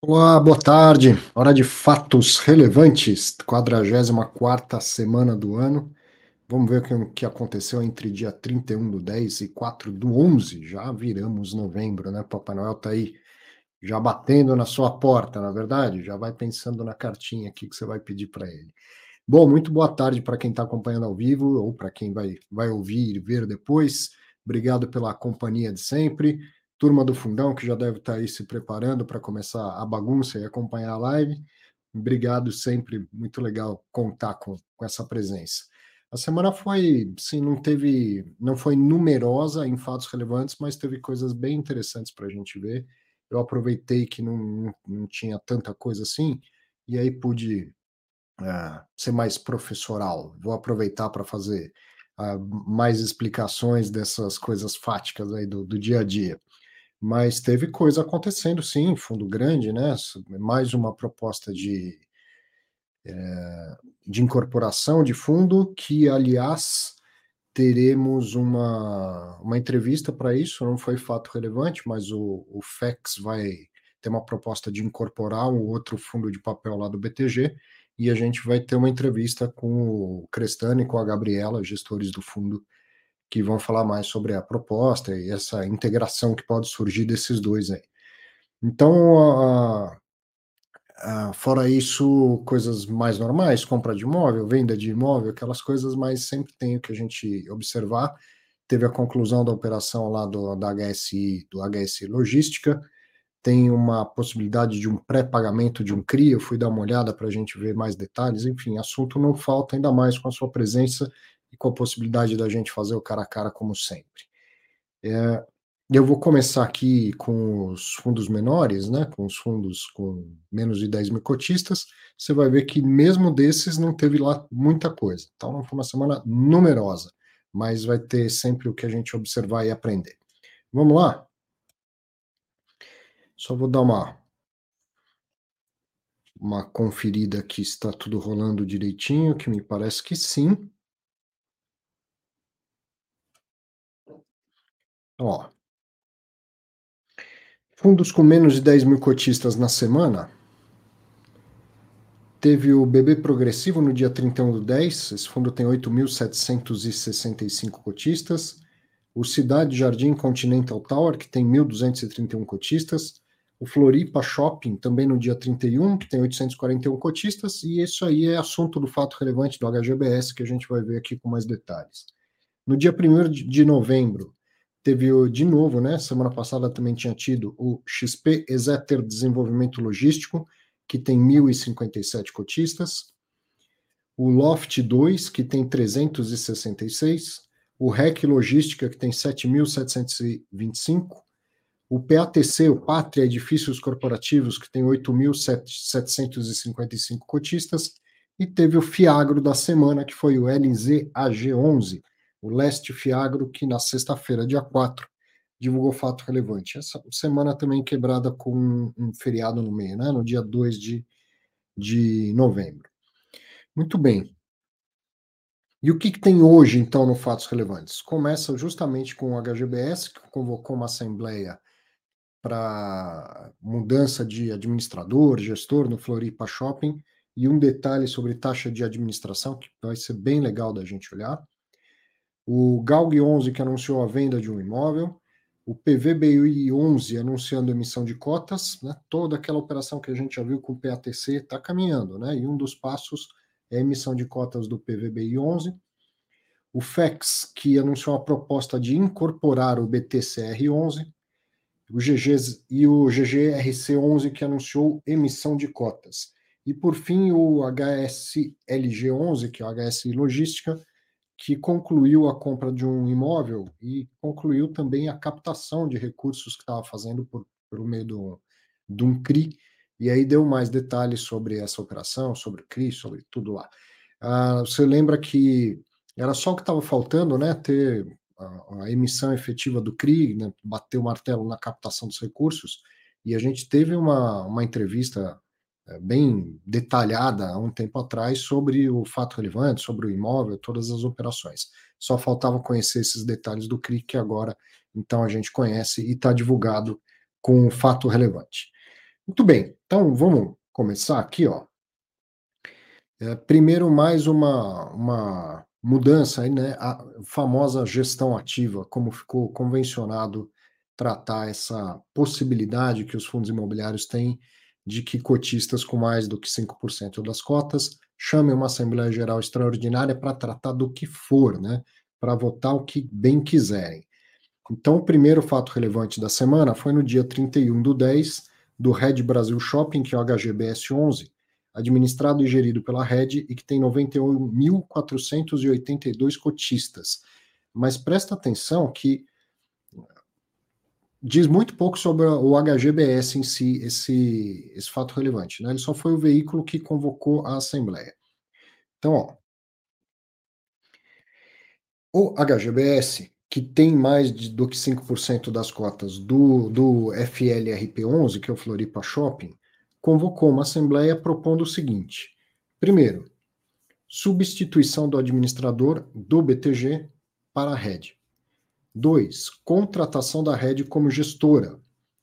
Olá, boa tarde. Hora de fatos relevantes, 44ª semana do ano. Vamos ver o que aconteceu entre dia 31/10 e 4/11. Já viramos novembro, né? Papai Noel tá aí já batendo na sua porta, na verdade. Já vai pensando na cartinha aqui que você vai pedir para ele. Bom, muito boa tarde para quem está acompanhando ao vivo ou para quem vai ouvir e ver depois. Obrigado pela companhia de sempre. Turma do Fundão, que já deve estar aí se preparando para começar a bagunça e acompanhar a live. Obrigado sempre, muito legal contar com essa presença. A semana foi, sim, não foi numerosa em fatos relevantes, mas teve coisas bem interessantes para a gente ver. Eu aproveitei que não tinha tanta coisa assim, e aí pude ser mais professoral. Vou aproveitar para fazer mais explicações dessas coisas fáticas aí do dia a dia. Mas teve coisa acontecendo, sim, fundo grande, né? Mais uma proposta de incorporação de fundo, que, aliás, teremos uma entrevista para isso, não foi fato relevante, mas o FEX vai ter uma proposta de incorporar um outro fundo de papel lá do BTG, e a gente vai ter uma entrevista com o Crestani e com a Gabriela, gestores do fundo, que vão falar mais sobre a proposta e essa integração que pode surgir desses dois aí. Então, fora isso, coisas mais normais, compra de imóvel, venda de imóvel, aquelas coisas, mas sempre tem o que a gente observar. Teve a conclusão da operação lá da HSI, do HSI Logística, tem uma possibilidade de um pré-pagamento de um CRI, eu fui dar uma olhada para a gente ver mais detalhes, enfim, assunto não falta, ainda mais com a sua presença e com a possibilidade da gente fazer o cara a cara como sempre. Eu vou começar aqui com os fundos menores, né, com os fundos com menos de 10 mil cotistas. Você vai ver que mesmo desses não teve lá muita coisa. Então não foi uma semana numerosa, mas vai ter sempre o que a gente observar e aprender. Vamos lá? Só vou dar uma conferida aqui se está tudo rolando direitinho, que me parece que sim. Ó, fundos com menos de 10 mil cotistas na semana. Teve o BB Progressivo no dia 31/10, esse fundo tem 8.765 cotistas. O Cidade Jardim Continental Tower, que tem 1.231 cotistas. O Floripa Shopping, também no dia 31, que tem 841 cotistas. E isso aí é assunto do fato relevante do HGBS, que a gente vai ver aqui com mais detalhes. No dia 1º de novembro, teve de novo, né? Semana passada também tinha tido o XP Exeter Desenvolvimento Logístico, que tem 1.057 cotistas. O Loft 2, que tem 366. O REC Logística, que tem 7.725. O PATC, o Pátria Edifícios Corporativos, que tem 8.755 cotistas. E teve o Fiagro da semana, que foi o LZAG11, o Leste Fiagro, que na sexta-feira, dia 4, divulgou fato relevante. Essa semana também quebrada com um feriado no meio, né? No dia 2 de novembro. Muito bem. E o que tem hoje, então, no Fatos Relevantes? Começa justamente com o HGBS, que convocou uma assembleia para mudança de administrador, gestor no Floripa Shopping, e um detalhe sobre taxa de administração, que vai ser bem legal da gente olhar. O GALG 11, que anunciou a venda de um imóvel. O PVBI 11 anunciando emissão de cotas, né? Toda aquela operação que a gente já viu com o PATC está caminhando, né? E um dos passos é a emissão de cotas do PVBI 11. O FEX, que anunciou a proposta de incorporar o BTCR 11. O GG e o GGRC 11, que anunciou emissão de cotas. E, por fim, o HSLG 11, que é o HSI Logística, que concluiu a compra de um imóvel e concluiu também a captação de recursos que estava fazendo por meio de um CRI, e aí deu mais detalhes sobre essa operação, sobre o CRI, sobre tudo lá. Você lembra que era só o que estava faltando, né, ter a emissão efetiva do CRI, né, bater o martelo na captação dos recursos, e a gente teve uma entrevista bem detalhada há um tempo atrás sobre o fato relevante, sobre o imóvel, todas as operações. Só faltava conhecer esses detalhes do CRI, que agora, então, a gente conhece e está divulgado com o fato relevante. Muito bem, então vamos começar aqui, ó. Primeiro mais uma mudança aí, né, a famosa gestão ativa, como ficou convencionado tratar essa possibilidade que os fundos imobiliários têm de que cotistas com mais do que 5% das cotas chamem uma assembleia geral extraordinária para tratar do que for, né, para votar o que bem quiserem. Então, o primeiro fato relevante da semana foi no dia 31/10, do Red Brasil Shopping, que é o HGBS 11, administrado e gerido pela Red e que tem 91.482 cotistas. Mas presta atenção que diz muito pouco sobre o HGBS em si, esse fato relevante, né? Ele só foi o veículo que convocou a Assembleia. Então, ó, o HGBS, que tem mais do que 5% das cotas do FLRP11, que é o Floripa Shopping, convocou uma assembleia propondo o seguinte: primeiro, substituição do administrador do BTG para a Rede. 2, contratação da Rede como gestora.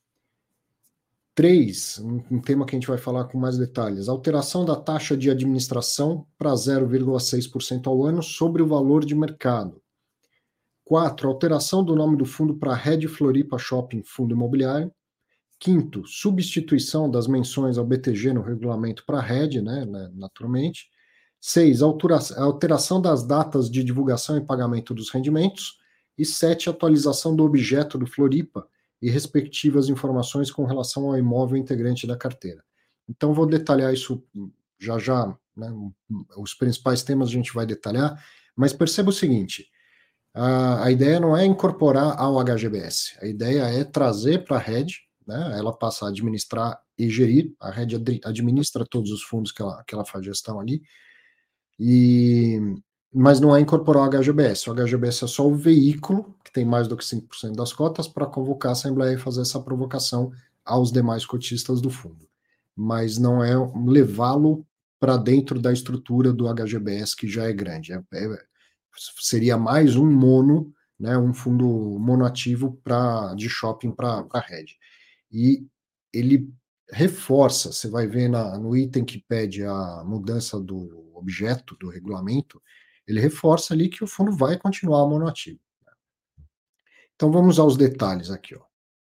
3, um tema que a gente vai falar com mais detalhes, alteração da taxa de administração para 0,6% ao ano sobre o valor de mercado. 4, alteração do nome do fundo para Red Floripa Shopping Fundo Imobiliário. Quinto, substituição das menções ao BTG no regulamento para a Red, né, naturalmente. 6, alteração das datas de divulgação e pagamento dos rendimentos. E 7, atualização do objeto do Floripa e respectivas informações com relação ao imóvel integrante da carteira. Então, vou detalhar isso já já, né, os principais temas a gente vai detalhar, mas perceba o seguinte: a ideia não é incorporar ao HGBS, a ideia é trazer para a Rede, né, ela passa a administrar e gerir, a Rede administra todos os fundos que ela faz gestão ali, e, mas não é incorporar o HGBS. O HGBS é só o veículo, que tem mais do que 5% das cotas, para convocar a Assembleia e fazer essa provocação aos demais cotistas do fundo. Mas não é levá-lo para dentro da estrutura do HGBS, que já é grande. Seria mais um mono, né, um fundo monoativo de shopping para a rede. E ele reforça, você vai ver no item que pede a mudança do objeto do regulamento, ele reforça ali que o fundo vai continuar monoativo. Então vamos aos detalhes aqui, ó.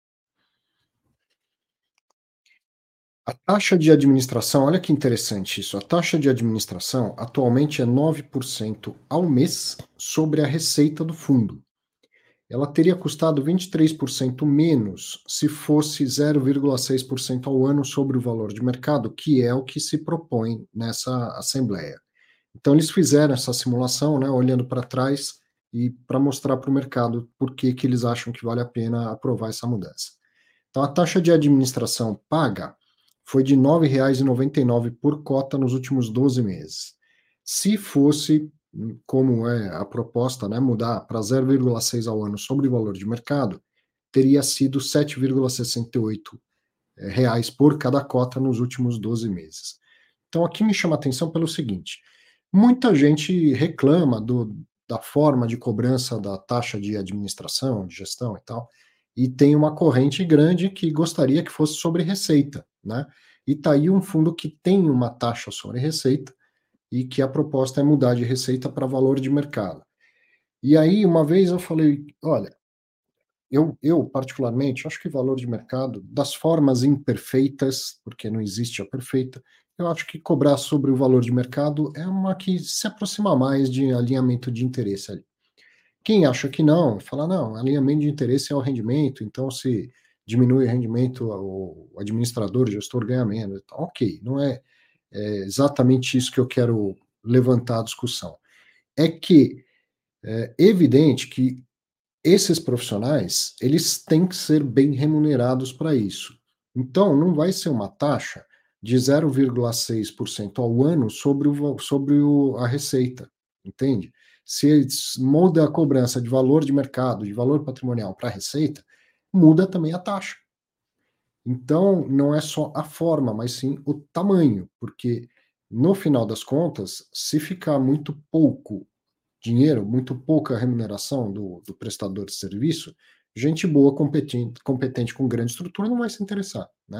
A taxa de administração, olha que interessante isso. A taxa de administração atualmente é 9% ao mês sobre a receita do fundo. Ela teria custado 23% menos se fosse 0,6% ao ano sobre o valor de mercado, que é o que se propõe nessa assembleia. Então, eles fizeram essa simulação, né, olhando para trás e para mostrar para o mercado por que eles acham que vale a pena aprovar essa mudança. Então, a taxa de administração paga foi de R$ 9,99 por cota nos últimos 12 meses. Se fosse, como é a proposta, né, mudar para 0,6 ao ano sobre o valor de mercado, teria sido R$ 7,68 reais por cada cota nos últimos 12 meses. Então, aqui me chama a atenção pelo seguinte: muita gente reclama da forma de cobrança da taxa de administração, de gestão e tal, e tem uma corrente grande que gostaria que fosse sobre receita, né? E tá aí um fundo que tem uma taxa sobre receita e que a proposta é mudar de receita para valor de mercado. E aí, uma vez eu falei, olha, eu particularmente acho que valor de mercado, das formas imperfeitas, porque não existe a perfeita, eu acho que cobrar sobre o valor de mercado é uma que se aproxima mais de alinhamento de interesse ali. Quem acha que não, fala, não, alinhamento de interesse é o rendimento, então se diminui o rendimento, o administrador, o gestor ganha menos. Então, ok, não é exatamente isso que eu quero levantar a discussão. É que é evidente que esses profissionais, eles têm que ser bem remunerados para isso. Então, não vai ser uma taxa de 0,6% ao ano sobre a receita, entende? Se muda a cobrança de valor de mercado, de valor patrimonial para a receita, muda também a taxa. Então, não é só a forma, mas sim o tamanho, porque no final das contas, se ficar muito pouco dinheiro, muito pouca remuneração do prestador de serviço, gente boa, competente com grande estrutura não vai se interessar, né?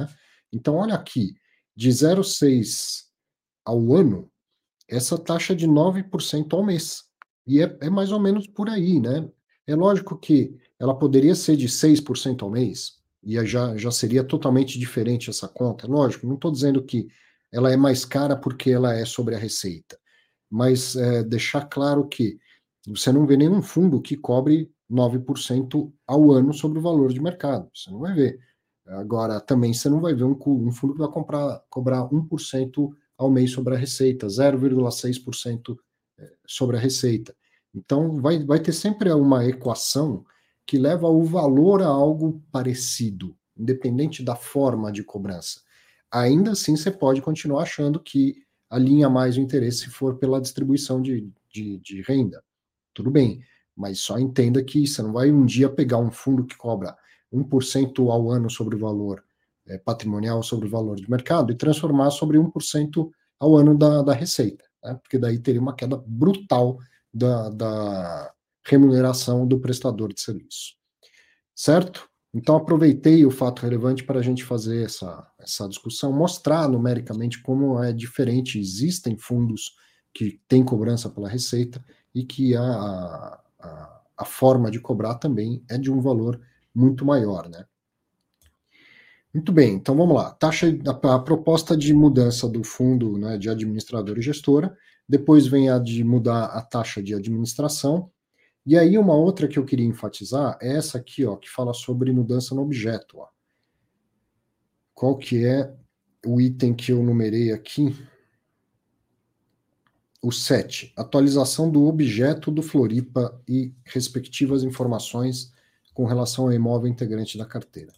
Então, olha aqui, de 0,6 ao ano, essa taxa de 9% ao mês. E é mais ou menos por aí, né? É lógico que ela poderia ser de 6% ao mês, e já seria totalmente diferente essa conta. Lógico, não estou dizendo que ela é mais cara porque ela é sobre a receita, mas deixar claro que você não vê nenhum fundo que cobre 9% ao ano sobre o valor de mercado. Você não vai ver. Agora, também você não vai ver um fundo que vai cobrar 1% ao mês sobre a receita, 0,6% sobre a receita. Então, vai ter sempre uma equação que leva o valor a algo parecido, independente da forma de cobrança. Ainda assim, você pode continuar achando que alinha mais o interesse se for pela distribuição de renda. Tudo bem, mas só entenda que você não vai um dia pegar um fundo que cobra 1% ao ano sobre o valor patrimonial, sobre o valor de mercado, e transformar sobre 1% ao ano da receita, né? Porque daí teria uma queda brutal da remuneração do prestador de serviço. Certo? Então, aproveitei o fato relevante para a gente fazer essa discussão, mostrar numericamente como é diferente. Existem fundos que têm cobrança pela receita e que a forma de cobrar também é de um valor muito maior, né? Muito bem, então vamos lá. A proposta de mudança do fundo, né, de administrador e gestora, depois vem a de mudar a taxa de administração, e aí uma outra que eu queria enfatizar é essa aqui, ó, que fala sobre mudança no objeto. Ó. Qual que é o item que eu numerei aqui? O 7, atualização do objeto do Floripa e respectivas informações com relação ao imóvel integrante da carteira.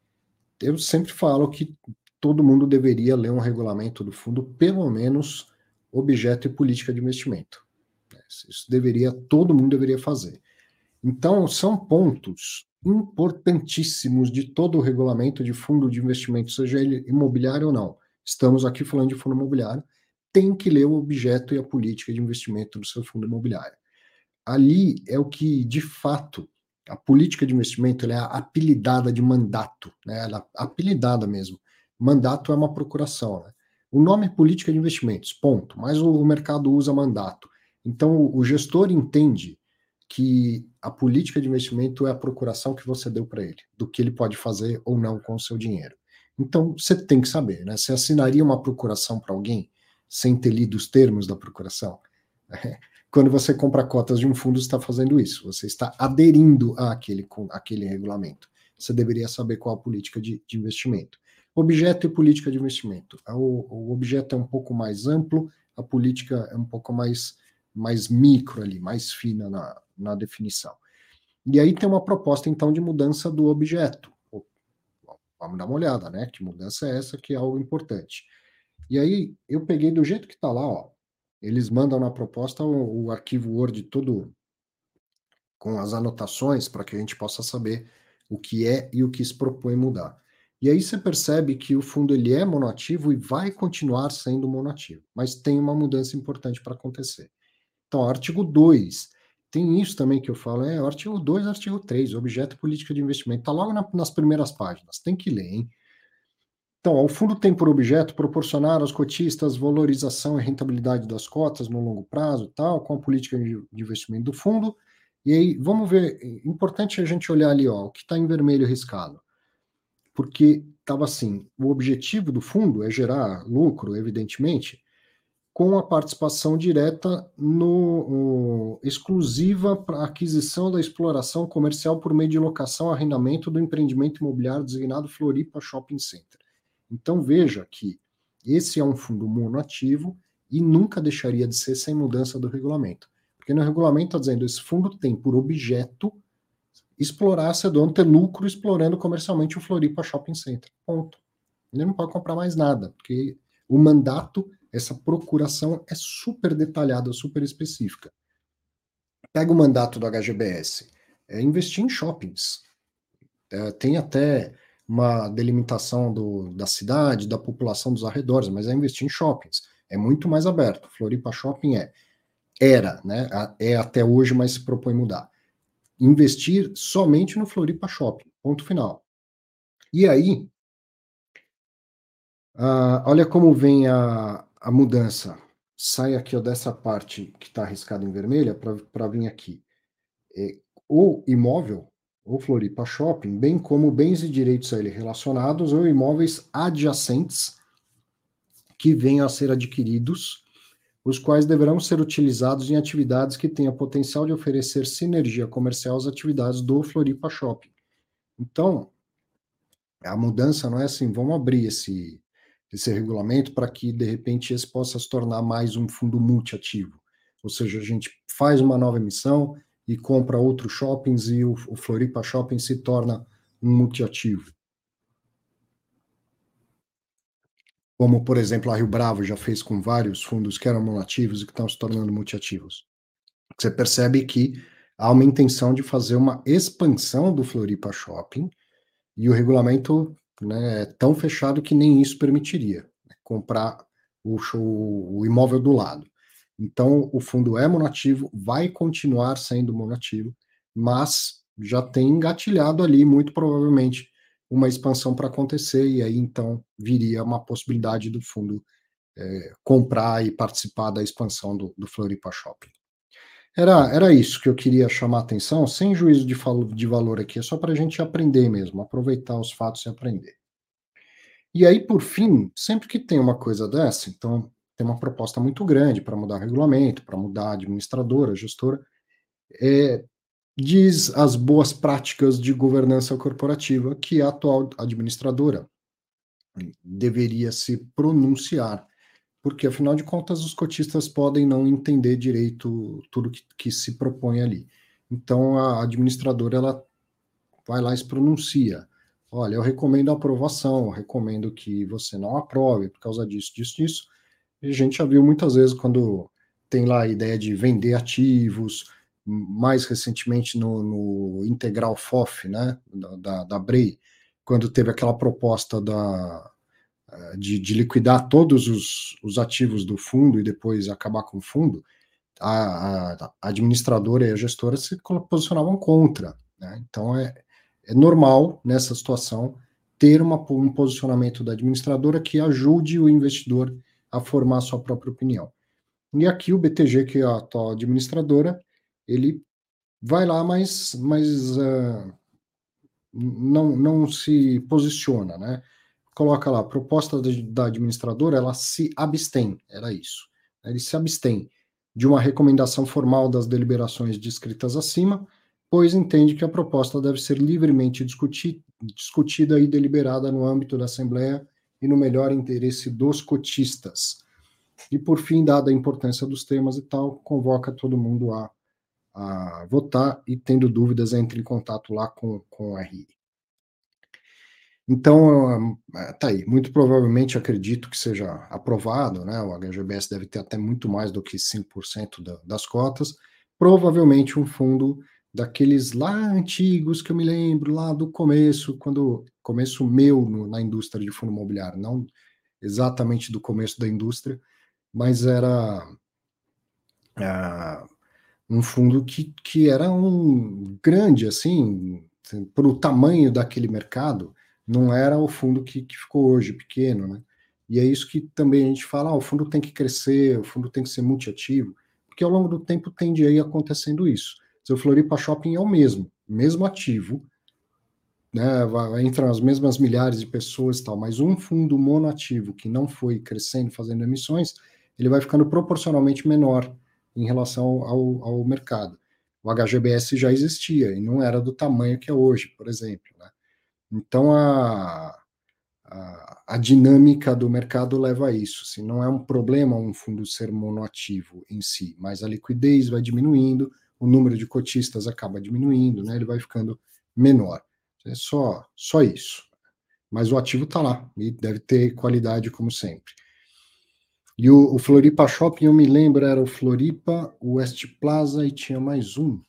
Eu sempre falo que todo mundo deveria ler um regulamento do fundo, pelo menos objeto e política de investimento. Isso todo mundo deveria fazer. Então, são pontos importantíssimos de todo o regulamento de fundo de investimento, seja ele imobiliário ou não. Estamos aqui falando de fundo imobiliário, tem que ler o objeto e a política de investimento do seu fundo imobiliário. Ali é o que, de fato, a política de investimento ela é apelidada de mandato, né? Ela é apelidada mesmo. Mandato é uma procuração, né? O nome é política de investimentos, ponto. Mas o mercado usa mandato. Então, o gestor entende que a política de investimento é a procuração que você deu para ele, do que ele pode fazer ou não com o seu dinheiro. Então, você tem que saber, né? Você assinaria uma procuração para alguém sem ter lido os termos da procuração? Quando você compra cotas de um fundo, você está fazendo isso. Você está aderindo àquele regulamento. Você deveria saber qual a política de investimento. Objeto e política de investimento. O objeto é um pouco mais amplo, a política é um pouco mais micro ali, mais fina na definição. E aí tem uma proposta, então, de mudança do objeto. Vamos dar uma olhada, né? Que mudança é essa que é algo importante. E aí eu peguei do jeito que está lá, ó. Eles mandam na proposta o arquivo Word todo com as anotações para que a gente possa saber o que é e o que se propõe mudar. E aí você percebe que o fundo ele é monoativo e vai continuar sendo monoativo, mas tem uma mudança importante para acontecer. Então, artigo 2, tem isso também que eu falo, artigo 2, artigo 3, objeto e política de investimento, está logo nas primeiras páginas, tem que ler, hein? Então, o fundo tem por objeto proporcionar aos cotistas valorização e rentabilidade das cotas no longo prazo, tal, com a política de investimento do fundo. E aí, vamos ver, é importante a gente olhar ali, ó, o que está em vermelho riscado. Porque estava assim, o objetivo do fundo é gerar lucro, evidentemente, com a participação direta exclusiva para aquisição da exploração comercial por meio de locação, arrendamento do empreendimento imobiliário designado Floripa Shopping Center. Então veja que esse é um fundo monoativo e nunca deixaria de ser sem mudança do regulamento. Porque no regulamento está dizendo que esse fundo tem por objeto explorar, ser dono, ter lucro explorando comercialmente o Floripa Shopping Center. Ponto. Ele não pode comprar mais nada, porque o mandato, essa procuração é super detalhada, super específica. Pega o mandato do HGBS, é investir em shoppings. Tem até uma delimitação da cidade, da população dos arredores, mas é investir em shoppings. É muito mais aberto. Floripa Shopping era, né? É até hoje, mas se propõe mudar. Investir somente no Floripa Shopping. Ponto final. E aí, Olha como vem a mudança. Sai aqui ó, dessa parte que está arriscada em vermelha para vir aqui. O imóvel, ou Floripa Shopping, bem como bens e direitos a ele relacionados ou imóveis adjacentes que venham a ser adquiridos, os quais deverão ser utilizados em atividades que tenham potencial de oferecer sinergia comercial às atividades do Floripa Shopping. Então, a mudança não é assim, vamos abrir esse regulamento para que, de repente, esse possa se tornar mais um fundo multiativo. Ou seja, a gente faz uma nova emissão e compra outros shoppings e o Floripa Shopping se torna um multiativo. Como, por exemplo, a Rio Bravo já fez com vários fundos que eram monoativos e que estão se tornando multiativos. Você percebe que há uma intenção de fazer uma expansão do Floripa Shopping e o regulamento, né, é tão fechado que nem isso permitiria, né, comprar o imóvel do lado. Então, o fundo é monativo, vai continuar sendo monativo, mas já tem engatilhado ali, muito provavelmente, uma expansão para acontecer, e aí então viria uma possibilidade do fundo comprar e participar da expansão do Floripa Shopping. Era isso que eu queria chamar a atenção, sem juízo de valor aqui, é só para a gente aprender mesmo, aproveitar os fatos e aprender. E aí, por fim, sempre que tem uma coisa dessa, então tem uma proposta muito grande para mudar o regulamento, para mudar a administradora, a gestora, diz as boas práticas de governança corporativa que a atual administradora deveria se pronunciar, porque afinal de contas os cotistas podem não entender direito tudo que se propõe ali. Então a administradora ela vai lá e se pronuncia. Olha, eu recomendo a aprovação, eu recomendo que você não aprove por causa disso, disso, disso. E a gente já viu muitas vezes quando tem lá a ideia de vender ativos, mais recentemente no Integral FOF, né, da BREI, quando teve aquela proposta de liquidar todos os ativos do fundo e depois acabar com o fundo, a administradora e a gestora se posicionavam contra. Né? Então, é normal, nessa situação, ter um posicionamento da administradora que ajude o investidor a formar a sua própria opinião. E aqui o BTG, que é a atual administradora, ele vai lá, mas não se posiciona, né? Coloca lá, a proposta da administradora, ela se abstém, era isso. Ele se abstém de uma recomendação formal das deliberações descritas acima, pois entende que a proposta deve ser livremente discutida e deliberada no âmbito da Assembleia e no melhor interesse dos cotistas. E, por fim, dada a importância dos temas e tal, convoca todo mundo a votar e, tendo dúvidas, entre em contato lá com o RI. Então, tá aí. Muito provavelmente acredito que seja aprovado, né? O HGBS deve ter até muito mais do que 5% das cotas. Provavelmente um fundo daqueles lá antigos que eu me lembro, lá do começo, começo meu na indústria de fundo imobiliário, não exatamente do começo da indústria, mas era um fundo que era um grande, assim, para o tamanho daquele mercado, não era o fundo que ficou hoje, pequeno, né? E é isso que também a gente fala, o fundo tem que crescer, o fundo tem que ser multiativo, porque ao longo do tempo tende a ir acontecendo isso. Seu Floripa Shopping é o mesmo ativo, né, entram as mesmas milhares de pessoas e tal, mas um fundo monoativo que não foi crescendo, fazendo emissões, ele vai ficando proporcionalmente menor em relação ao mercado. O HGBS já existia e não era do tamanho que é hoje, por exemplo. Né? Então, a dinâmica do mercado leva a isso. Assim, não é um problema um fundo ser monoativo em si, mas a liquidez vai diminuindo, o número de cotistas acaba diminuindo, né? Ele vai ficando menor. É só isso. Mas o ativo está lá e deve ter qualidade como sempre. E o Floripa Shopping, eu me lembro, era o Floripa, o West Plaza e tinha mais um.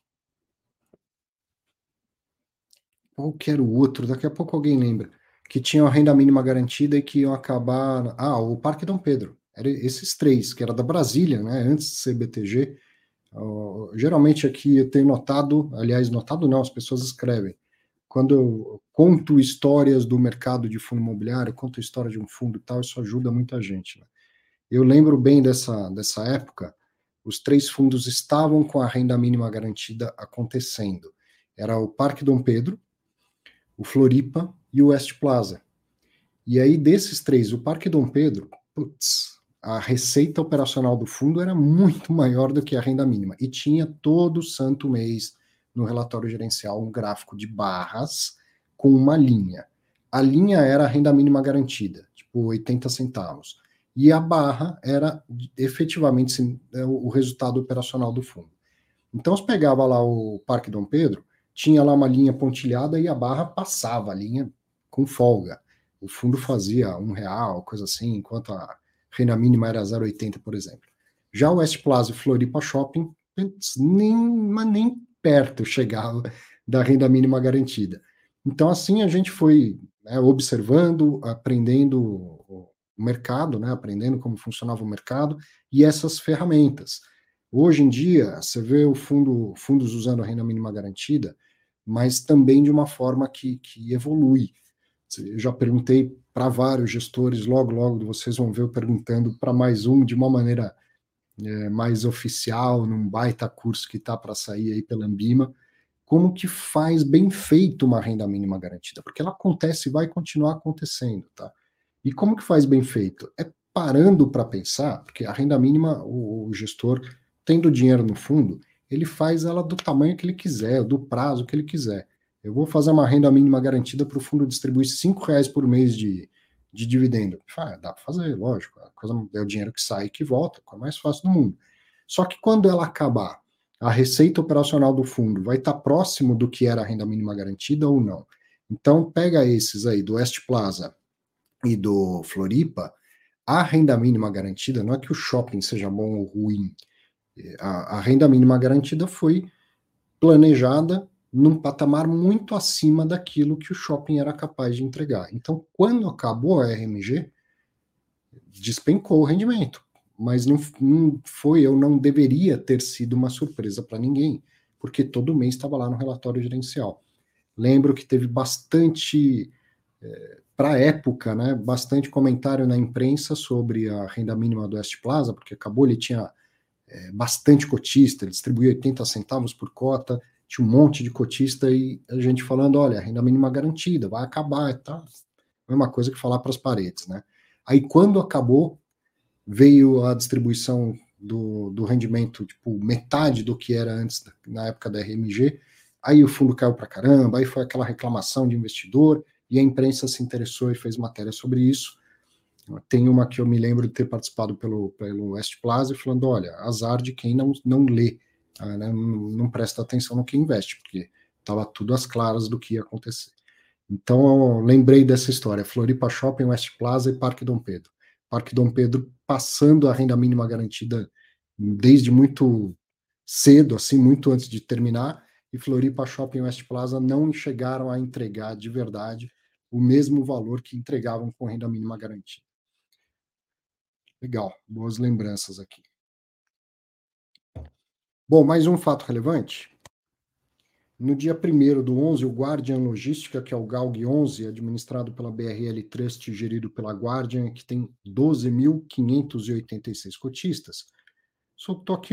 Qual que era o outro? Daqui a pouco alguém lembra. Que tinha a renda mínima garantida e que iam acabar. O Parque Dom Pedro. Era esses três, que era da Brasília, né? Antes de ser BTG. Geralmente aqui eu tenho notado, aliás, notado não, as pessoas escrevem. quando eu conto histórias do mercado de fundo imobiliário, conto a história de um fundo e tal, isso ajuda muita gente, né? Eu lembro bem dessa época, os três fundos estavam com a renda mínima garantida acontecendo. Era o Parque Dom Pedro, o Floripa e o West Plaza. E aí, desses três, o Parque Dom Pedro, putz, a receita operacional do fundo era muito maior do que a renda mínima. E tinha todo santo mês no relatório gerencial um gráfico de barras com uma linha. A linha era a renda mínima garantida, tipo 80 centavos. E a barra era efetivamente o resultado operacional do fundo. Então, você pegava lá o Parque Dom Pedro, tinha lá uma linha pontilhada e a barra passava a linha com folga. O fundo fazia R$ 1, coisa assim, enquanto a renda mínima era 0,80, por exemplo. Já o West Plaza e Floripa Shopping, nem perto chegava da renda mínima garantida. Então, assim, a gente foi, né, observando, aprendendo o mercado, né, aprendendo como funcionava o mercado e essas ferramentas. Hoje em dia, você vê fundos usando a renda mínima garantida, mas também de uma forma que evolui. Eu já perguntei para vários gestores, logo vocês vão ver eu perguntando para mais um de uma maneira mais oficial, num baita curso que está para sair aí pela Ambima, como que faz bem feito uma renda mínima garantida, porque ela acontece e vai continuar acontecendo, tá? E como que faz bem feito? É parando para pensar, porque a renda mínima, o gestor, tendo dinheiro no fundo, ele faz ela do tamanho que ele quiser, do prazo que ele quiser. Eu vou fazer uma renda mínima garantida para o fundo distribuir R$ 5 por mês de dividendo. Dá para fazer, lógico. A coisa é o dinheiro que sai e que volta, é o mais fácil do mundo. Só que quando ela acabar, a receita operacional do fundo vai estar próximo do que era a renda mínima garantida ou não? Então, pega esses aí, do West Plaza e do Floripa, a renda mínima garantida, não é que o shopping seja bom ou ruim, a renda mínima garantida foi planejada num patamar muito acima daquilo que o shopping era capaz de entregar. Então, quando acabou a RMG, despencou o rendimento. Mas não foi, eu não deveria ter sido uma surpresa para ninguém, porque todo mês estava lá no relatório gerencial. Lembro que teve bastante, para a época, né, bastante comentário na imprensa sobre a renda mínima do West Plaza, porque acabou, ele tinha bastante cotista, ele distribuía 80 centavos por cota, tinha um monte de cotista e a gente falando, olha, a renda mínima garantida, vai acabar, tá? Mesma coisa que falar para as paredes, né? Aí quando acabou, veio a distribuição do rendimento, tipo, metade do que era antes, na época da RMG, aí o fundo caiu para caramba, aí foi aquela reclamação de investidor, e a imprensa se interessou e fez matéria sobre isso. Tem uma que eu me lembro de ter participado pelo West Plaza, falando, olha, azar de quem não lê, né, não presta atenção no que investe, porque estava tudo às claras do que ia acontecer. Então, eu lembrei dessa história, Floripa Shopping, West Plaza e Parque Dom Pedro. Parque Dom Pedro passando a renda mínima garantida desde muito cedo, assim, muito antes de terminar, e Floripa Shopping e West Plaza não chegaram a entregar de verdade o mesmo valor que entregavam com renda mínima garantida. Legal, boas lembranças aqui. Bom, mais um fato relevante. No dia 1º do 11, o Guardian Logística, que é o GALG 11, administrado pela BRL Trust, gerido pela Guardian, que tem 12.586 cotistas, soltou aqui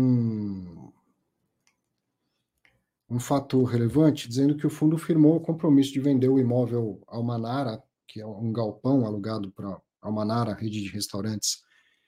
um fato relevante, dizendo que o fundo firmou o compromisso de vender o imóvel Almanara, que é um galpão alugado para Almanara, rede de restaurantes.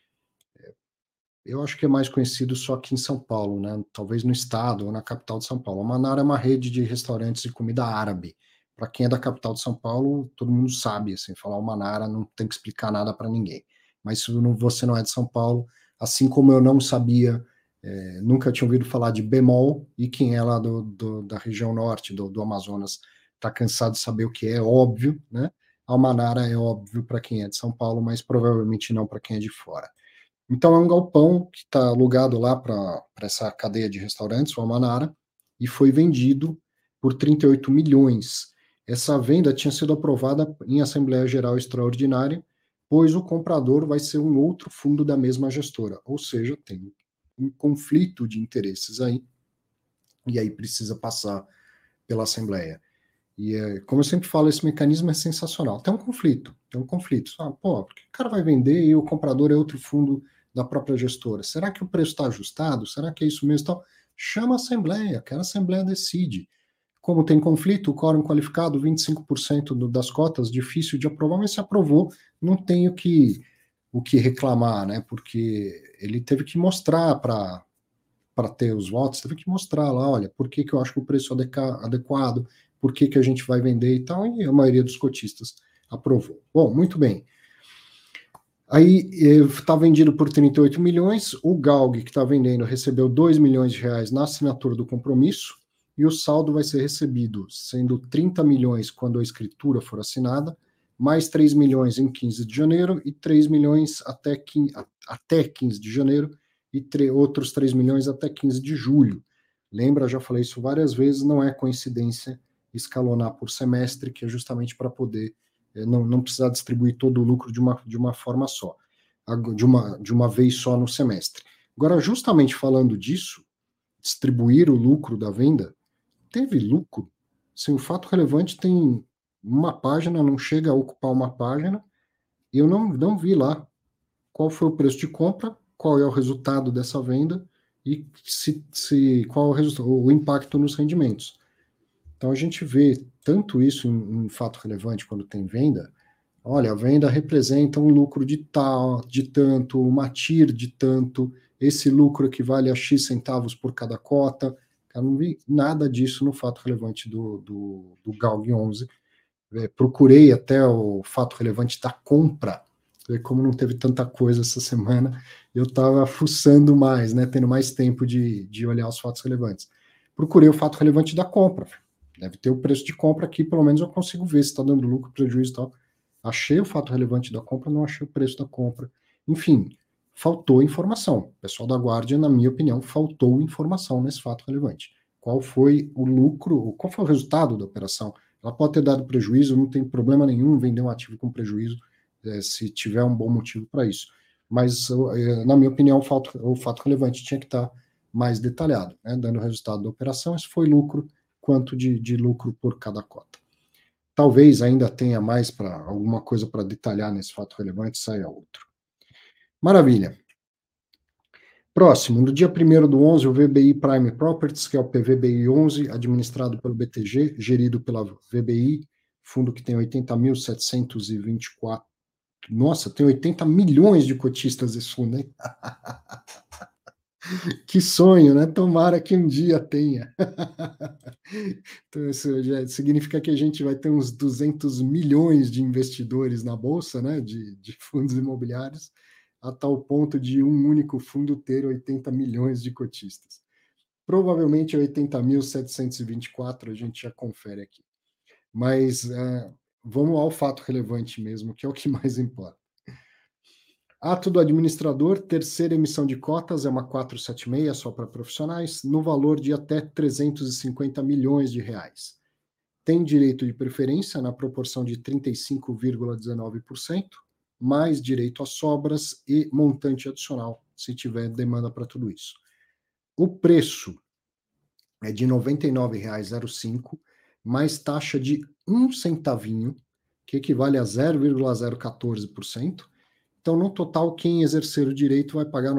Eu acho que é mais conhecido só aqui em São Paulo, né? Talvez no estado ou na capital de São Paulo. A Manara é uma rede de restaurantes de comida árabe. Para quem é da capital de São Paulo, todo mundo sabe, assim, falar o Manara não tem que explicar nada para ninguém. Mas se você não é de São Paulo, assim como eu não sabia, nunca tinha ouvido falar de Bemol, e quem é lá da região norte, do Amazonas, está cansado de saber o que é, óbvio, né? Almanara é óbvio para quem é de São Paulo, mas provavelmente não para quem é de fora. Então é um galpão que está alugado lá para essa cadeia de restaurantes, o Almanara, e foi vendido por 38 milhões. Essa venda tinha sido aprovada em Assembleia Geral Extraordinária, pois o comprador vai ser um outro fundo da mesma gestora, ou seja, tem um conflito de interesses aí, e aí precisa passar pela Assembleia. Como eu sempre falo, esse mecanismo é sensacional. Tem um conflito, tem um conflito. Pô, porque o cara vai vender e o comprador é outro fundo da própria gestora. Será que o preço está ajustado? Será que é isso mesmo? Tal? Chama a Assembleia, que a Assembleia decide. Como tem conflito, o quórum qualificado, 25% das cotas, difícil de aprovar, mas se aprovou, não tem o que reclamar, né? Porque ele teve que mostrar para ter os votos, teve que mostrar lá, olha, por que eu acho que o preço é adequado, por que a gente vai vender e tal, e a maioria dos cotistas aprovou. Bom, muito bem. Aí está vendido por 38 milhões, o Galg, que está vendendo, recebeu 2 milhões de reais na assinatura do compromisso, e o saldo vai ser recebido sendo 30 milhões quando a escritura for assinada, mais 3 milhões em 15 de janeiro e 3 milhões até 15 de janeiro e outros 3 milhões até 15 de julho. Lembra, já falei isso várias vezes, não é coincidência escalonar por semestre, que é justamente para poder não precisar distribuir todo o lucro de uma forma só, de uma vez só no semestre. Agora, justamente falando disso, distribuir o lucro da venda, teve lucro. Se o fato relevante tem uma página, não chega a ocupar uma página, eu não vi lá qual foi o preço de compra, qual é o resultado dessa venda e qual é o impacto nos rendimentos. Então a gente vê tanto isso em fato relevante quando tem venda. Olha, a venda representa um lucro de tal, de tanto, uma TIR de tanto, esse lucro equivale a X centavos por cada cota. Eu não vi nada disso no fato relevante do GALG 11. Procurei até o fato relevante da compra, como não teve tanta coisa essa semana, eu estava fuçando mais, né, tendo mais tempo de olhar os fatos relevantes. Procurei o fato relevante da compra. Deve ter o preço de compra aqui, pelo menos eu consigo ver se está dando lucro, prejuízo e tal. Achei o fato relevante da compra, não achei o preço da compra. Enfim, faltou informação. O pessoal da Guardian, na minha opinião, faltou informação nesse fato relevante. Qual foi o lucro, qual foi o resultado da operação? Ela pode ter dado prejuízo, não tem problema nenhum vender um ativo com prejuízo, se tiver um bom motivo para isso. Mas, na minha opinião, o fato relevante tinha que estar mais detalhado, né, dando o resultado da operação, se foi lucro, quanto de lucro por cada cota. Talvez ainda tenha mais para alguma coisa para detalhar nesse fato relevante, saia outro. Maravilha. Próximo, no dia 1º do 11, o VBI Prime Properties, que é o PVBI 11, administrado pelo BTG, gerido pela VBI, fundo que tem 80.724. Nossa, tem 80 milhões de cotistas esse fundo, hein? Que sonho, né? Tomara que um dia tenha. Então, isso já significa que a gente vai ter uns 200 milhões de investidores na Bolsa, né? De fundos imobiliários, a tal ponto de um único fundo ter 80 milhões de cotistas. Provavelmente 80.724, a gente já confere aqui. Mas vamos ao fato relevante mesmo, que é o que mais importa. Ato do administrador, terceira emissão de cotas, é uma 476, só para profissionais, no valor de até 350 milhões de reais. Tem direito de preferência na proporção de 35,19%, mais direito a sobras e montante adicional, se tiver demanda para tudo isso. O preço é de R$ 99,05, mais taxa de 1 centavinho, que equivale a 0,014%. Então, no total, quem exercer o direito vai pagar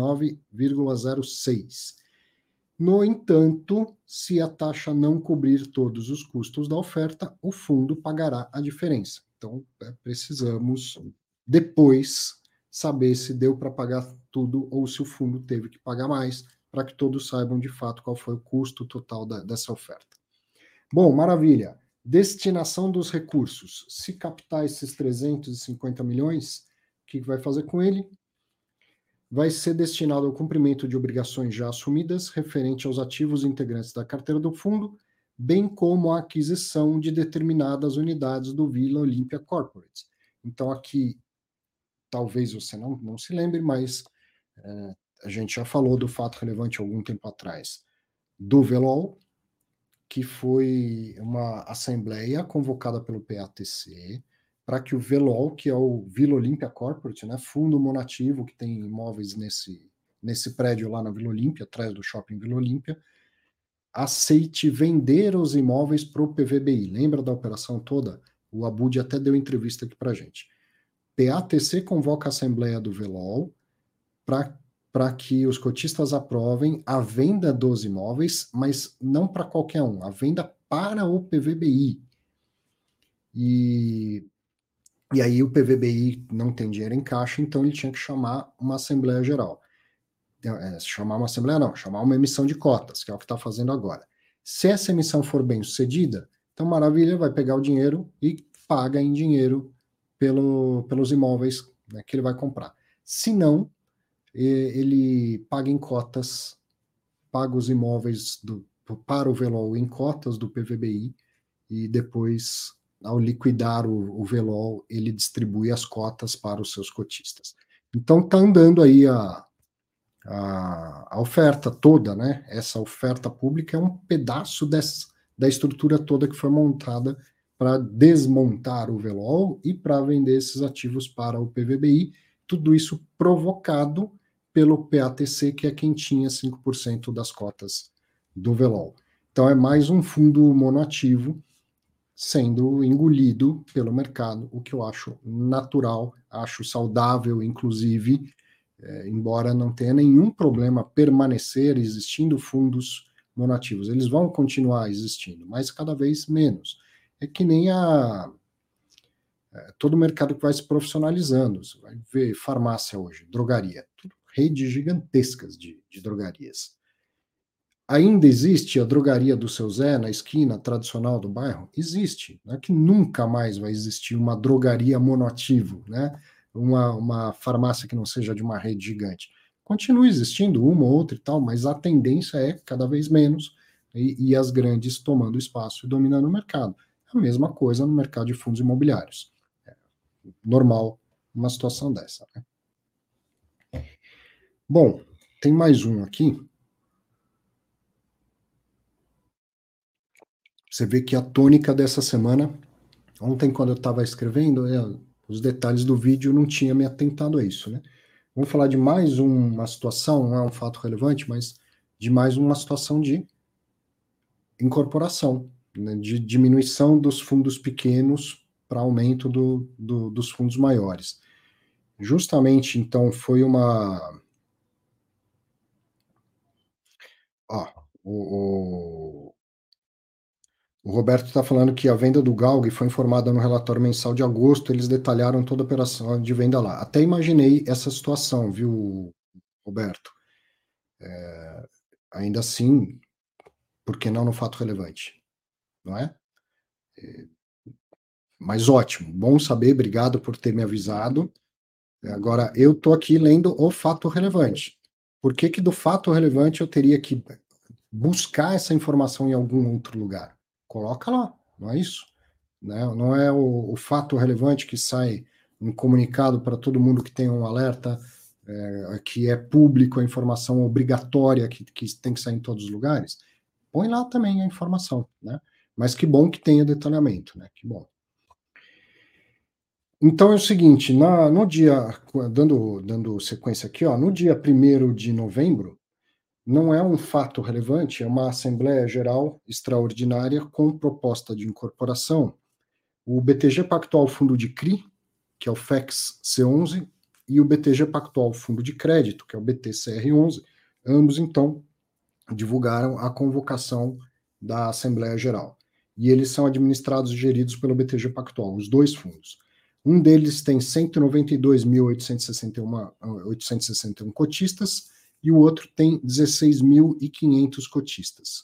99,06. No entanto, se a taxa não cobrir todos os custos da oferta, o fundo pagará a diferença. Então, precisamos depois saber se deu para pagar tudo ou se o fundo teve que pagar mais, para que todos saibam de fato qual foi o custo total dessa oferta. Bom, maravilha. Destinação dos recursos. Se captar esses 350 milhões, o que vai fazer com ele? Vai ser destinado ao cumprimento de obrigações já assumidas referente aos ativos integrantes da carteira do fundo, bem como a aquisição de determinadas unidades do Vila Olímpia Corporate. Então, aqui, talvez você não se lembre, mas a gente já falou do fato relevante algum tempo atrás do VELOL, que foi uma assembleia convocada pelo PATC para que o VELOL, que é o Vila Olímpia Corporate, né, fundo monativo que tem imóveis nesse prédio lá na Vila Olímpia, atrás do shopping Vila Olímpia, aceite vender os imóveis para o PVBI. Lembra da operação toda? O Abud até deu entrevista aqui para a gente. PATC convoca a Assembleia do VLOL para que os cotistas aprovem a venda dos imóveis, mas não para qualquer um, a venda para o PVBI. E aí o PVBI não tem dinheiro em caixa, então ele tinha que chamar uma Assembleia Geral. Chamar uma Assembleia não, chamar uma emissão de cotas, que é o que está fazendo agora. Se essa emissão for bem sucedida, então maravilha, vai pegar o dinheiro e paga em dinheiro pelos imóveis, né, que ele vai comprar. Se não, ele paga em cotas, paga os imóveis para o VLOL em cotas do PVBI e depois, ao liquidar o VLOL, ele distribui as cotas para os seus cotistas. Então está andando aí a oferta toda, né? Essa oferta pública é um pedaço da estrutura toda que foi montada para desmontar o VLOL e para vender esses ativos para o PVBI, tudo isso provocado pelo PATC, que é quem tinha 5% das cotas do VLOL. Então é mais um fundo monoativo sendo engolido pelo mercado, o que eu acho natural, acho saudável, inclusive, embora não tenha nenhum problema permanecer existindo fundos monoativos. Eles vão continuar existindo, mas cada vez menos. É que nem todo o mercado que vai se profissionalizando. Você vai ver farmácia hoje, drogaria, tudo redes gigantescas de drogarias. Ainda existe a drogaria do seu Zé na esquina tradicional do bairro? Existe. Não é que nunca mais vai existir uma drogaria monoativo, né? Uma farmácia que não seja de uma rede gigante. Continua existindo uma ou outra e tal, mas a tendência é cada vez menos e as grandes tomando espaço e dominando o mercado. A mesma coisa no mercado de fundos imobiliários. É normal uma situação dessa, né? Bom, tem mais um aqui. Você vê que a tônica dessa semana, ontem quando eu estava escrevendo, os detalhes do vídeo não tinha me atentado a isso, né? Vamos falar de mais uma situação, não é um fato relevante, mas de mais uma situação de incorporação, né? De diminuição dos fundos pequenos para aumento dos fundos maiores. Justamente, então, foi uma... Ó, o Roberto está falando que a venda do Galg foi informada no relatório mensal de agosto, eles detalharam toda a operação de venda lá. Até imaginei essa situação, viu, Roberto? Ainda assim, por que não no fato relevante? Não é? Mas ótimo, bom saber, obrigado por ter me avisado. Agora, eu estou aqui lendo o fato relevante. Por que que do fato relevante eu teria que buscar essa informação em algum outro lugar? Coloca lá, não é isso? Né? Não é o fato relevante que sai um comunicado para todo mundo que tem um alerta, que é público, a informação obrigatória que tem que sair em todos os lugares. Põe lá também a informação, né? Mas que bom que tenha detalhamento, né? Que bom. Então é o seguinte, no dia, dando sequência aqui, ó, no dia 1º de novembro, não é um fato relevante, é uma Assembleia Geral Extraordinária com proposta de incorporação. O BTG Pactual Fundo de CRI, que é o FEX C11, e o BTG Pactual Fundo de Crédito, que é o BTCR11, ambos, então, divulgaram a convocação da Assembleia Geral. E eles são administrados e geridos pelo BTG Pactual, os dois fundos. Um deles tem 192.861 cotistas e o outro tem 16.500 cotistas.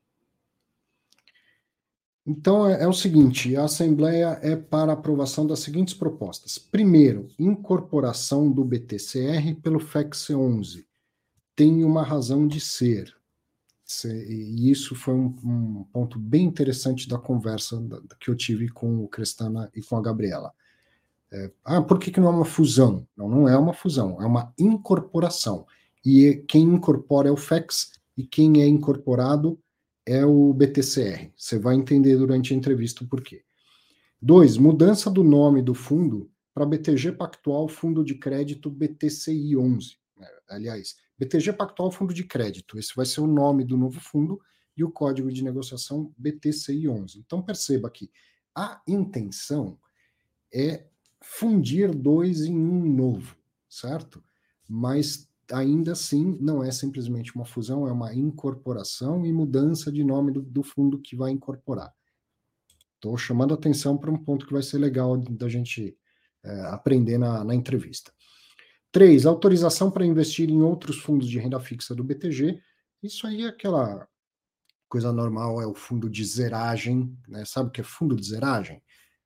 Então, é o seguinte, a Assembleia é para aprovação das seguintes propostas. Primeiro, incorporação do BTCR pelo FEC-11. Tem uma razão de ser. E isso foi um ponto bem interessante da conversa que eu tive com o Crestana e com a Gabriela. Por que não é uma fusão? Não, não é uma fusão, é uma incorporação. E quem incorpora é o FEX e quem é incorporado é o BTCR. Você vai entender durante a entrevista o porquê. 2, mudança do nome do fundo para BTG Pactual Fundo de Crédito BTCI 11. Aliás, BTG Pactual Fundo de Crédito. Esse vai ser o nome do novo fundo e o código de negociação BTCI11. Então perceba que a intenção é fundir dois em um novo, certo? Mas ainda assim não é simplesmente uma fusão, é uma incorporação e mudança de nome do fundo que vai incorporar. Estou chamando a atenção para um ponto que vai ser legal da gente aprender na entrevista. 3, autorização para investir em outros fundos de renda fixa do BTG. Isso aí é aquela coisa normal, é o fundo de zeragem, né? Sabe o que é fundo de zeragem?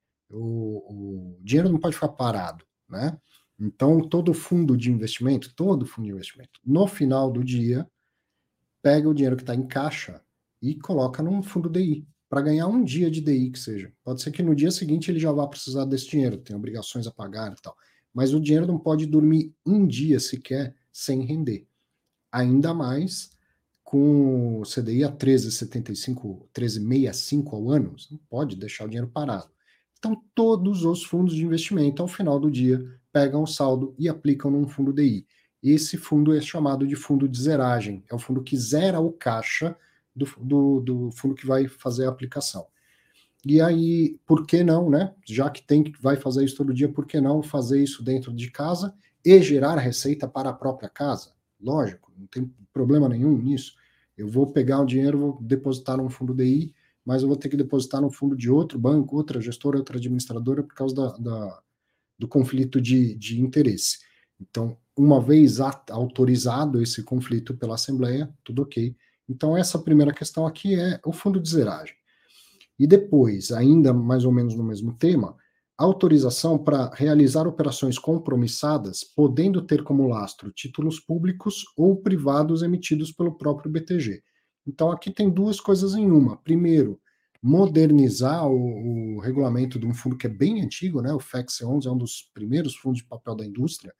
O dinheiro não pode ficar parado, né? Então, todo fundo de investimento, no final do dia, pega o dinheiro que está em caixa e coloca num fundo DI, para ganhar um dia de DI que seja. Pode ser que no dia seguinte ele já vá precisar desse dinheiro, tem obrigações a pagar e tal. Mas o dinheiro não pode dormir um dia sequer sem render. Ainda mais com o CDI a 13,75, 13,65 ao ano, você não pode deixar o dinheiro parado. Então, todos os fundos de investimento, ao final do dia, pegam o saldo e aplicam num fundo DI. Esse fundo é chamado de fundo de zeragem, é o fundo que zera o caixa do fundo que vai fazer a aplicação. E aí, por que não, né? Já que vai fazer isso todo dia, por que não fazer isso dentro de casa e gerar receita para a própria casa? Lógico, não tem problema nenhum nisso. Eu vou pegar o dinheiro, vou depositar num fundo DI, mas eu vou ter que depositar no fundo de outro banco, outra gestora, outra administradora, por causa do conflito de interesse. Então, uma vez autorizado esse conflito pela Assembleia, tudo ok. Então, essa primeira questão aqui é o fundo de zeragem. E depois, ainda mais ou menos no mesmo tema, autorização para realizar operações compromissadas, podendo ter como lastro títulos públicos ou privados emitidos pelo próprio BTG. Então, aqui tem duas coisas em uma. Primeiro, modernizar o regulamento de um fundo que é bem antigo, né? O FEX11 é um dos primeiros fundos de papel da indústria,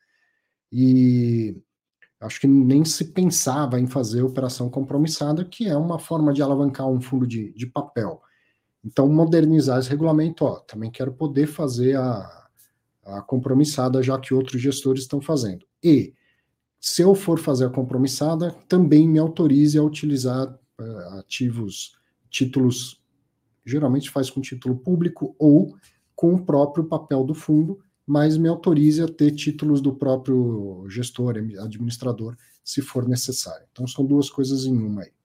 e acho que nem se pensava em fazer operação compromissada, que é uma forma de alavancar um fundo de papel. Então, modernizar esse regulamento, também quero poder fazer a compromissada, já que outros gestores estão fazendo. E, se eu for fazer a compromissada, também me autorize a utilizar títulos, geralmente faz com título público ou com o próprio papel do fundo, mas me autorize a ter títulos do próprio gestor, administrador, se for necessário. Então, são duas coisas em uma aí.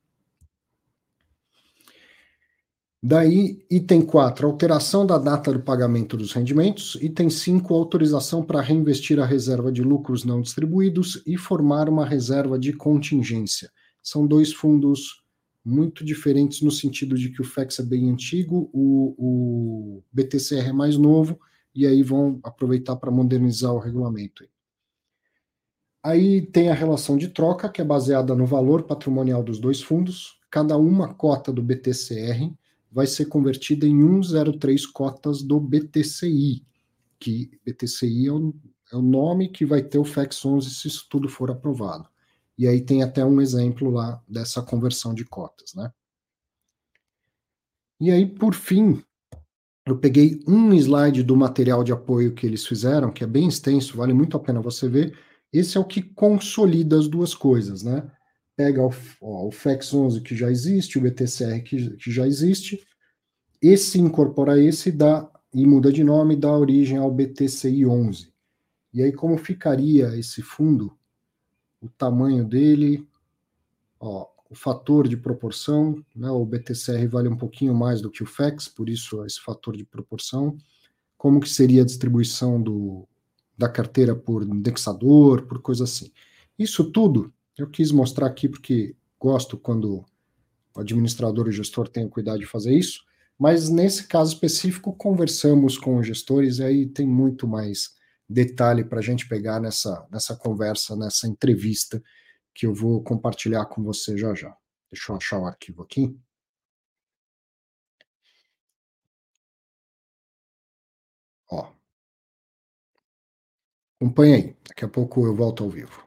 Daí, item 4, alteração da data do pagamento dos rendimentos. Item 5, autorização para reinvestir a reserva de lucros não distribuídos e formar uma reserva de contingência. São dois fundos muito diferentes no sentido de que o FEX é bem antigo, o BTCR é mais novo, e aí vão aproveitar para modernizar o regulamento. Aí tem a relação de troca, que é baseada no valor patrimonial dos dois fundos. Cada uma cota do BTCR vai ser convertida em 1,03 cotas do BTCI, que BTCI é o nome que vai ter o FEX11 se isso tudo for aprovado. E aí tem até um exemplo lá dessa conversão de cotas, né? E aí, por fim, eu peguei um slide do material de apoio que eles fizeram, que é bem extenso, vale muito a pena você ver. Esse é o que consolida as duas coisas, né? Pega o FEX11 que já existe, o BTCR que já existe, esse incorpora esse e muda de nome e dá origem ao BTCI11. E aí como ficaria esse fundo, o tamanho dele, o fator de proporção, né, o BTCR vale um pouquinho mais do que o FEX, por isso esse fator de proporção, como que seria a distribuição da carteira por indexador, por coisa assim. Isso tudo eu quis mostrar aqui porque gosto quando o administrador e o gestor têm cuidado de fazer isso, mas nesse caso específico conversamos com os gestores e aí tem muito mais detalhe para a gente pegar nessa conversa, nessa entrevista que eu vou compartilhar com você já já. Deixa eu achar o arquivo aqui. Acompanha aí, daqui a pouco eu volto ao vivo.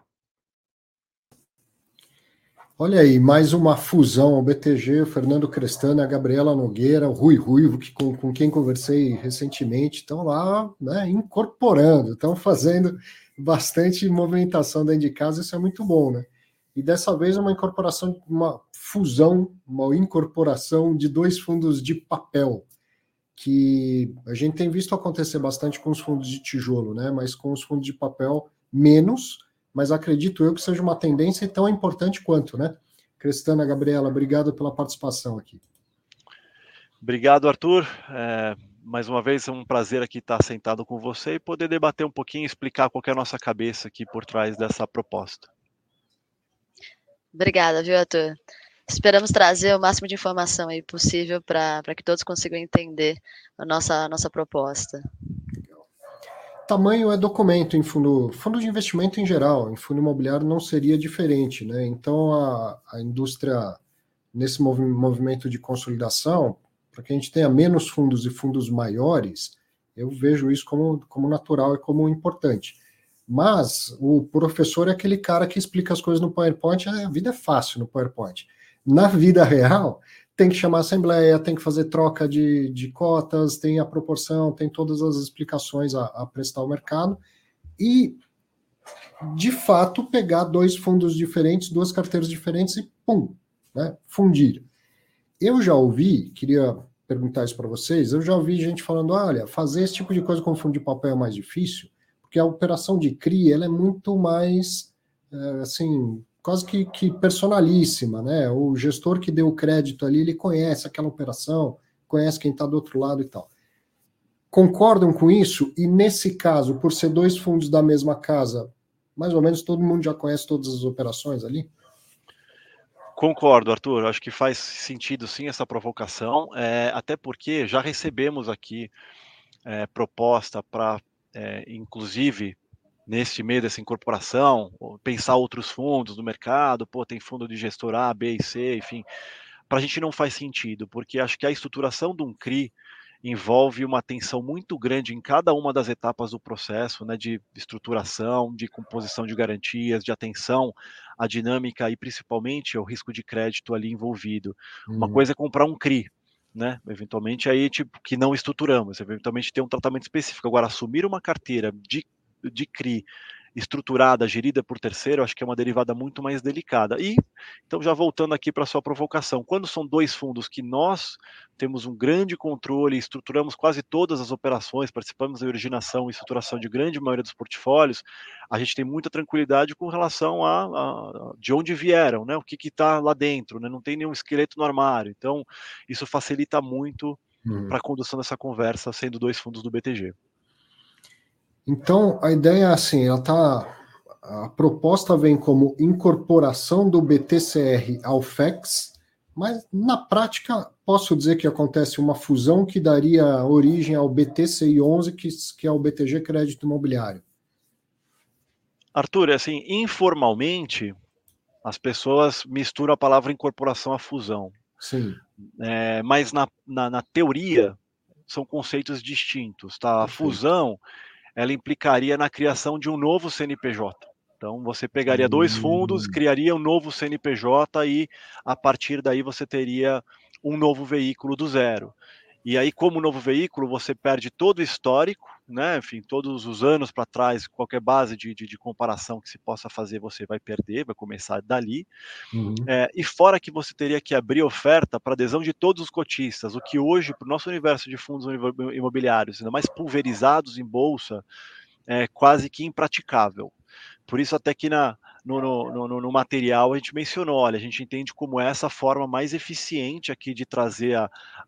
Olha aí, mais uma fusão ao BTG, o Fernando Crestani, a Gabriela Nogueira, o Rui Ruivo, com quem conversei recentemente, estão lá, né, incorporando, estão fazendo bastante movimentação dentro de casa, isso é muito bom, né? e dessa vez uma incorporação, uma fusão, uma incorporação de 2 fundos de papel, que a gente tem visto acontecer bastante com os fundos de tijolo, né? Mas com os fundos de papel menos, mas acredito eu que seja uma tendência tão importante quanto, né? Cristana, Gabriela, obrigado pela participação aqui. Obrigado, Arthur. Mais uma vez é um prazer aqui estar sentado com você e poder debater um pouquinho e explicar qual é a nossa cabeça aqui por trás dessa proposta. Obrigada, viu, Arthur? Esperamos trazer o máximo de informação aí possível para que todos consigam entender a nossa proposta. Tamanho é documento em fundo de investimento em geral, em fundo imobiliário não seria diferente, né? Então a indústria, nesse movimento de consolidação, para que a gente tenha menos fundos e fundos maiores, eu vejo isso como natural e como importante. Mas o professor é aquele cara que explica as coisas no PowerPoint, a vida é fácil no PowerPoint. Na vida real, tem que chamar a assembleia, tem que fazer troca de cotas, tem a proporção, tem todas as explicações a prestar ao mercado, e, de fato, pegar 2 fundos diferentes, 2 carteiras diferentes e, pum, né, fundir. Eu já ouvi, queria perguntar isso para vocês, eu já ouvi gente falando, olha, fazer esse tipo de coisa com fundo de papel é mais difícil, porque a operação de CRI ela é muito mais, assim, quase que personalíssima, né? O gestor que deu o crédito ali, ele conhece aquela operação, conhece quem está do outro lado e tal. Concordam com isso? E nesse caso, por ser 2 fundos da mesma casa, mais ou menos todo mundo já conhece todas as operações ali? Concordo, Arthur. Acho que faz sentido sim essa provocação, até porque já recebemos aqui proposta para, inclusive, neste meio dessa incorporação, pensar outros fundos no mercado, tem fundo de gestor A, B e C, enfim, para a gente não faz sentido, porque acho que a estruturação de um CRI envolve uma atenção muito grande em cada uma das etapas do processo, né, de estruturação, de composição de garantias, de atenção à dinâmica e principalmente ao risco de crédito ali envolvido. Uma coisa é comprar um CRI, né, eventualmente aí tipo que não estruturamos, eventualmente tem um tratamento específico. Agora, assumir uma carteira de CRI estruturada, gerida por terceiro, acho que é uma derivada muito mais delicada. E, então, já voltando aqui para a sua provocação, quando são 2 fundos que nós temos um grande controle, estruturamos quase todas as operações, participamos da originação e estruturação de grande maioria dos portfólios, a gente tem muita tranquilidade com relação a de onde vieram, né? O que está lá dentro, né? Não tem nenhum esqueleto no armário. Então, isso facilita muito para a condução dessa conversa, sendo 2 fundos do BTG. Então, a ideia é assim, a proposta vem como incorporação do BTCR ao FEX, mas na prática posso dizer que acontece uma fusão que daria origem ao BTCI11, que é o BTG Crédito Imobiliário. Arthur, assim, informalmente, as pessoas misturam a palavra incorporação à fusão. Sim. Mas na teoria, são conceitos distintos, tá? A fusão, ela implicaria na criação de um novo CNPJ. Então, você pegaria 2 fundos, criaria um novo CNPJ e, a partir daí, você teria um novo veículo do zero. E aí, como novo veículo, você perde todo o histórico, né? Enfim, todos os anos para trás, qualquer base de comparação que se possa fazer, você vai perder, vai começar dali. E fora que você teria que abrir oferta para adesão de todos os cotistas, o que hoje, para o nosso universo de fundos imobiliários, ainda mais pulverizados em bolsa, é quase que impraticável. Por isso, até que no material a gente mencionou, olha, a gente entende como essa forma mais eficiente aqui de trazer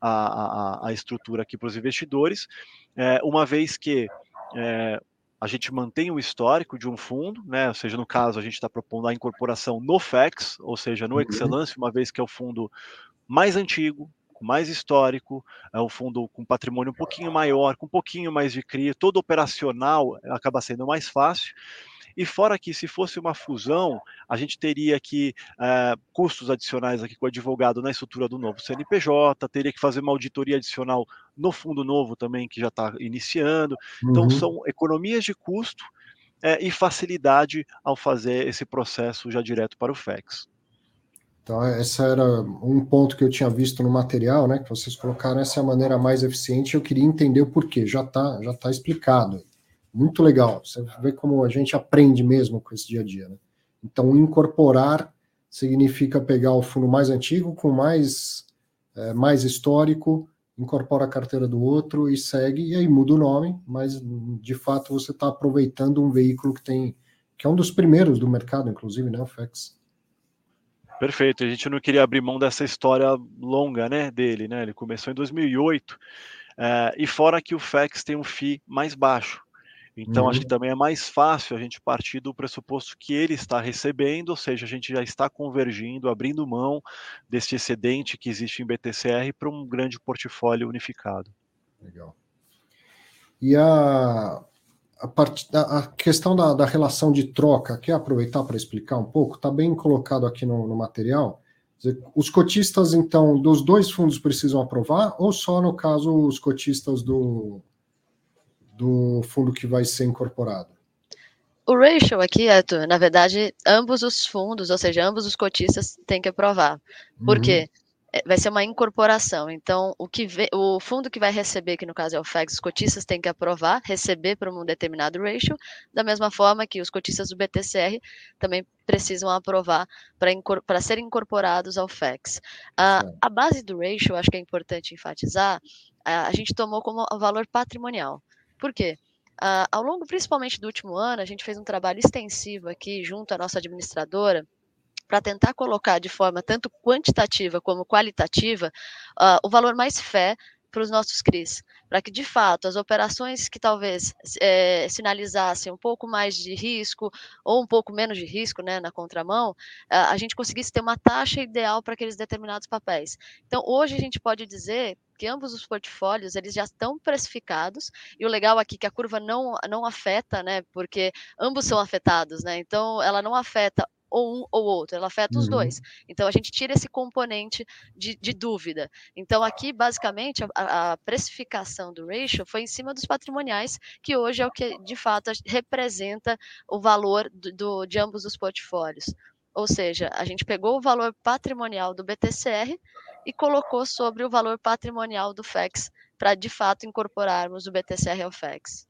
a estrutura aqui para os investidores, uma vez que a gente mantém o histórico de um fundo, né? Ou seja, no caso, a gente está propondo a incorporação no FEX, ou seja, no Excellence, uma vez que é o fundo mais antigo, com mais histórico, é um fundo com patrimônio um pouquinho maior, com um pouquinho mais de CRI, todo operacional acaba sendo mais fácil. E fora que, se fosse uma fusão, a gente teria que custos adicionais aqui com o advogado na estrutura do novo CNPJ, teria que fazer uma auditoria adicional no fundo novo também, que já está iniciando. Então, são economias de custo e facilidade ao fazer esse processo já direto para o FEX. Então, esse era um ponto que eu tinha visto no material, né, que vocês colocaram, essa é a maneira mais eficiente, eu queria entender o porquê, já tá explicado. Muito legal, você vê como a gente aprende mesmo com esse dia a dia, né? Então, incorporar significa pegar o fundo mais antigo, com mais histórico, incorpora a carteira do outro e segue, e aí muda o nome, mas de fato você está aproveitando um veículo que é um dos primeiros do mercado, inclusive, né, o FEX. Perfeito, a gente não queria abrir mão dessa história longa, né, dele, né? Ele começou em 2008, e fora que o FEX tem um FII mais baixo. Então, acho que também é mais fácil a gente partir do pressuposto que ele está recebendo, ou seja, a gente já está convergindo, abrindo mão desse excedente que existe em BTCR para um grande portfólio unificado. Legal. E a questão da relação de troca, quer aproveitar para explicar um pouco? Está bem colocado aqui no material. Quer dizer, os cotistas, então, dos dois fundos precisam aprovar, ou só, no caso, os cotistas do fundo que vai ser incorporado? O ratio aqui, Arthur, na verdade, ambos os fundos, ou seja, ambos os cotistas têm que aprovar. Por quê? Vai ser uma incorporação. Então, o fundo que vai receber, que no caso é o FEX, os cotistas têm que aprovar, receber para um determinado ratio, da mesma forma que os cotistas do BTCR também precisam aprovar para serem incorporados ao FEX. A base do ratio, acho que é importante enfatizar, a gente tomou como valor patrimonial. Por quê? Ao longo, principalmente do último ano, a gente fez um trabalho extensivo aqui junto à nossa administradora para tentar colocar de forma tanto quantitativa como qualitativa o valor mais fé para os nossos CRIs, para que de fato as operações que talvez sinalizassem um pouco mais de risco ou um pouco menos de risco, né, na contramão, a gente conseguisse ter uma taxa ideal para aqueles determinados papéis. Então, hoje a gente pode dizer que ambos os portfólios eles já estão precificados, e o legal aqui é que a curva não afeta, né, porque ambos são afetados, né, então ela não afeta ou um ou outro, ela afeta os dois. Então, a gente tira esse componente de dúvida. Então, aqui, basicamente, a precificação do ratio foi em cima dos patrimoniais, que hoje é o que, de fato, representa o valor de ambos os portfólios. Ou seja, a gente pegou o valor patrimonial do BTCR e colocou sobre o valor patrimonial do FEX, para, de fato, incorporarmos o BTCR ao FEX.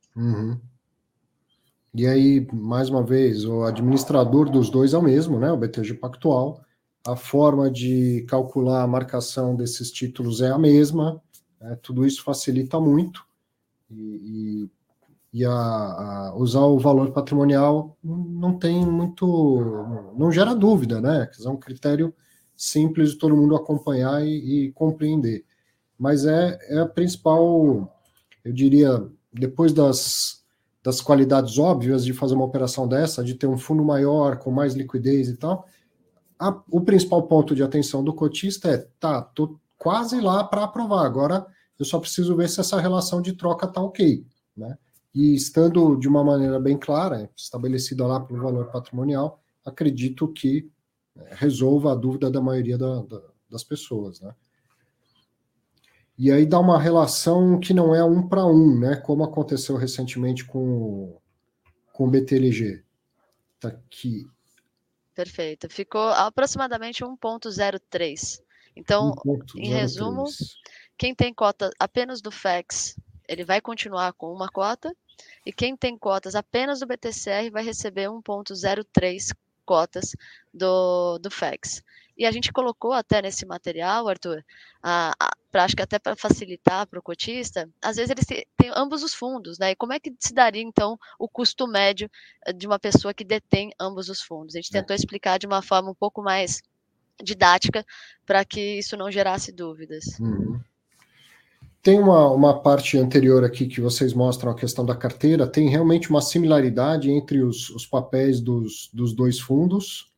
E aí, mais uma vez, o administrador dos dois é o mesmo, né? O BTG Pactual. A forma de calcular a marcação desses títulos é a mesma. Tudo isso facilita muito. E usar o valor patrimonial não tem muito... Não gera dúvida, né? É um critério simples de todo mundo acompanhar e compreender. Mas é a principal, eu diria, depois das qualidades óbvias de fazer uma operação dessa, de ter um fundo maior, com mais liquidez e tal, o principal ponto de atenção do cotista tô quase lá para aprovar, agora eu só preciso ver se essa relação de troca está ok, né? E estando de uma maneira bem clara, estabelecida lá pelo valor patrimonial, acredito que resolva a dúvida da maioria das pessoas, né? E aí dá uma relação que não é 1 para 1, né? Como aconteceu recentemente com o BTLG. Tá aqui. Perfeito. Ficou aproximadamente 1,03. Então, 1,03. Em resumo, quem tem cota apenas do FEX, ele vai continuar com uma cota, e quem tem cotas apenas do BTCR vai receber 1,03 cotas do FEX. E a gente colocou até nesse material, Arthur, acho que até para facilitar para o cotista, às vezes eles têm ambos os fundos, né? E como é que se daria, então, o custo médio de uma pessoa que detém ambos os fundos? A gente tentou explicar de uma forma um pouco mais didática para que isso não gerasse dúvidas. Tem uma parte anterior aqui que vocês mostram a questão da carteira, tem realmente uma similaridade entre os papéis dos dois fundos,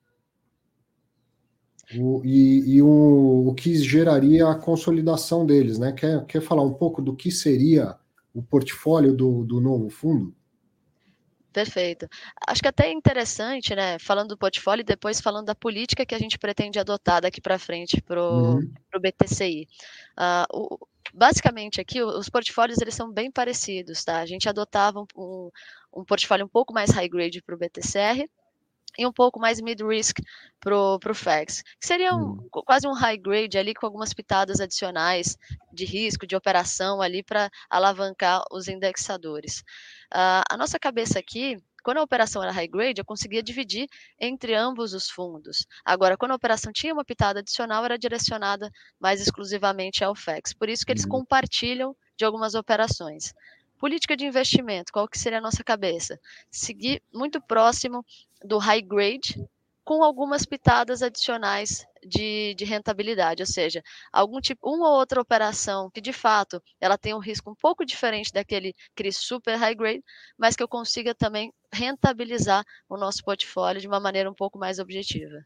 o que geraria a consolidação deles, né? Quer falar um pouco do que seria o portfólio do novo fundo? Perfeito. Acho que até é interessante, né, falando do portfólio e depois falando da política que a gente pretende adotar daqui para frente para o BTCI. Basicamente aqui, os portfólios eles são bem parecidos, tá? A gente adotava um portfólio um pouco mais high grade para o BTCR, e um pouco mais mid-risk para o FEX, que seria quase um high grade ali com algumas pitadas adicionais de risco, de operação ali para alavancar os indexadores. A nossa cabeça aqui quando a operação era high grade, eu conseguia dividir entre ambos os fundos. Agora, quando a operação tinha uma pitada adicional, era direcionada mais exclusivamente ao FEX. Por isso que eles compartilham de algumas operações. Política de investimento, qual que seria a nossa cabeça? Seguir muito próximo do high grade, com algumas pitadas adicionais de rentabilidade, ou seja, algum tipo, uma ou outra operação que de fato ela tem um risco um pouco diferente daquele CRI super high grade, mas que eu consiga também rentabilizar o nosso portfólio de uma maneira um pouco mais objetiva.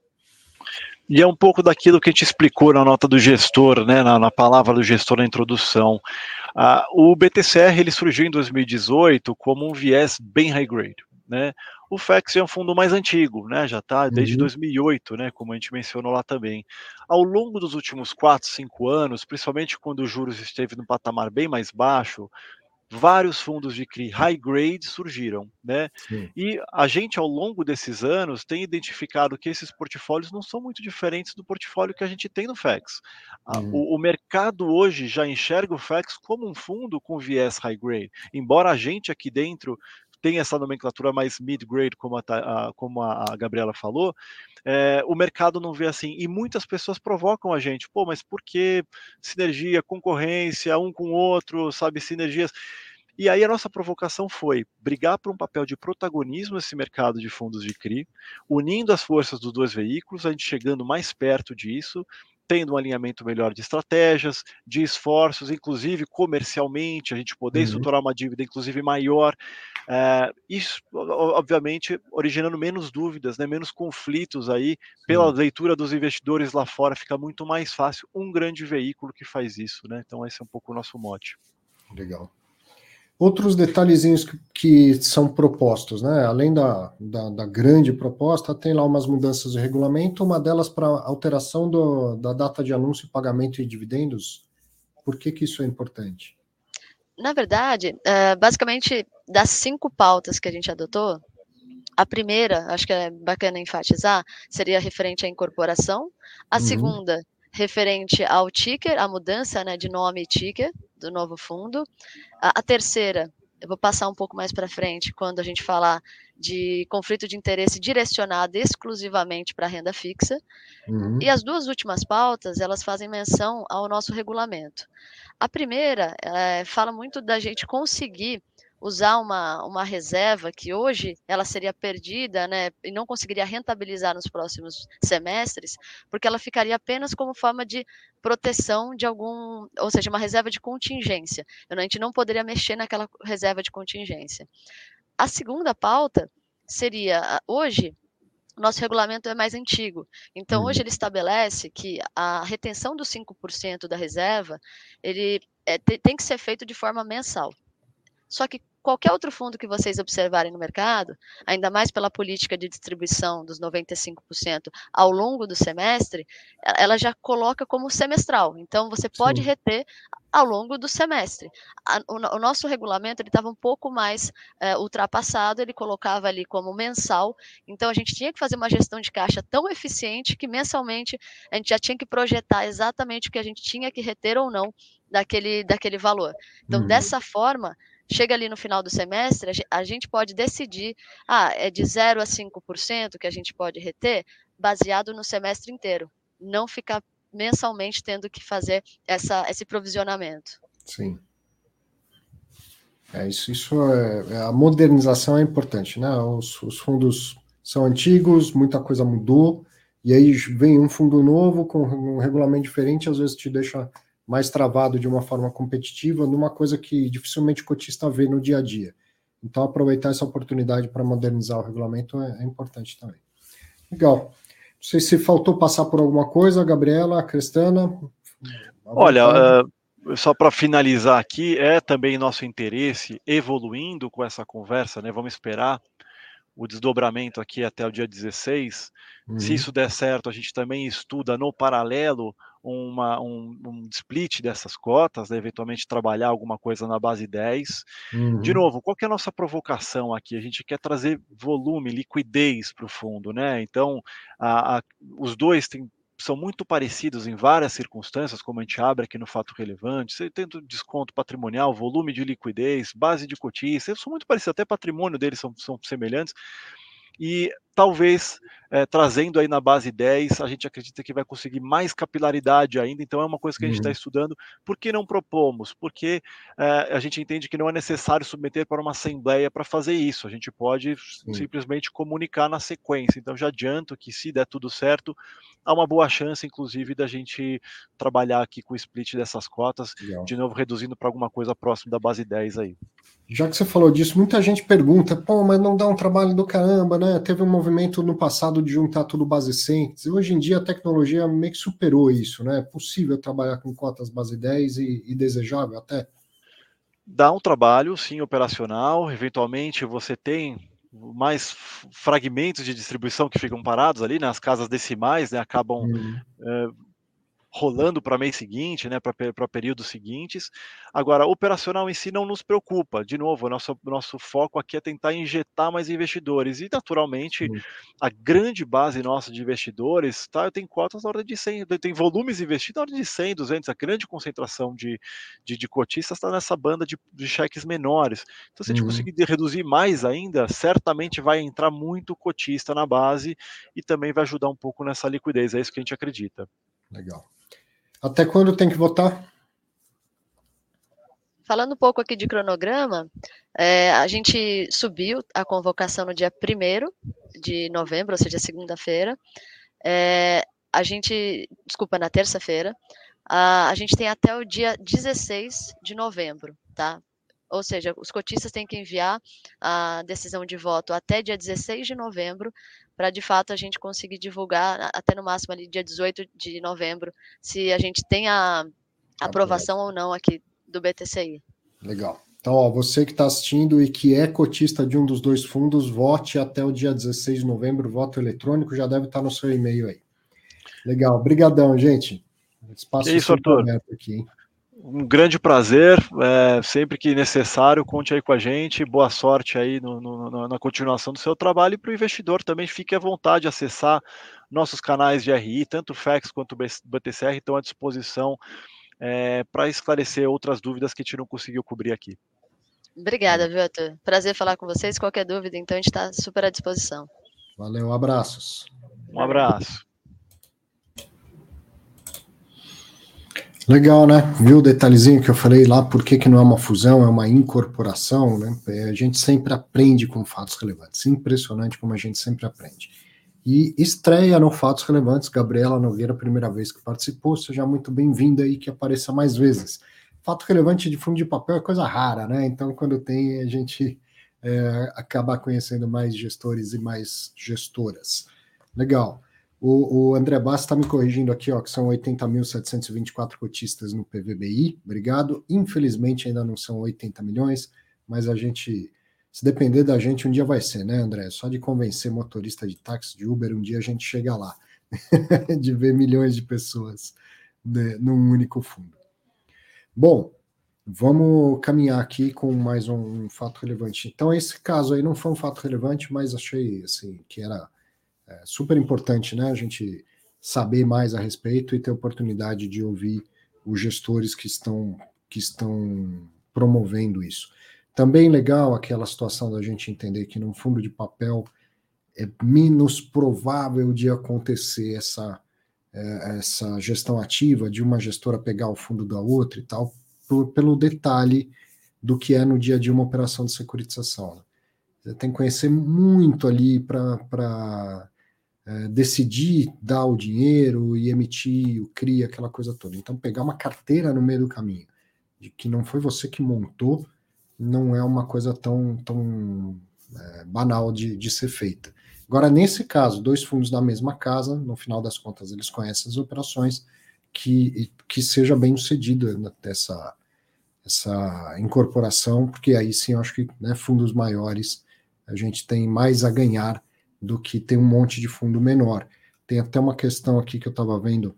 E é um pouco daquilo que a gente explicou na nota do gestor, né, na palavra do gestor na introdução. O BTCR ele surgiu em 2018 como um viés bem high grade, né? O FEX é um fundo mais antigo, né? Já está desde 2008, né? Como a gente mencionou lá também. Ao longo dos últimos 4, 5 anos, principalmente quando os juros esteve num patamar bem mais baixo, vários fundos de CRI high grade surgiram, né? Sim. E a gente, ao longo desses anos, tem identificado que esses portfólios não são muito diferentes do portfólio que a gente tem no FEX. O mercado hoje já enxerga o FEX como um fundo com viés high grade, embora a gente aqui dentro tenha essa nomenclatura mais mid-grade, como a Gabriela falou, o mercado não vê assim, e muitas pessoas provocam a gente, pô, mas por que sinergia, concorrência, um com o outro, sabe, sinergias? E aí a nossa provocação foi brigar por um papel de protagonismo nesse mercado de fundos de CRI, unindo as forças dos dois veículos, a gente chegando mais perto disso, tendo um alinhamento melhor de estratégias, de esforços, inclusive comercialmente, a gente poder estruturar uma dívida inclusive maior, isso obviamente originando menos dúvidas, né, menos conflitos aí, pela leitura dos investidores lá fora, fica muito mais fácil um grande veículo que faz isso, né? Então esse é um pouco o nosso mote. Legal. Outros detalhezinhos que são propostos, né? Além da grande proposta, tem lá umas mudanças de regulamento, uma delas para alteração da data de anúncio, pagamento e dividendos. Por que isso é importante? Na verdade, basicamente, das 5 pautas que a gente adotou, a primeira, acho que é bacana enfatizar, seria referente à incorporação. A segunda, referente ao ticker, a mudança, né, de nome e ticker do novo fundo. A terceira, eu vou passar um pouco mais para frente, quando a gente falar de conflito de interesse direcionado exclusivamente para a renda fixa. E as duas últimas pautas, elas fazem menção ao nosso regulamento. A primeira fala muito da gente conseguir usar uma reserva que hoje ela seria perdida, né, e não conseguiria rentabilizar nos próximos semestres, porque ela ficaria apenas como forma de proteção de algum, ou seja, uma reserva de contingência. A gente não poderia mexer naquela reserva de contingência. A segunda pauta seria, hoje, o nosso regulamento é mais antigo. Então, hoje ele estabelece que a retenção dos 5% da reserva, ele tem que ser feito de forma mensal. Só que qualquer outro fundo que vocês observarem no mercado, ainda mais pela política de distribuição dos 95% ao longo do semestre, ela já coloca como semestral. Então, você pode reter ao longo do semestre. O nosso regulamento ele estava um pouco mais ultrapassado, ele colocava ali como mensal, então a gente tinha que fazer uma gestão de caixa tão eficiente que mensalmente a gente já tinha que projetar exatamente o que a gente tinha que reter ou não daquele valor. Então, dessa forma, chega ali no final do semestre, a gente pode decidir, é de 0 a 5% que a gente pode reter, baseado no semestre inteiro. Não ficar mensalmente tendo que fazer esse provisionamento. Sim. A modernização é importante, né? Os fundos são antigos, muita coisa mudou, e aí vem um fundo novo com um regulamento diferente, às vezes te deixa mais travado de uma forma competitiva, numa coisa que dificilmente o cotista vê no dia a dia. Então, aproveitar essa oportunidade para modernizar o regulamento é importante também. Legal. Não sei se faltou passar por alguma coisa, Gabriela, Cristana. Olha, só para finalizar aqui, é também nosso interesse, evoluindo com essa conversa, né? Vamos esperar o desdobramento aqui até o dia 16. Se isso der certo, a gente também estuda no paralelo um split dessas cotas, né? Eventualmente trabalhar alguma coisa na base 10. De novo, qual que é a nossa provocação aqui? A gente quer trazer volume, liquidez para o fundo, né? Então, os dois têm são muito parecidos em várias circunstâncias, como a gente abre aqui no Fato Relevante, você tem desconto patrimonial, volume de liquidez, base de cotistas, são muito parecidos, até patrimônio deles são semelhantes, e talvez trazendo aí na base 10, a gente acredita que vai conseguir mais capilaridade ainda, então é uma coisa que a gente está estudando. Por que não propomos? Porque a gente entende que não é necessário submeter para uma assembleia para fazer isso, a gente pode simplesmente comunicar na sequência, então já adianto que se der tudo certo, há uma boa chance, inclusive, da gente trabalhar aqui com o split dessas cotas, de novo reduzindo para alguma coisa próximo da base 10 aí. Já que você falou disso, muita gente pergunta, pô, mas não dá um trabalho do caramba, né? Teve um movimento no passado de juntar tudo base 100. Hoje em dia a tecnologia meio que superou isso, né? É possível trabalhar com cotas base 10 e desejável até? Dá um trabalho, sim, operacional. Eventualmente você tem mais fragmentos de distribuição que ficam parados ali, né? As casas decimais, né, acabam rolando para mês seguinte, né, para períodos seguintes. Agora, operacional em si não nos preocupa. De novo, nosso foco aqui é tentar injetar mais investidores. E, naturalmente, a grande base nossa de investidores tem cotas na ordem de 100, tem volumes investidos na ordem de 100, 200. A grande concentração de cotistas está nessa banda de cheques menores. Então, se a gente conseguir reduzir mais ainda, certamente vai entrar muito cotista na base e também vai ajudar um pouco nessa liquidez. É isso que a gente acredita. Legal. Até quando tem que votar? Falando um pouco aqui de cronograma, a gente subiu a convocação no dia 1º de novembro, ou seja, segunda-feira. Na terça-feira. A gente tem até o dia 16 de novembro, tá? Ou seja, os cotistas têm que enviar a decisão de voto até dia 16 de novembro, para de fato a gente conseguir divulgar até no máximo ali dia 18 de novembro, se a gente tem a aprovação ou não aqui do BTCI. Legal. Então, ó, você que está assistindo e que é cotista de um dos dois fundos, vote até o dia 16 de novembro, voto eletrônico, já deve estar no seu e-mail aí. Legal, brigadão, gente. O espaço é isso, Arthur. Aberto aqui, hein? Um grande prazer, sempre que necessário, conte aí com a gente, boa sorte aí na continuação do seu trabalho, e para o investidor também fique à vontade de acessar nossos canais de RI, tanto o FEX quanto o BTCR estão à disposição para esclarecer outras dúvidas que a gente não conseguiu cobrir aqui. Obrigada, viu, Arthur? Prazer falar com vocês, qualquer dúvida, então a gente está super à disposição. Valeu, abraços. Um abraço. Legal, né? Viu o detalhezinho que eu falei lá, por que não é uma fusão, é uma incorporação, né? A gente sempre aprende com fatos relevantes. Impressionante como a gente sempre aprende. E estreia no Fatos Relevantes, Gabriela Nogueira, primeira vez que participou, seja muito bem-vinda e que apareça mais vezes. Fato relevante de fundo de papel é coisa rara, né? Então, quando tem, a gente acaba conhecendo mais gestores e mais gestoras. Legal. O André Bassi está me corrigindo aqui, ó, que são 80.724 cotistas no PVBI. Obrigado. Infelizmente, ainda não são 80 milhões, mas a gente... Se depender da gente, um dia vai ser, né, André? Só de convencer motorista de táxi, de Uber, um dia a gente chega lá, de ver milhões de pessoas, né, num único fundo. Bom, vamos caminhar aqui com mais um fato relevante. Então, esse caso aí não foi um fato relevante, mas achei assim, que era super importante, né? A gente saber mais a respeito e ter oportunidade de ouvir os gestores que estão promovendo isso. Também legal aquela situação da gente entender que num fundo de papel é menos provável de acontecer essa gestão ativa, de uma gestora pegar o fundo da outra e tal, pelo detalhe do que é no dia a dia uma operação de securitização. Você tem que conhecer muito ali para decidir dar o dinheiro e emitir o CRI, aquela coisa toda. Então, pegar uma carteira no meio do caminho, de que não foi você que montou, não é uma coisa tão banal de ser feita. Agora, nesse caso, dois fundos na mesma casa, no final das contas, eles conhecem as operações, que seja bem sucedida essa incorporação, porque aí sim eu acho que, né, fundos maiores a gente tem mais a ganhar do que ter um monte de fundo menor. Tem até uma questão aqui que eu estava vendo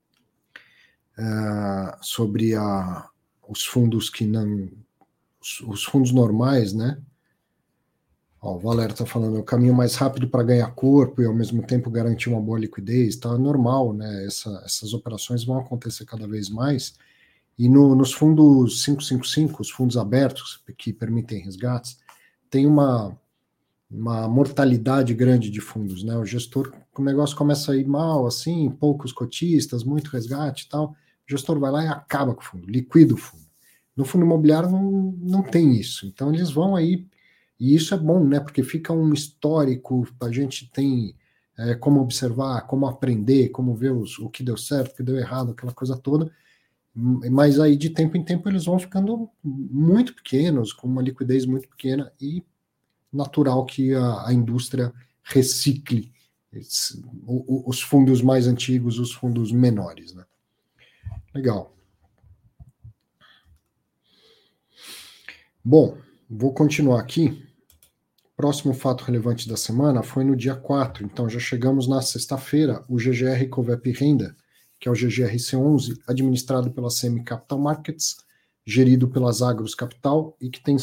sobre os fundos que não... Os fundos normais, né? Ó, o Valério está falando, é o caminho mais rápido para ganhar corpo e ao mesmo tempo garantir uma boa liquidez, tá normal, né? Essas operações vão acontecer cada vez mais. E nos fundos 555, os fundos abertos que permitem resgates, tem uma mortalidade grande de fundos, né? O gestor, o negócio começa a ir mal, assim, poucos cotistas, muito resgate e tal, o gestor vai lá e acaba com o fundo, liquida o fundo. No fundo imobiliário não tem isso, então eles vão aí, e isso é bom, né? Porque fica um histórico, a gente tem como observar, como aprender, como ver o que deu certo, o que deu errado, aquela coisa toda, mas aí de tempo em tempo eles vão ficando muito pequenos, com uma liquidez muito pequena, e natural que a indústria recicle os fundos mais antigos, os fundos menores, né? Legal. Bom, vou continuar aqui. Próximo fato relevante da semana foi no dia 4, então já chegamos na sexta-feira, o GGR Covep Renda, que é o GGRC11, administrado pela CM Capital Markets, gerido pelas Agros Capital e que tem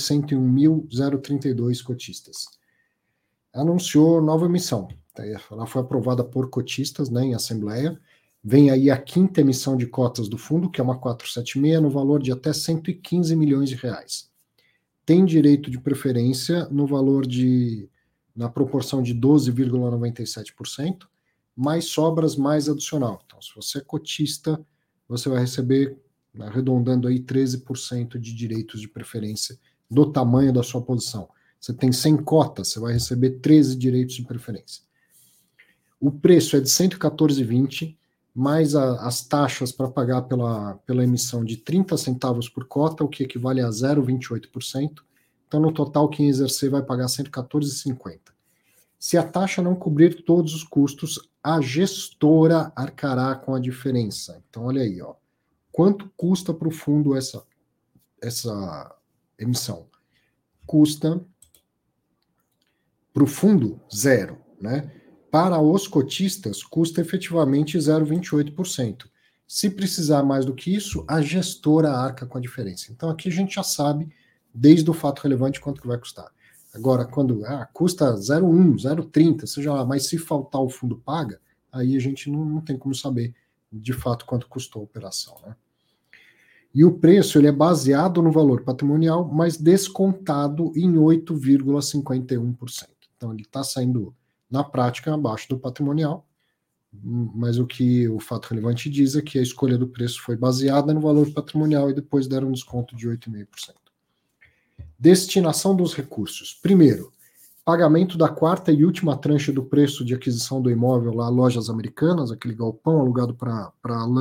101.032 cotistas. Anunciou nova emissão. Ela foi aprovada por cotistas, né, em assembleia. Vem aí a quinta emissão de cotas do fundo, que é uma 476, no valor de até 115 milhões de reais. Tem direito de preferência no valor na proporção de 12,97%, mais sobras, mais adicional. Então, se você é cotista, você vai receber, arredondando aí, 13% de direitos de preferência do tamanho da sua posição. Você tem 100 cotas, você vai receber 13 direitos de preferência. O preço é de R$ 114,20, mais as taxas para pagar pela emissão de 30 centavos por cota, o que equivale a 0,28%. Então, no total, quem exercer vai pagar R$ 114,50. Se a taxa não cobrir todos os custos, a gestora arcará com a diferença. Então, olha aí, ó. Quanto custa para o fundo essa emissão? Custa para o fundo, zero, né? Para os cotistas, custa efetivamente 0,28%. Se precisar mais do que isso, a gestora arca com a diferença. Então aqui a gente já sabe, desde o fato relevante, quanto que vai custar. Agora, quando custa 0,1, 0,30, seja lá, mas se faltar o fundo paga, aí a gente não tem como saber de fato quanto custou a operação, né? E o preço ele é baseado no valor patrimonial, mas descontado em 8,51%. Então ele está saindo, na prática, abaixo do patrimonial, mas o que o fato relevante diz é que a escolha do preço foi baseada no valor patrimonial e depois deram um desconto de 8,5%. Destinação dos recursos. Primeiro, pagamento da quarta e última tranche do preço de aquisição do imóvel lá, Lojas Americanas, aquele galpão alugado para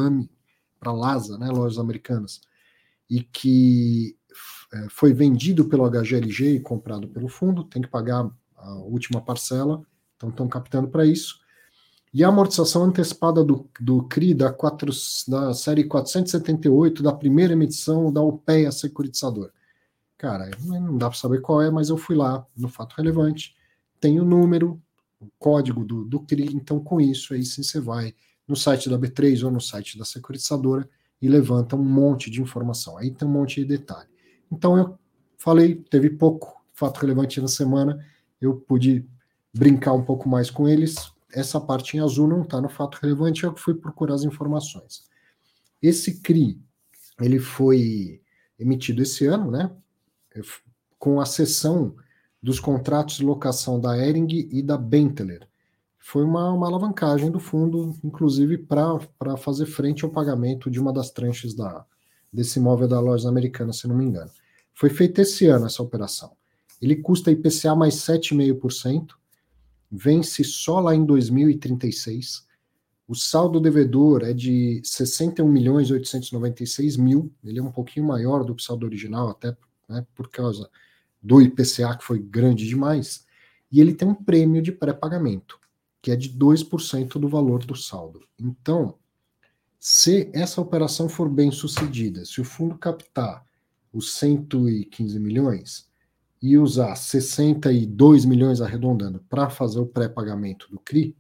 Lasa, né, Lojas Americanas, e que foi vendido pelo HGLG e comprado pelo fundo, tem que pagar a última parcela, então estão captando para isso. E a amortização antecipada do CRI da série 478, da primeira emissão da UPEA Securitizadora. Cara, não dá para saber qual é, mas eu fui lá no fato relevante, tem o número, o código do CRI, então com isso aí sim você vai no site da B3 ou no site da securitizadora e levanta um monte de informação, aí tem um monte de detalhe. Então eu falei, teve pouco fato relevante na semana, eu pude brincar um pouco mais com eles, essa parte em azul não está no fato relevante, eu fui procurar as informações. Esse CRI, ele foi emitido esse ano, né, com a cessão dos contratos de locação da Hering e da Benteler. Foi uma alavancagem do fundo, inclusive para fazer frente ao pagamento de uma das tranches desse imóvel da Lojas Americanas, se não me engano. Foi feita esse ano essa operação. Ele custa IPCA mais 7,5%, vence só lá em 2036. O saldo devedor é de 61.896.000, ele é um pouquinho maior do que o saldo original, até, né, por causa do IPCA, que foi grande demais, e ele tem um prêmio de pré-pagamento, que é de 2% do valor do saldo. Então, se essa operação for bem sucedida, se o fundo captar os 115 milhões e usar 62 milhões arredondando para fazer o pré-pagamento do CRI,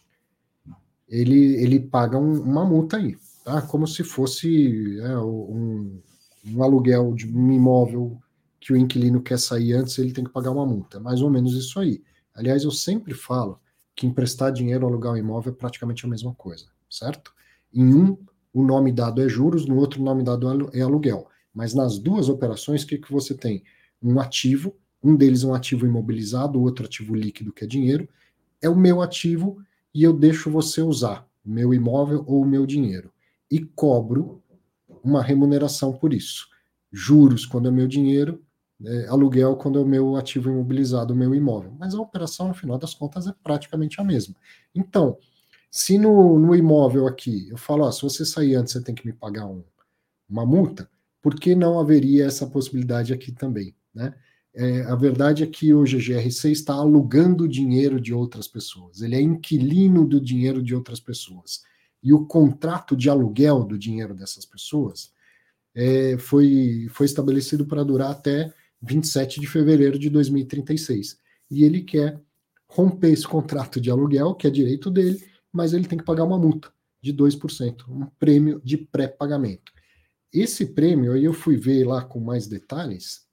ele paga uma multa aí, tá? Como se fosse um aluguel de um imóvel que o inquilino quer sair antes, ele tem que pagar uma multa. É mais ou menos isso aí. Aliás, eu sempre falo que emprestar dinheiro ou alugar um imóvel é praticamente a mesma coisa, certo? Em um, o nome dado é juros, no outro, o nome dado é aluguel. Mas nas duas operações, o que você tem? Um ativo, um deles é um ativo imobilizado, o outro ativo líquido, que é dinheiro, é o meu ativo e eu deixo você usar o meu imóvel ou o meu dinheiro. E cobro uma remuneração por isso. Juros quando é meu dinheiro, aluguel quando é o meu ativo imobilizado, o meu imóvel. Mas a operação, no final das contas, é praticamente a mesma. Então, se no imóvel aqui eu falo, se você sair antes, você tem que me pagar uma multa, por que não haveria essa possibilidade aqui também, né? A verdade é que o GGRC está alugando o dinheiro de outras pessoas, ele é inquilino do dinheiro de outras pessoas. E o contrato de aluguel do dinheiro dessas pessoas foi estabelecido para durar até 27 de fevereiro de 2036. E ele quer romper esse contrato de aluguel, que é direito dele, mas ele tem que pagar uma multa de 2%, um prêmio de pré-pagamento. Esse prêmio, aí eu fui ver lá com mais detalhes,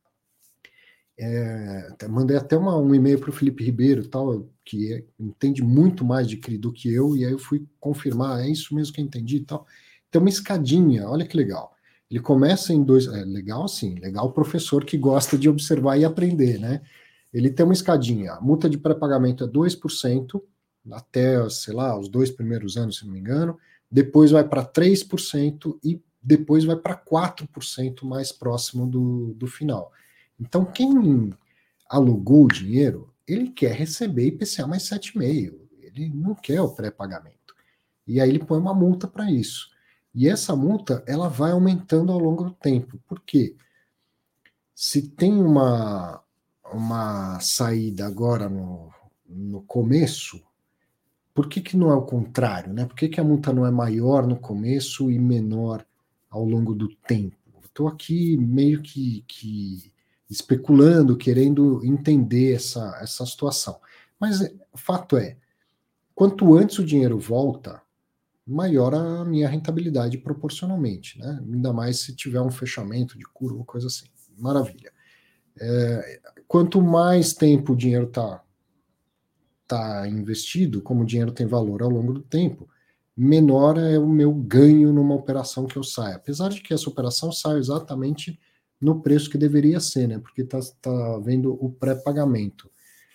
mandei até um e-mail para o Felipe Ribeiro, tal, que entende muito mais de CRI do que eu, e aí eu fui confirmar, é isso mesmo que eu entendi e tal. Tem uma escadinha, olha que legal. Ele começa em legal sim, legal o professor que gosta de observar e aprender, né? Ele tem uma escadinha, a multa de pré-pagamento é 2%, até, sei lá, os 2 primeiros anos, se não me engano, depois vai para 3% e depois vai para 4% mais próximo do final. Então, quem alugou o dinheiro, ele quer receber IPCA mais 7,5%. Ele não quer o pré-pagamento. E aí ele põe uma multa para isso. E essa multa, ela vai aumentando ao longo do tempo. Por quê? Se tem uma saída agora no começo, por que não é o contrário, né? Por que a multa não é maior no começo e menor ao longo do tempo? Estou aqui meio que especulando, querendo entender essa situação. Mas o fato é, quanto antes o dinheiro volta, maior a minha rentabilidade proporcionalmente, né? Ainda mais se tiver um fechamento de curva ou coisa assim. Maravilha. Quanto mais tempo o dinheiro está investido, como o dinheiro tem valor ao longo do tempo, menor é o meu ganho numa operação que eu saio. Apesar de que essa operação sai exatamente no preço que deveria ser, né? Porque está vendo o pré-pagamento.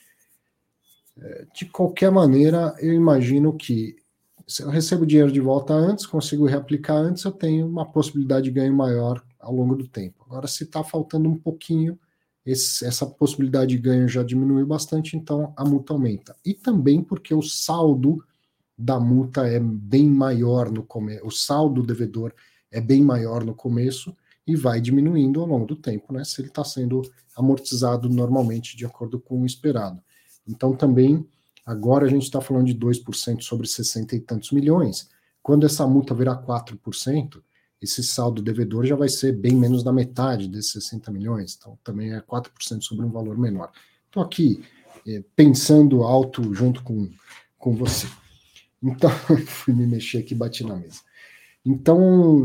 De qualquer maneira, eu imagino que se eu recebo dinheiro de volta antes, consigo reaplicar antes, eu tenho uma possibilidade de ganho maior ao longo do tempo. Agora, se está faltando um pouquinho, essa possibilidade de ganho já diminuiu bastante, então a multa aumenta. E também porque o saldo da multa é bem maior no começo, o saldo devedor é bem maior no começo e vai diminuindo ao longo do tempo, né? Se ele está sendo amortizado normalmente de acordo com o esperado. Então também, agora a gente está falando de 2% sobre 60 e tantos milhões. Quando essa multa virar 4%, esse saldo devedor já vai ser bem menos da metade desses 60 milhões. Então também é 4% sobre um valor menor. Estou aqui pensando alto junto com você. Então, fui me mexer aqui e bati na mesa. Então,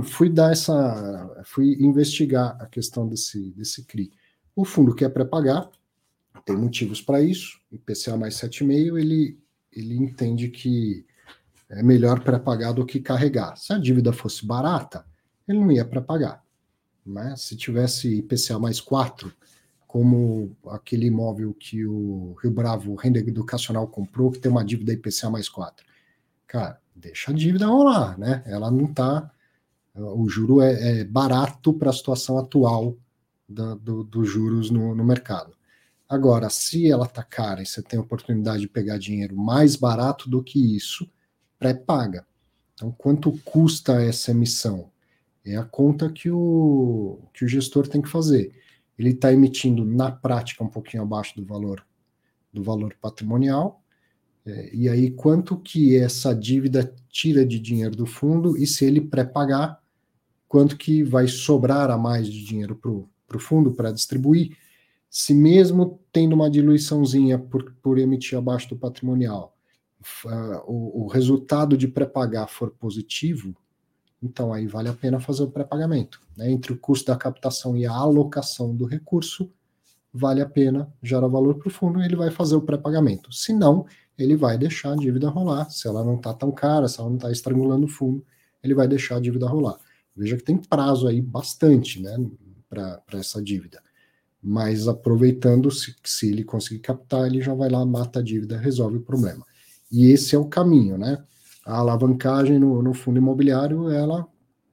fui investigar a questão desse CRI. O fundo quer pré-pagar, tem motivos para isso, IPCA mais 7,5, ele entende que é melhor pré-pagar do que carregar. Se a dívida fosse barata, ele não ia pré-pagar. Né? Se tivesse IPCA mais 4, como aquele imóvel que o Rio Bravo Renda Educacional comprou, que tem uma dívida IPCA mais 4. Cara, deixa a dívida rolar, né? Ela não está... O juro é barato para a situação atual dos juros no mercado. Agora, se ela está cara e você tem a oportunidade de pegar dinheiro mais barato do que isso, pré-paga. Então, quanto custa essa emissão? É a conta que o gestor tem que fazer. Ele está emitindo, na prática, um pouquinho abaixo do valor patrimonial, e aí quanto que essa dívida tira de dinheiro do fundo, e se ele pré-pagar, quanto que vai sobrar a mais de dinheiro para o fundo para distribuir, se mesmo tendo uma diluiçãozinha por emitir abaixo do patrimonial, o resultado de pré-pagar for positivo, então aí vale a pena fazer o pré-pagamento. Né? Entre o custo da captação e a alocação do recurso, vale a pena, gera valor para o fundo, ele vai fazer o pré-pagamento. Se não, ele vai deixar a dívida rolar. Se ela não está tão cara, se ela não está estrangulando o fundo, ele vai deixar a dívida rolar. Veja que tem prazo aí bastante, né, para essa dívida. Mas aproveitando, se ele conseguir captar, ele já vai lá, mata a dívida, resolve o problema. E esse é o caminho, né? A alavancagem no fundo imobiliário, ela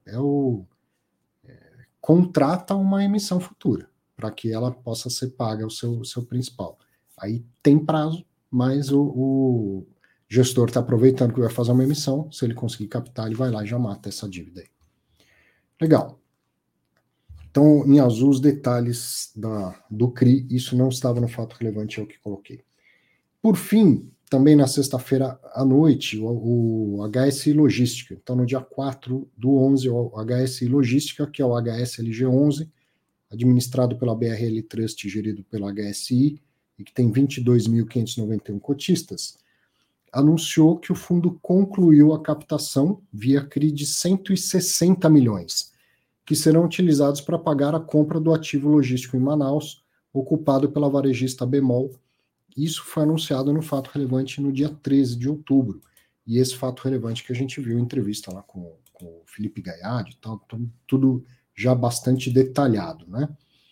contrata uma emissão futura, para que ela possa ser paga o seu principal. Aí tem prazo, mas o gestor está aproveitando que vai fazer uma emissão, se ele conseguir captar, ele vai lá e já mata essa dívida aí. Legal. Então, em azul, os detalhes do CRI, isso não estava no fato relevante, é o que coloquei. Por fim, também na sexta-feira à noite, o HSI Logística. Então, no dia 4/11, o HSI Logística, que é o HSLG11, administrado pela BRL Trust, gerido pela HSI, e que tem 22.591 cotistas, anunciou que o fundo concluiu a captação via CRI de 160 milhões, que serão utilizados para pagar a compra do ativo logístico em Manaus, ocupado pela varejista Bemol. Isso foi anunciado no fato relevante no dia 13 de outubro. E esse fato relevante que a gente viu em entrevista lá com o Felipe Gaiardi, tudo já bastante detalhado, né?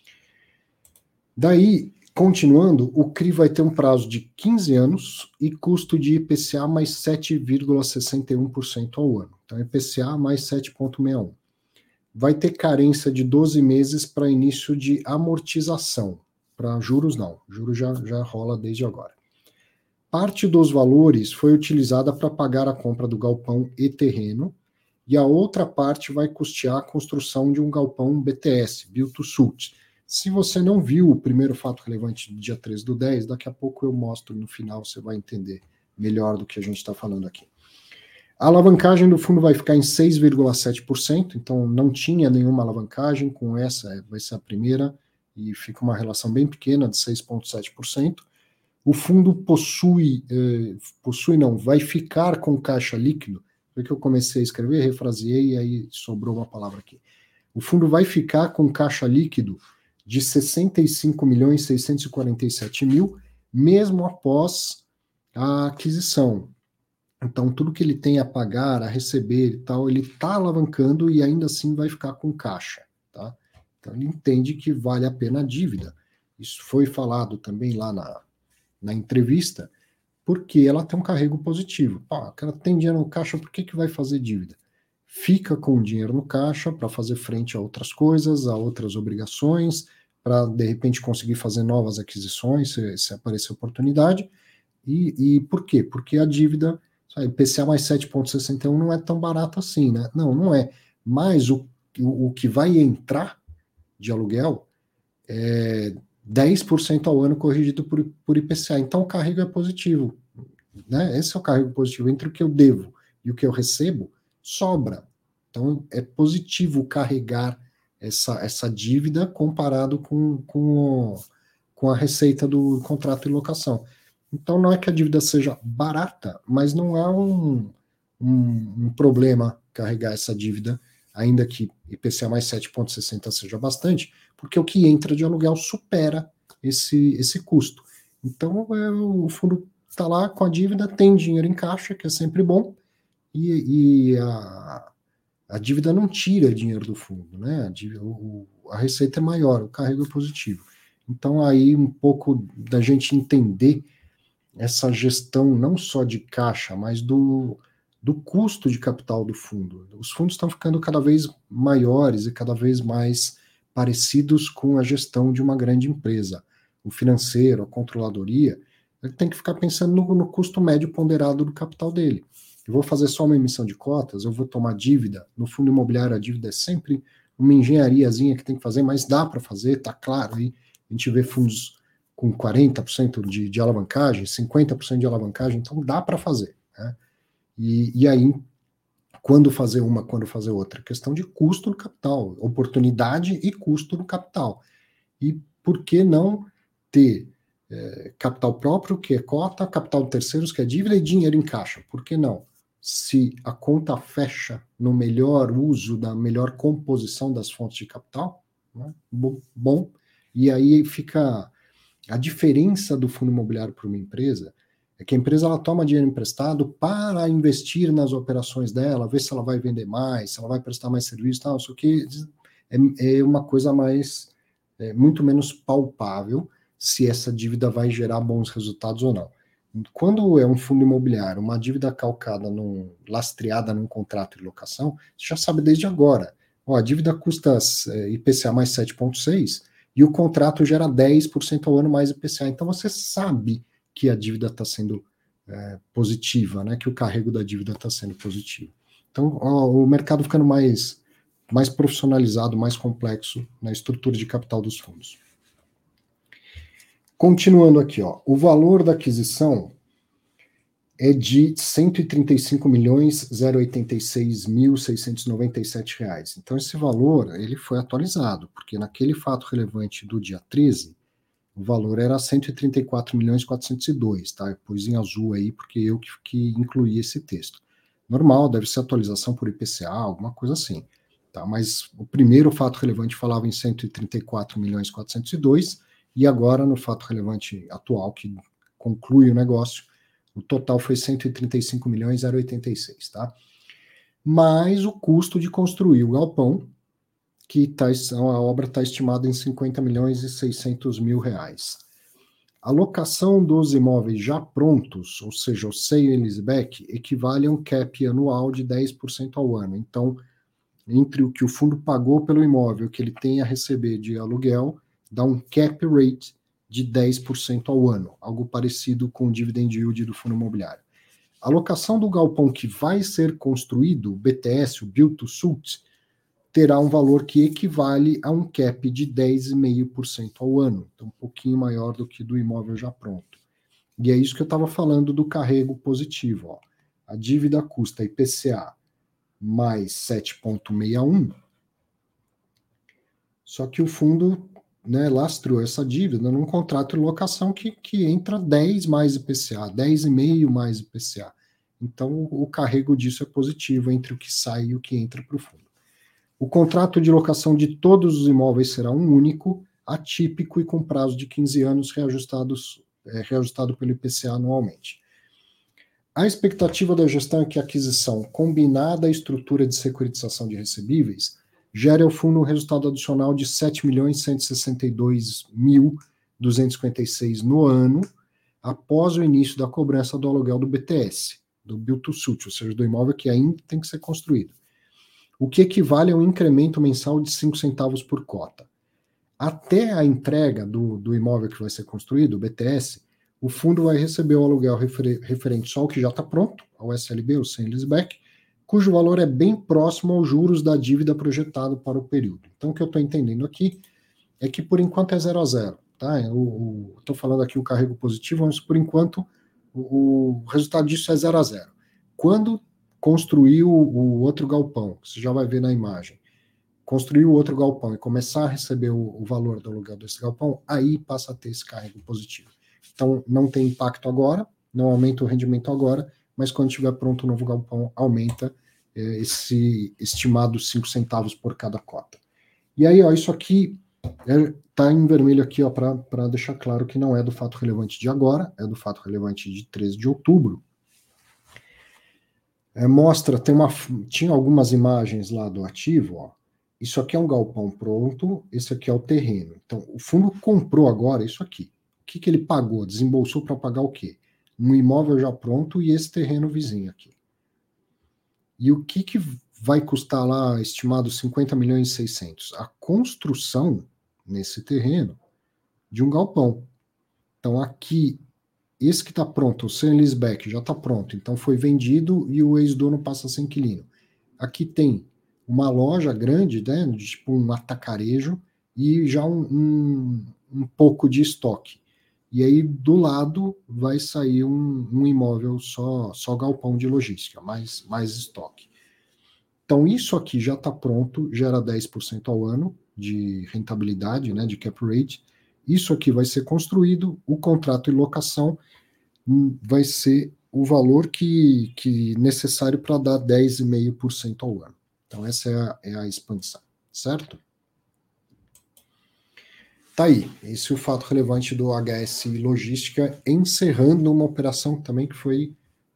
Daí, continuando, o CRI vai ter um prazo de 15 anos e custo de IPCA mais 7,61% ao ano. Então, IPCA mais 7,61%. Vai ter carência de 12 meses para início de amortização. Para juros, não. Juros já rola desde agora. Parte dos valores foi utilizada para pagar a compra do galpão e terreno, e a outra parte vai custear a construção de um galpão BTS, Build to Suit. Se você não viu o primeiro fato relevante do dia 13/10, daqui a pouco eu mostro no final, você vai entender melhor do que a gente está falando aqui. A alavancagem do fundo vai ficar em 6,7%, então não tinha nenhuma alavancagem, com essa vai ser a primeira, e fica uma relação bem pequena de 6,7%. O fundo vai ficar com caixa líquido, foi que eu comecei a escrever, refraseei e aí sobrou uma palavra aqui. O fundo vai ficar com caixa líquido de 65.647.000, mesmo após a aquisição. Então, tudo que ele tem a pagar, a receber e tal, ele está alavancando e ainda assim vai ficar com caixa, tá? Então, ele entende que vale a pena a dívida. Isso foi falado também lá na entrevista, porque ela tem um carrego positivo. Pá, ela tem dinheiro no caixa, por que vai fazer dívida? Fica com o dinheiro no caixa para fazer frente a outras coisas, a outras obrigações, para, de repente, conseguir fazer novas aquisições, se aparecer oportunidade. E por quê? Porque a dívida... IPCA mais 7,61 não é tão barato assim, né? Não é. Mas o que vai entrar de aluguel é 10% ao ano corrigido por IPCA. Então o carrego é positivo. Né? Esse é o carrego positivo. Entre o que eu devo e o que eu recebo, sobra. Então é positivo carregar essa dívida comparado com a receita do contrato de locação. Então não é que a dívida seja barata, mas não é um problema carregar essa dívida, ainda que IPCA mais 7,60 seja bastante, porque o que entra de aluguel supera esse custo. Então o fundo está lá com a dívida, tem dinheiro em caixa, que é sempre bom, e a dívida não tira dinheiro do fundo, né? A receita é maior, o carrego é positivo. Então aí um pouco da gente entender essa gestão não só de caixa, mas do custo de capital do fundo. Os fundos estão ficando cada vez maiores e cada vez mais parecidos com a gestão de uma grande empresa. O financeiro, a controladoria, ele tem que ficar pensando no custo médio ponderado do capital dele. Eu vou fazer só uma emissão de cotas, eu vou tomar dívida. No fundo imobiliário, a dívida é sempre uma engenhariazinha que tem que fazer, mas dá para fazer, tá claro aí. A gente vê fundos com 40% de alavancagem, 50% de alavancagem, então dá para fazer. Né? E aí, quando fazer uma, quando fazer outra? Questão de custo no capital, oportunidade e custo no capital. E por que não ter capital próprio, que é cota, capital de terceiros, que é dívida, e dinheiro em caixa? Por que não? se a conta fecha no melhor uso, da melhor composição das fontes de capital, né? Bom, e aí fica a diferença do fundo imobiliário para uma empresa, é que a empresa ela toma dinheiro emprestado para investir nas operações dela, ver se ela vai vender mais, se ela vai prestar mais serviço, tal, isso aqui é uma coisa mais, muito menos palpável, se essa dívida vai gerar bons resultados ou não. Quando é um fundo imobiliário, uma dívida calcada, lastreada num contrato de locação, você já sabe desde agora. Ó, a dívida custa IPCA mais 7,6 e o contrato gera 10% ao ano mais IPCA. Então você sabe que a dívida está sendo positiva, né? Que o carrego da dívida está sendo positivo. Então ó, o mercado ficando mais profissionalizado, mais complexo na estrutura de capital dos fundos. Continuando aqui, ó, o valor da aquisição é de R$ 135.086.697. Então, esse valor ele foi atualizado, porque naquele fato relevante do dia 13, o valor era 134.402, tá? Eu pus em azul aí, porque eu que incluí esse texto. Normal, deve ser atualização por IPCA, alguma coisa assim. Tá? Mas o primeiro fato relevante falava em 134.402, e agora, no fato relevante atual, que conclui o negócio, o total foi 135.086, tá? Mais o custo de construir o galpão, que a obra está estimada em 50.600.000 reais. A locação dos imóveis já prontos, ou seja, o sale and leaseback, equivale a um cap anual de 10% ao ano. Então, entre o que o fundo pagou pelo imóvel e o que ele tem a receber de aluguel, dá um cap rate de 10% ao ano, algo parecido com o dividend yield do fundo imobiliário. A locação do galpão que vai ser construído, o BTS, o Build to Suit, terá um valor que equivale a um cap de 10,5% ao ano, então um pouquinho maior do que do imóvel já pronto. E é isso que eu estava falando do carrego positivo. Ó. A dívida custa IPCA mais 7,61, só que o fundo, né, lastreou essa dívida num contrato de locação que entra 10 mais IPCA, 10,5 mais IPCA. Então, o carrego disso é positivo entre o que sai e o que entra para o fundo. O contrato de locação de todos os imóveis será um único, atípico e com prazo de 15 anos, reajustado pelo IPCA anualmente. A expectativa da gestão é que a aquisição, combinada à estrutura de securitização de recebíveis, gere ao fundo um resultado adicional de 7.162.256 no ano, após o início da cobrança do aluguel do BTS, do Build to Suit, ou seja, do imóvel que ainda tem que ser construído, o que equivale a um incremento mensal de 5 centavos por cota. Até a entrega do imóvel que vai ser construído, o BTS, o fundo vai receber o aluguel referente só ao que já está pronto, ao SLB, o sale and leaseback, cujo valor é bem próximo aos juros da dívida projetado para o período. Então, o que eu estou entendendo aqui é que, por enquanto, é 0 a 0. Tá? Estou falando aqui o carrego positivo, mas, por enquanto, o resultado disso é 0 a 0. Quando construir o outro galpão, que você já vai ver na imagem, construir o outro galpão e começar a receber o valor do aluguel desse galpão, aí passa a ter esse carrego positivo. Então, não tem impacto agora, não aumenta o rendimento agora, mas quando estiver pronto o novo galpão, aumenta esse estimado 5 centavos por cada cota. E aí, ó, isso aqui está em vermelho aqui, para deixar claro que não é do fato relevante de agora, é do fato relevante de 13 de outubro. Mostra, tinha algumas imagens lá do ativo, ó. Isso aqui é um galpão pronto, esse aqui é o terreno. Então, o fundo comprou agora isso aqui. O que ele pagou? Desembolsou para pagar o quê? Um imóvel já pronto e esse terreno vizinho aqui. E o que vai custar lá, estimado 50.600.000? A construção nesse terreno de um galpão. Então, aqui, esse que está pronto, o sale and leaseback já está pronto, então foi vendido e o ex-dono passa a ser inquilino. Aqui tem uma loja grande, né, tipo um atacarejo, e já um pouco de estoque. E aí, do lado, vai sair um imóvel só galpão de logística, mais estoque. Então, isso aqui já está pronto, gera 10% ao ano de rentabilidade, né, de cap rate. Isso aqui vai ser construído, o contrato de locação vai ser o valor que necessário para dar 10,5% ao ano. Então, essa é a expansão, certo? Tá aí, esse é o fato relevante do HSI Logística, encerrando uma operação também que foi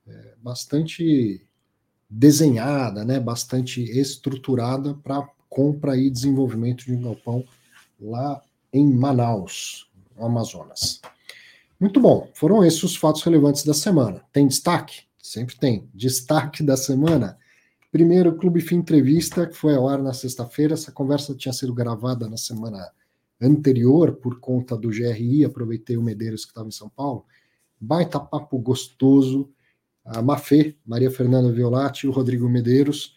bastante desenhada, né, bastante estruturada para compra e desenvolvimento de um galpão lá em Manaus, no Amazonas. Muito bom, foram esses os fatos relevantes da semana. Tem destaque? Sempre tem. Destaque da semana. Primeiro, Clube Fim Entrevista, que foi ao ar na sexta-feira. Essa conversa tinha sido gravada na semana anterior, por conta do GRI, aproveitei o Medeiros que estava em São Paulo. Baita papo gostoso. A Mafê, Maria Fernanda Violatti e o Rodrigo Medeiros,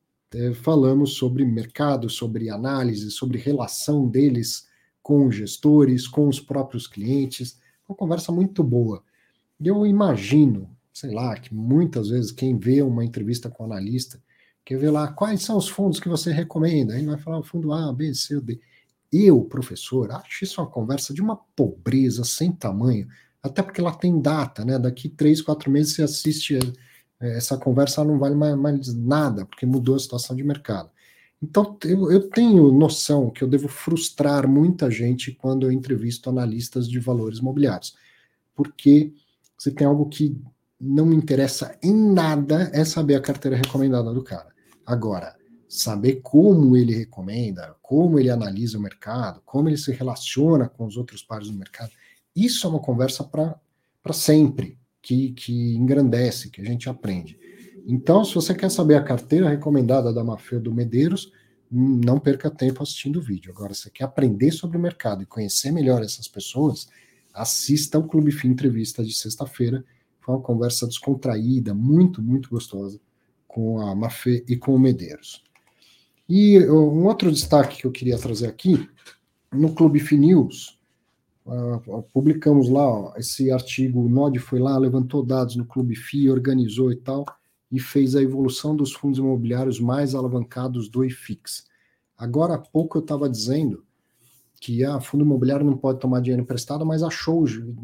falamos sobre mercado, sobre análise, sobre relação deles com os gestores, com os próprios clientes. Uma conversa muito boa. Eu imagino, sei lá, que muitas vezes quem vê uma entrevista com o analista quer ver lá quais são os fundos que você recomenda. Aí vai falar o fundo A, B, C ou D. Eu, professor, acho isso uma conversa de uma pobreza sem tamanho, até porque ela tem data, né? Daqui 3, 4 meses você assiste essa conversa, ela não vale mais nada, porque mudou a situação de mercado. Então, eu tenho noção que eu devo frustrar muita gente quando eu entrevisto analistas de valores imobiliários, porque se tem algo que não me interessa em nada é saber a carteira recomendada do cara. Agora, saber como ele recomenda, como ele analisa o mercado, como ele se relaciona com os outros pares do mercado, isso é uma conversa para sempre, que engrandece, que a gente aprende. Então, se você quer saber a carteira recomendada da Mafê do Medeiros, não perca tempo assistindo o vídeo. Agora, se você quer aprender sobre o mercado e conhecer melhor essas pessoas, assista ao Clube Fim Entrevista de sexta-feira. Foi uma conversa descontraída, muito, muito gostosa, com a Mafê e com o Medeiros. E um outro destaque que eu queria trazer aqui, no Clube Fim News, publicamos lá esse artigo, o Nod foi lá, levantou dados no Clube FI, organizou e tal, e fez a evolução dos fundos imobiliários mais alavancados do IFIX. Agora há pouco eu estava dizendo que fundo imobiliário não pode tomar dinheiro emprestado, mas achou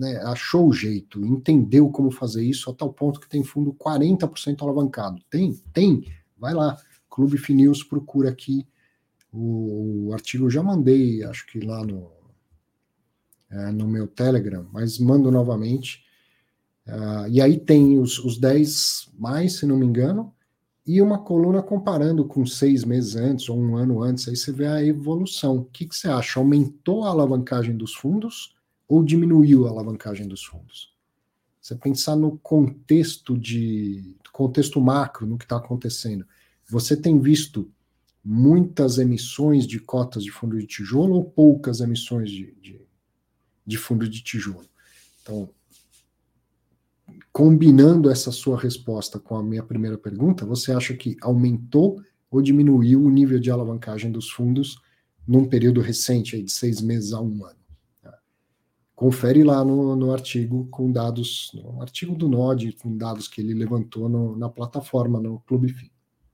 o jeito, entendeu como fazer isso, a tal ponto que tem fundo 40% alavancado. Tem, vai lá, Clube FI News, procura aqui, o artigo eu já mandei, acho que lá no meu Telegram, mas mando novamente. E aí tem os 10 mais, se não me engano, e uma coluna comparando com 6 meses antes ou um ano antes. Aí você vê a evolução. O que você acha? Aumentou a alavancagem dos fundos ou diminuiu a alavancagem dos fundos? Você pensar no contexto macro, no que está acontecendo. Você tem visto muitas emissões de cotas de fundo de tijolo ou poucas emissões de fundo de tijolo? Então, combinando essa sua resposta com a minha primeira pergunta, você acha que aumentou ou diminuiu o nível de alavancagem dos fundos num período recente, aí, de 6 meses a 1 ano? Confere lá no artigo com dados, no artigo do Nod, com dados que ele levantou na plataforma, no Clube FI.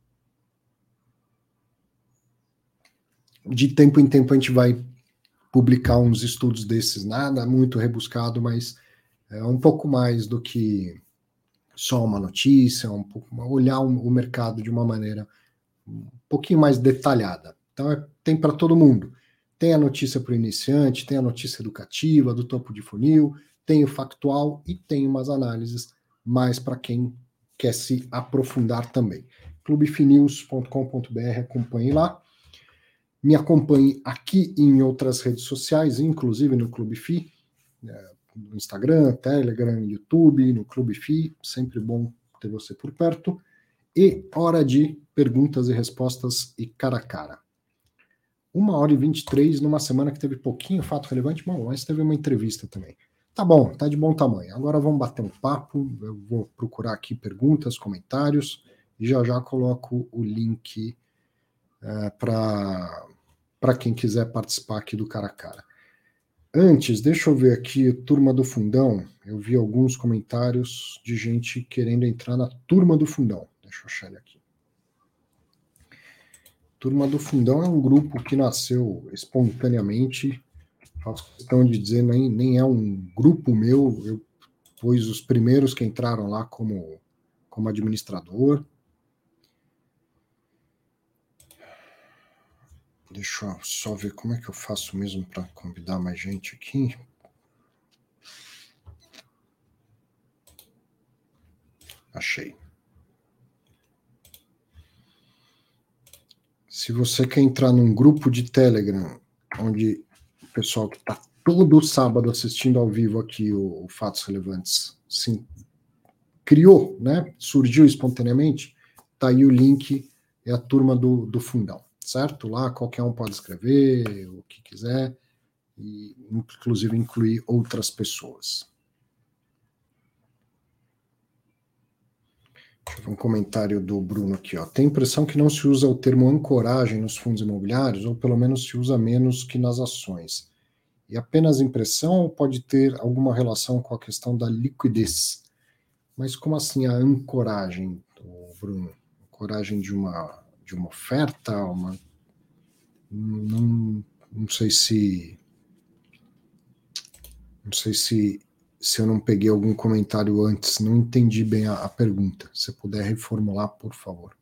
De tempo em tempo a gente vai publicar uns estudos desses, nada muito rebuscado, mas é um pouco mais do que só uma notícia, olhar o mercado de uma maneira um pouquinho mais detalhada. Então tem para todo mundo. Tem a notícia para o iniciante, tem a notícia educativa, do topo de funil, tem o factual e tem umas análises mais para quem quer se aprofundar também. clubefinews.com.br, acompanhe lá. Me acompanhe aqui em outras redes sociais, inclusive no Clube FI, no Instagram, Telegram, YouTube, no Clube FI, sempre bom ter você por perto. E hora de perguntas e respostas e cara a cara. 1h23 numa semana que teve pouquinho fato relevante, bom, mas teve uma entrevista também. Tá bom, tá de bom tamanho. Agora vamos bater um papo, eu vou procurar aqui perguntas, comentários, e já coloco o link para quem quiser participar aqui do cara a cara. Antes, deixa eu ver aqui, turma do Fundão. Eu vi alguns comentários de gente querendo entrar na turma do Fundão. Deixa eu achar ele aqui. Turma do Fundão é um grupo que nasceu espontaneamente. Faço questão de dizer, nem é um grupo meu. Eu pôs os primeiros que entraram lá como administrador. Deixa eu só ver como é que eu faço mesmo para convidar mais gente aqui. Achei. Se você quer entrar num grupo de Telegram, onde o pessoal que está todo sábado assistindo ao vivo aqui o Fatos Relevantes, sim, criou, né? Surgiu espontaneamente, tá aí o link, é a turma do Fundão, certo? Lá qualquer um pode escrever o que quiser, e inclusive incluir outras pessoas. Deixa eu ver um comentário do Bruno aqui, ó. Tem impressão que não se usa o termo ancoragem nos fundos imobiliários, ou pelo menos se usa menos que nas ações. E apenas impressão ou pode ter alguma relação com a questão da liquidez? Mas como assim a ancoragem, Bruno? Ancoragem de uma oferta? Não sei se eu não peguei algum comentário antes, não entendi bem a pergunta. Se puder reformular, por favor.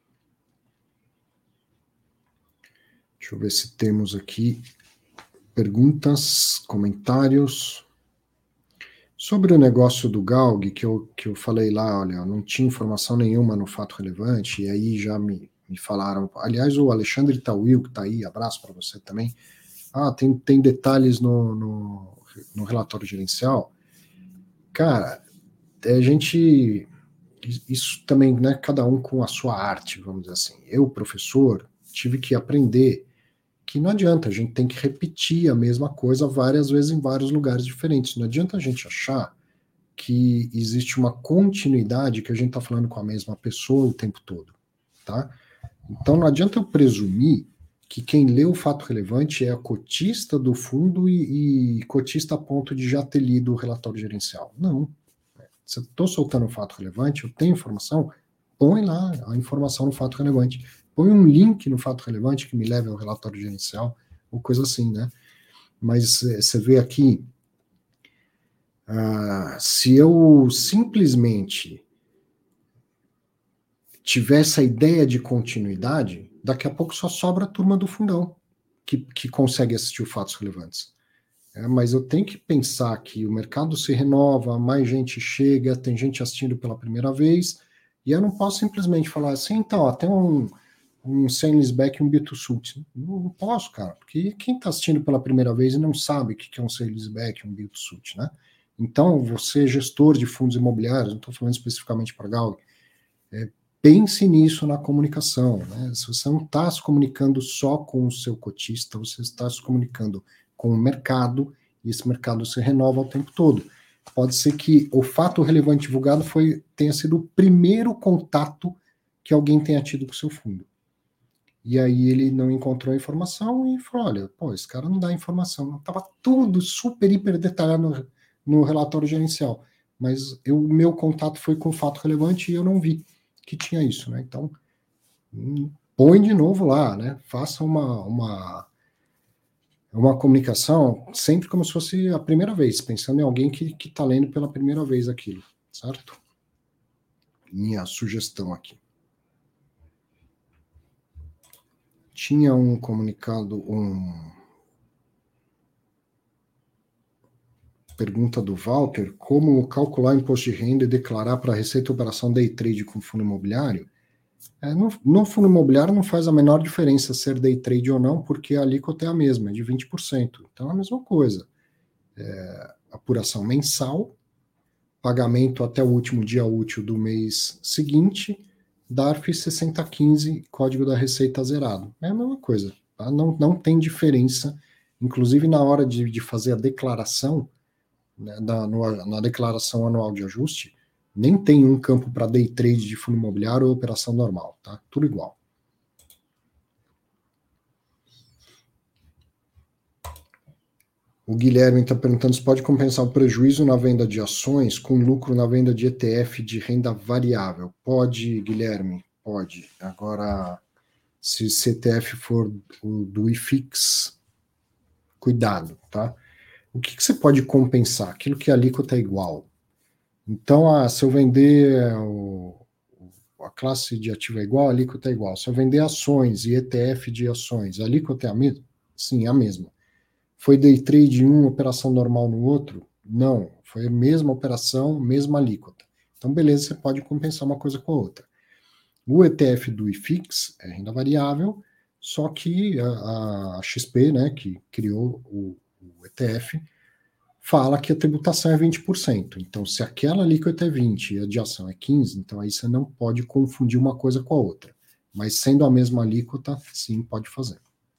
Deixa eu ver se temos aqui perguntas, comentários. Sobre o negócio do Galg, que eu falei lá, olha, não tinha informação nenhuma no Fato Relevante, e aí já me falaram. Aliás, o Alexandre Tawil, que está aí, abraço para você também. Tem detalhes no relatório gerencial. Cara, isso também, né, cada um com a sua arte, vamos dizer assim. Eu, professor, tive que aprender que não adianta, a gente tem que repetir a mesma coisa várias vezes em vários lugares diferentes. Não adianta a gente achar que existe uma continuidade, que a gente está falando com a mesma pessoa o tempo todo, tá? Então não adianta eu presumir que quem lê o Fato Relevante é a cotista do fundo e cotista a ponto de já ter lido o relatório gerencial. Não. Se eu estou soltando um Fato Relevante, eu tenho informação, põe lá a informação no Fato Relevante. Põe um link no Fato Relevante que me leve ao relatório gerencial, ou coisa assim, né? Mas você vê aqui, se eu simplesmente tiver essa ideia de continuidade, daqui a pouco só sobra a turma do fundão que consegue assistir os Fatos Relevantes. Mas eu tenho que pensar que o mercado se renova, mais gente chega, tem gente assistindo pela primeira vez, e eu não posso simplesmente falar assim, então, ó, tem um sale-leaseback e um build-to-suit. Não posso, cara, porque quem está assistindo pela primeira vez e não sabe o que é um sale-leaseback e um build-to-suit, né? Então, você, gestor de fundos imobiliários, não estou falando especificamente para Galg, pense nisso na comunicação, né? Se você não está se comunicando só com o seu cotista, você está se comunicando com o mercado, e esse mercado se renova o tempo todo. Pode ser que o fato relevante divulgado tenha sido o primeiro contato que alguém tenha tido com o seu fundo. E aí ele não encontrou a informação e falou, olha, esse cara não dá informação. Estava tudo super, hiper detalhado no relatório gerencial. Mas o meu contato foi com o fato relevante e eu não vi que tinha isso, né? Então, põe de novo lá, né? Faça uma comunicação sempre como se fosse a primeira vez, pensando em alguém que está lendo pela primeira vez aquilo, certo? Minha sugestão aqui. Tinha um comunicado, pergunta do Walter, como calcular imposto de renda e declarar para a Receita Operação Day Trade com fundo imobiliário? No fundo imobiliário não faz a menor diferença ser day trade ou não, porque a alíquota é a mesma, é de 20%. Então é a mesma coisa. Apuração mensal, pagamento até o último dia útil do mês seguinte, DARF 6015, código da Receita zerado. É a mesma coisa. Tá? Não tem diferença. Inclusive na hora de fazer a declaração, né, na declaração anual de ajuste, nem tem um campo para day trade de fundo imobiliário ou operação normal, tá? Tudo igual. O Guilherme está perguntando se pode compensar o prejuízo na venda de ações com lucro na venda de ETF de renda variável. Pode, Guilherme, pode. Agora, se esse ETF for o do IFIX, cuidado, tá? O que você pode compensar? Aquilo que a alíquota é igual. Então, se eu vender a classe de ativo é igual, a alíquota é igual. Se eu vender ações e ETF de ações, a alíquota é a mesma? Sim, a mesma. Foi day trade em um, operação normal no outro? Não, foi a mesma operação, mesma alíquota. Então, beleza, você pode compensar uma coisa com a outra. O ETF do IFIX é renda variável, só que a XP, né, que criou o ETF, fala que a tributação é 20%. Então, se aquela alíquota é 20% e a de ação é 15%, então aí você não pode confundir uma coisa com a outra. Mas sendo a mesma alíquota, sim, pode fazer.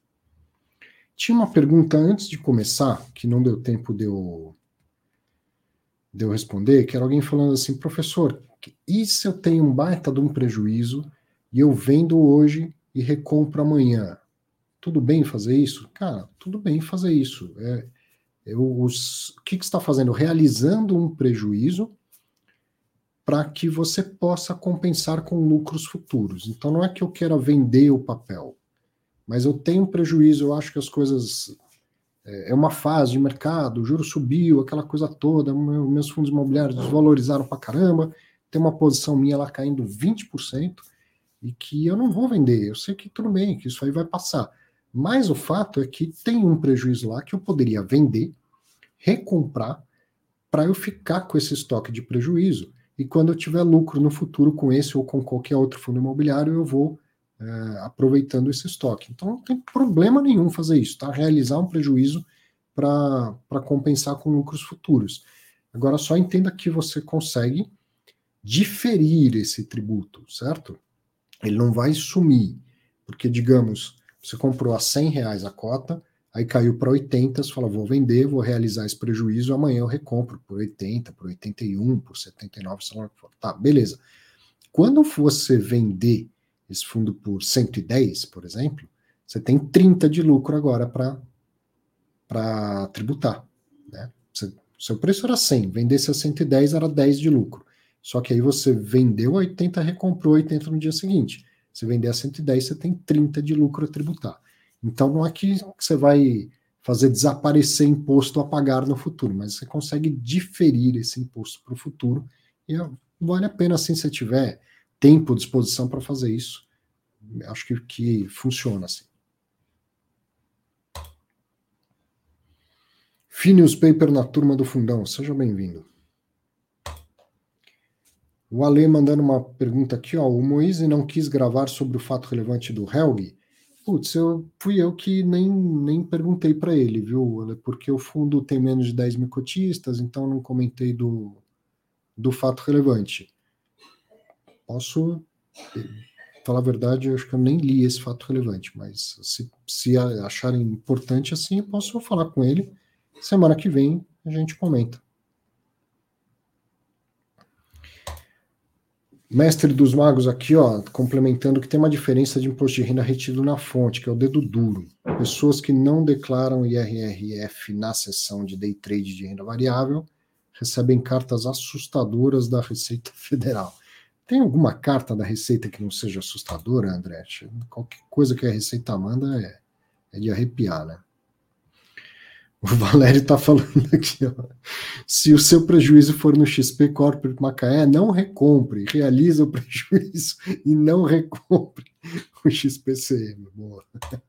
Tinha uma pergunta antes de começar, que não deu tempo de eu responder, que era alguém falando assim, professor, e se eu tenho um baita de um prejuízo e eu vendo hoje e recompro amanhã? Tudo bem fazer isso? Cara, tudo bem fazer isso. O que você está fazendo? Realizando um prejuízo para que você possa compensar com lucros futuros. Então, não é que eu queira vender o papel, mas eu tenho um prejuízo, eu acho que as coisas... É uma fase de mercado, o juro subiu, aquela coisa toda, meus fundos imobiliários desvalorizaram para caramba, tem uma posição minha lá caindo 20%, e que eu não vou vender, eu sei que tudo bem, que isso aí vai passar. Mas o fato é que tem um prejuízo lá que eu poderia vender, recomprar, para eu ficar com esse estoque de prejuízo. E quando eu tiver lucro no futuro com esse ou com qualquer outro fundo imobiliário, eu vou aproveitando esse estoque. Então não tem problema nenhum fazer isso, tá? Realizar um prejuízo para compensar com lucros futuros. Agora só entenda que você consegue diferir esse tributo, certo? Ele não vai sumir, porque digamos, você comprou a R$100 a cota, aí caiu para 80, você fala, vou vender, vou realizar esse prejuízo, amanhã eu recompro por 80, por 81, por 79, sei lá o que for. Tá, beleza. Quando você vender esse fundo por 110, por exemplo, você tem 30 de lucro agora para tributar. Né? Seu preço era 100, vendesse a 110 era 10 de lucro. Só que aí você vendeu a 80, recomprou 80 no dia seguinte. Se vender a 110, você tem 30 de lucro a tributar. Então não é que você vai fazer desaparecer imposto a pagar no futuro, mas você consegue diferir esse imposto para o futuro e vale a pena assim se você tiver tempo, disposição para fazer isso. Acho que funciona assim. Phineas Paper na turma do fundão, seja bem-vindo. O Ale mandando uma pergunta aqui, ó. O Moise não quis gravar sobre o fato relevante do Helg. Putz, fui eu que nem perguntei para ele, viu, Ale? Porque o fundo tem menos de 10 mil cotistas, então não comentei do fato relevante. Posso falar a verdade, eu acho que eu nem li esse fato relevante, mas se acharem importante assim, eu posso falar com ele. Semana que vem a gente comenta. Mestre dos Magos aqui, ó, complementando que tem uma diferença de imposto de renda retido na fonte, que é o dedo duro. Pessoas que não declaram IRRF na seção de day trade de renda variável recebem cartas assustadoras da Receita Federal. Tem alguma carta da Receita que não seja assustadora, André? Qualquer coisa que a Receita manda é de arrepiar, né? O Valério está falando aqui, ó. Se o seu prejuízo for no XP Corporate Macaé, não recompre, realiza o prejuízo e não recompre o XPCM. Boa.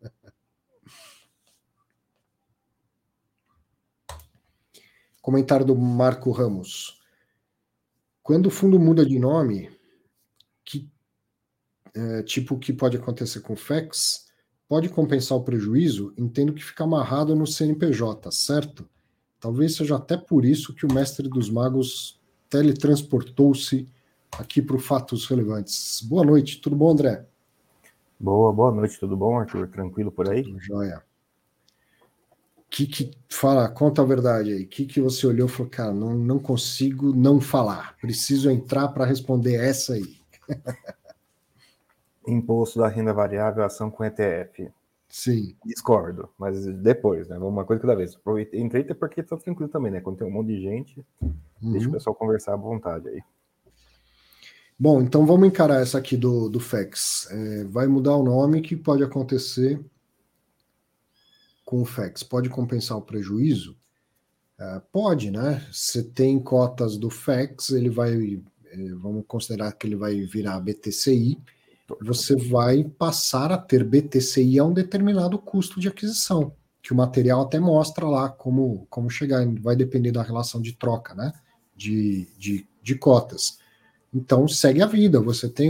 Comentário do Marco Ramos. Quando o fundo muda de nome, tipo o que pode acontecer com o FEX, pode compensar o prejuízo, entendo que fica amarrado no CNPJ, certo? Talvez seja até por isso que o Mestre dos Magos teletransportou-se aqui para o Fatos Relevantes. Boa noite, tudo bom, André? Boa noite, tudo bom, Arthur? Tranquilo por aí? Tudo jóia. Fala, conta a verdade aí. O que você olhou e falou, cara, não consigo não falar. Preciso entrar para responder essa aí. Imposto da renda variável, ação com ETF. Sim. Discordo, mas depois, né? Uma coisa cada vez. Entrei até porque tá tranquilo também, né? Quando tem um monte de gente, deixa o pessoal conversar à vontade aí. Bom, então vamos encarar essa aqui do FEX. Vai mudar o nome, que pode acontecer com o FEX? Pode compensar o prejuízo? Pode, né? Você tem cotas do FEX, ele vai, vamos considerar que ele vai virar BTCI, você vai passar a ter BTCI a um determinado custo de aquisição, que o material até mostra lá como chegar, vai depender da relação de troca, né? De cotas. Então, segue a vida, você tem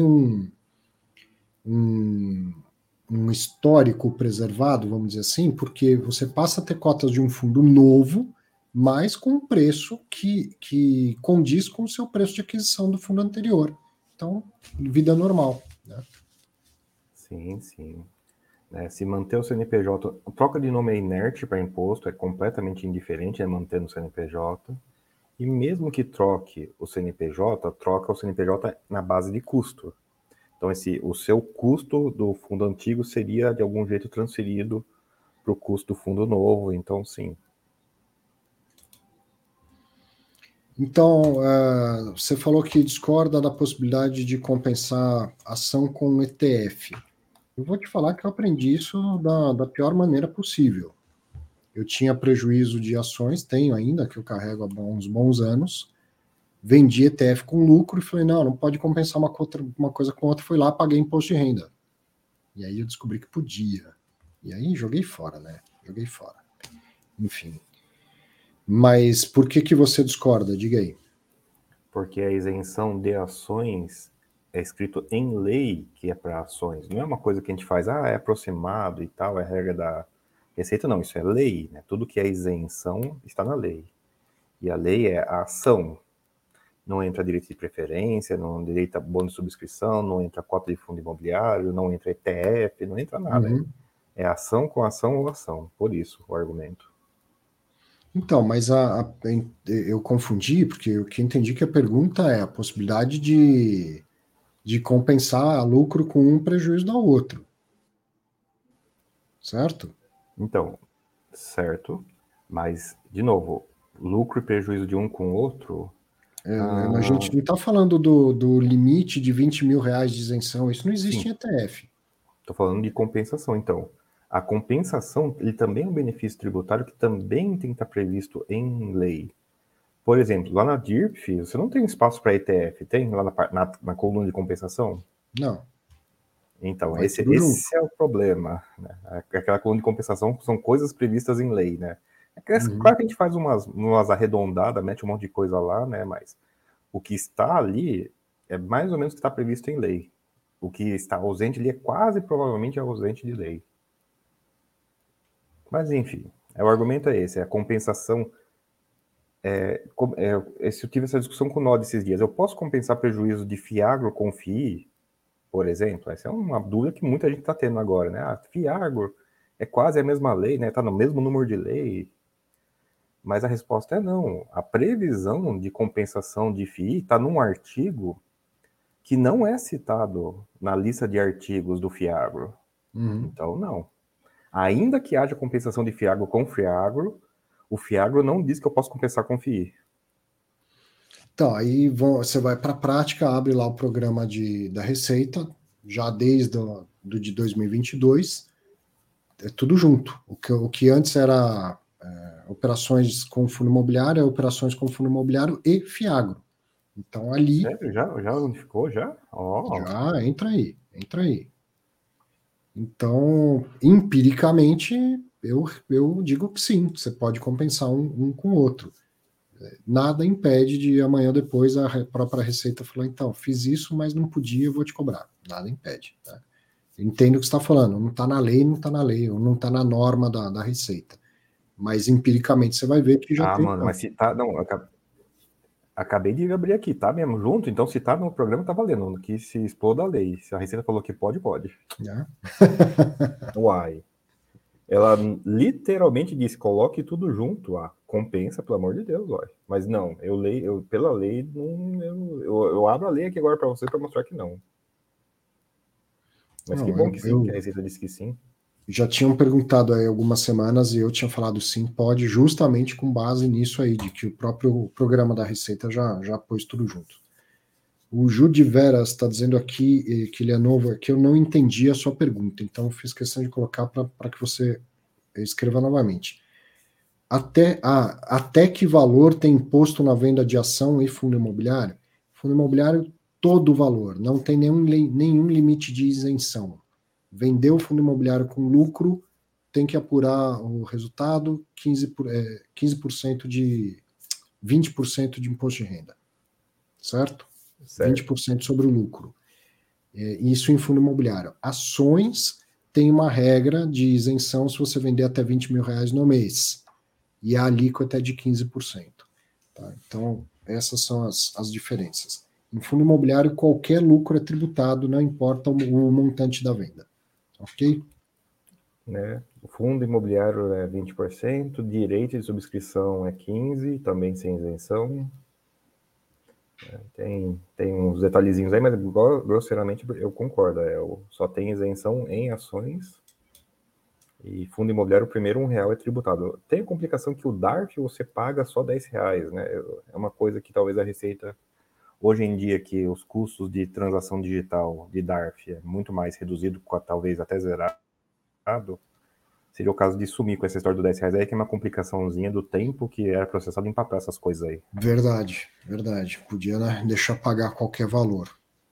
um histórico preservado, vamos dizer assim, porque você passa a ter cotas de um fundo novo, mas com um preço que condiz com o seu preço de aquisição do fundo anterior. Então, vida normal, né? Sim, sim. Se manter o CNPJ, a troca de nome é inerte para imposto, é completamente indiferente, manter no CNPJ. E mesmo que troque o CNPJ, troca o CNPJ na base de custo. Então, o seu custo do fundo antigo seria, de algum jeito, transferido para o custo do fundo novo. Então, sim. Então, você falou que discorda da possibilidade de compensar ação com ETF. Eu vou te falar que eu aprendi isso da pior maneira possível. Eu tinha prejuízo de ações, tenho ainda, que eu carrego há uns bons anos. Vendi ETF com lucro e falei, não pode compensar uma coisa com outra. Fui lá, paguei imposto de renda. E aí eu descobri que podia. E aí joguei fora, né? Joguei fora. Enfim. Mas por que você discorda? Diga aí. Porque a isenção de ações é escrito em lei que é para ações. Não é uma coisa que a gente faz, é aproximado e tal, é regra da Receita, não. Isso é lei, né? Tudo que é isenção está na lei. E a lei é a ação. Não entra direito de preferência, não direito a bônus de subscrição, não entra cota de fundo imobiliário, não entra ETF, não entra nada. Uhum. É ação com ação ou ação. Por isso, o argumento. Então, mas eu confundi, porque o que eu entendi que a pergunta é a possibilidade de compensar lucro com um prejuízo do outro. Certo? Então, certo. Mas, de novo, lucro e prejuízo de um com o outro... A gente não está falando do limite de 20 mil reais de isenção. Isso não existe Sim. em ETF. Estou falando de compensação, então. A compensação, ele também é um benefício tributário que também tem que estar previsto em lei. Por exemplo, lá na DIRP, você não tem espaço para ETF, tem lá na coluna de compensação? Não. Então, Vai esse é o problema, né? Aquela coluna de compensação são coisas previstas em lei, né? Claro que a gente faz umas arredondadas, mete um monte de coisa lá, né? Mas o que está ali é mais ou menos o que está previsto em lei. O que está ausente ali é quase provavelmente ausente de lei. Mas, enfim, o argumento é esse, a compensação... eu tive essa discussão com o Nod esses dias. Eu posso compensar prejuízo de Fiagro com FII, por exemplo? Essa é uma dúvida que muita gente está tendo agora, né? Fiagro é quase a mesma lei, né? Está no mesmo número de lei. Mas a resposta é não. A previsão de compensação de FII está num artigo que não é citado na lista de artigos do Fiagro. Então, não. Ainda que haja compensação de Fiagro com Fiagro, o Fiagro não diz que eu posso compensar com FII. Então, aí você vai para a prática, abre lá o programa da Receita, já desde de 2022, é tudo junto. O que antes era operações com fundo imobiliário, é operações com fundo imobiliário e Fiagro. Então, ali... Sério? Já unificou, já? Já, entra aí. Então, empiricamente, eu digo que sim, você pode compensar um com o outro. Nada impede de amanhã depois a própria Receita falar, então, fiz isso, mas não podia, eu vou te cobrar. Nada impede. Tá? Entendo o que você está falando, não está na lei, ou não está na norma da Receita. Mas empiricamente você vai ver que já tem. Mano, mas se tá. Não, acabei de abrir aqui, tá mesmo junto? Então, se tá no programa, tá valendo. Que se exploda a lei. Se a Receita falou que pode, pode. Uai. Ela literalmente disse, coloque tudo junto, compensa, pelo amor de Deus, uai. Mas não, pela lei, eu abro a lei aqui agora para você para mostrar que não. Mas que bom que sim, que a Receita disse que sim. Já tinham perguntado aí algumas semanas e eu tinha falado sim, pode, justamente com base nisso aí, de que o próprio programa da Receita já pôs tudo junto. O Jude Veras está dizendo aqui que ele é novo, que eu não entendi a sua pergunta, então fiz questão de colocar para que você escreva novamente. Até que valor tem imposto na venda de ação e fundo imobiliário? Fundo imobiliário, todo o valor, não tem nenhum limite de isenção. Vendeu o fundo imobiliário com lucro, tem que apurar o resultado, 15% de 20% de imposto de renda. Certo? 20% sobre o lucro. Isso em fundo imobiliário. Ações tem uma regra de isenção se você vender até R$20 mil no mês. E a alíquota é de 15%. Tá? Então, essas são as diferenças. Em fundo imobiliário, qualquer lucro é tributado, não importa o montante da venda. Ok? Né? O fundo imobiliário é 20%, direito de subscrição é 15%, também sem isenção. Tem uns detalhezinhos aí, mas grosseiramente eu concordo. Só tem isenção em ações. E fundo imobiliário, o primeiro R$1 é tributado. Tem a complicação que o DARF você paga só R$10, né? É uma coisa que talvez a Receita, hoje em dia, que os custos de transação digital de DARF é muito mais reduzido, talvez até zerado, seria o caso de sumir com essa história do R$10 aí, que é uma complicaçãozinha do tempo que era processado em papel, essas coisas aí. Verdade. Podia, né, deixar pagar qualquer valor.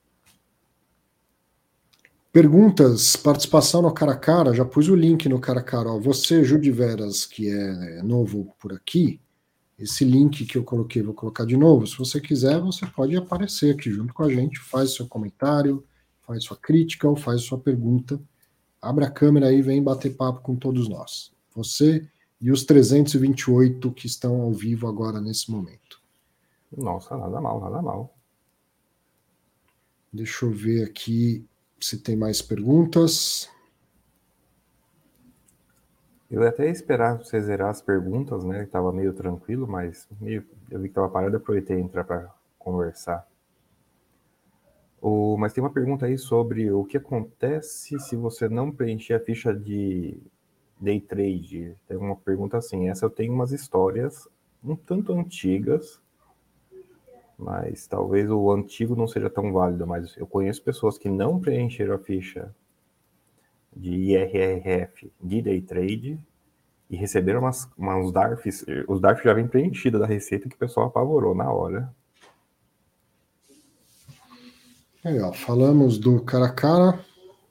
Perguntas, participação no cara a cara, já pus o link no cara a cara. Ó, você, Júlio Veras, que é novo por aqui, esse link que eu coloquei, vou colocar de novo. Se você quiser, você pode aparecer aqui junto com a gente, faz seu comentário, faz sua crítica ou faz sua pergunta. Abra a câmera aí e vem bater papo com todos nós. Você e os 328 que estão ao vivo agora nesse momento. Nossa, nada mal. Deixa eu ver aqui se tem mais perguntas. Eu ia até esperar você zerar as perguntas, né? Estava meio tranquilo, mas eu vi que estava parado e aproveitei entrar para conversar. Mas tem uma pergunta aí sobre o que acontece se você não preencher a ficha de day trade. Tem uma pergunta assim, essa eu tenho umas histórias um tanto antigas, mas talvez o antigo não seja tão válido, mas eu conheço pessoas que não preencheram a ficha de IRRF de day trade e receberam uns DARFs, os DARFs já vêm preenchidos da Receita que o pessoal apavorou na hora. Legal, falamos do cara a cara.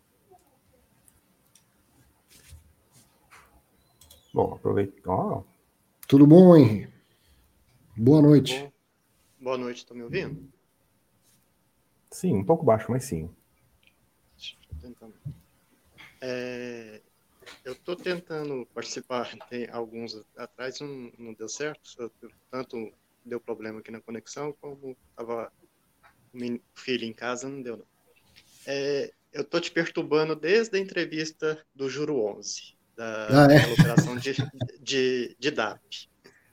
Bom, aproveita. Tudo bom, Henry? Boa noite. Boa noite, estão me ouvindo? Sim, um pouco baixo, mas sim. Tentando. Eu estou tentando participar, tem alguns atrás, não deu certo, tanto deu problema aqui na conexão, como estava o filho em casa, não deu não. Eu estou te perturbando desde a entrevista do Juro 11, daquela operação de DAP.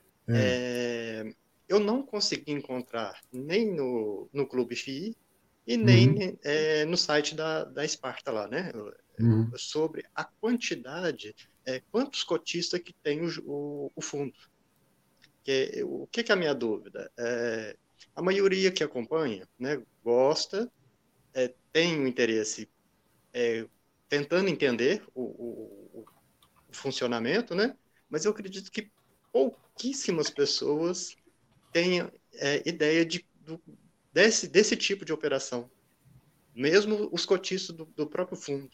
Eu não consegui encontrar nem no Clube FI e nem no site da Esparta lá, né? Sobre a quantidade, quantos cotistas que tem o fundo. O que é a minha dúvida? A maioria que acompanha, né, gosta, tem um interesse tentando entender o funcionamento, né? Mas eu acredito que pouquíssimas pessoas têm ideia desse tipo de operação. Mesmo os cotistas do próprio fundo.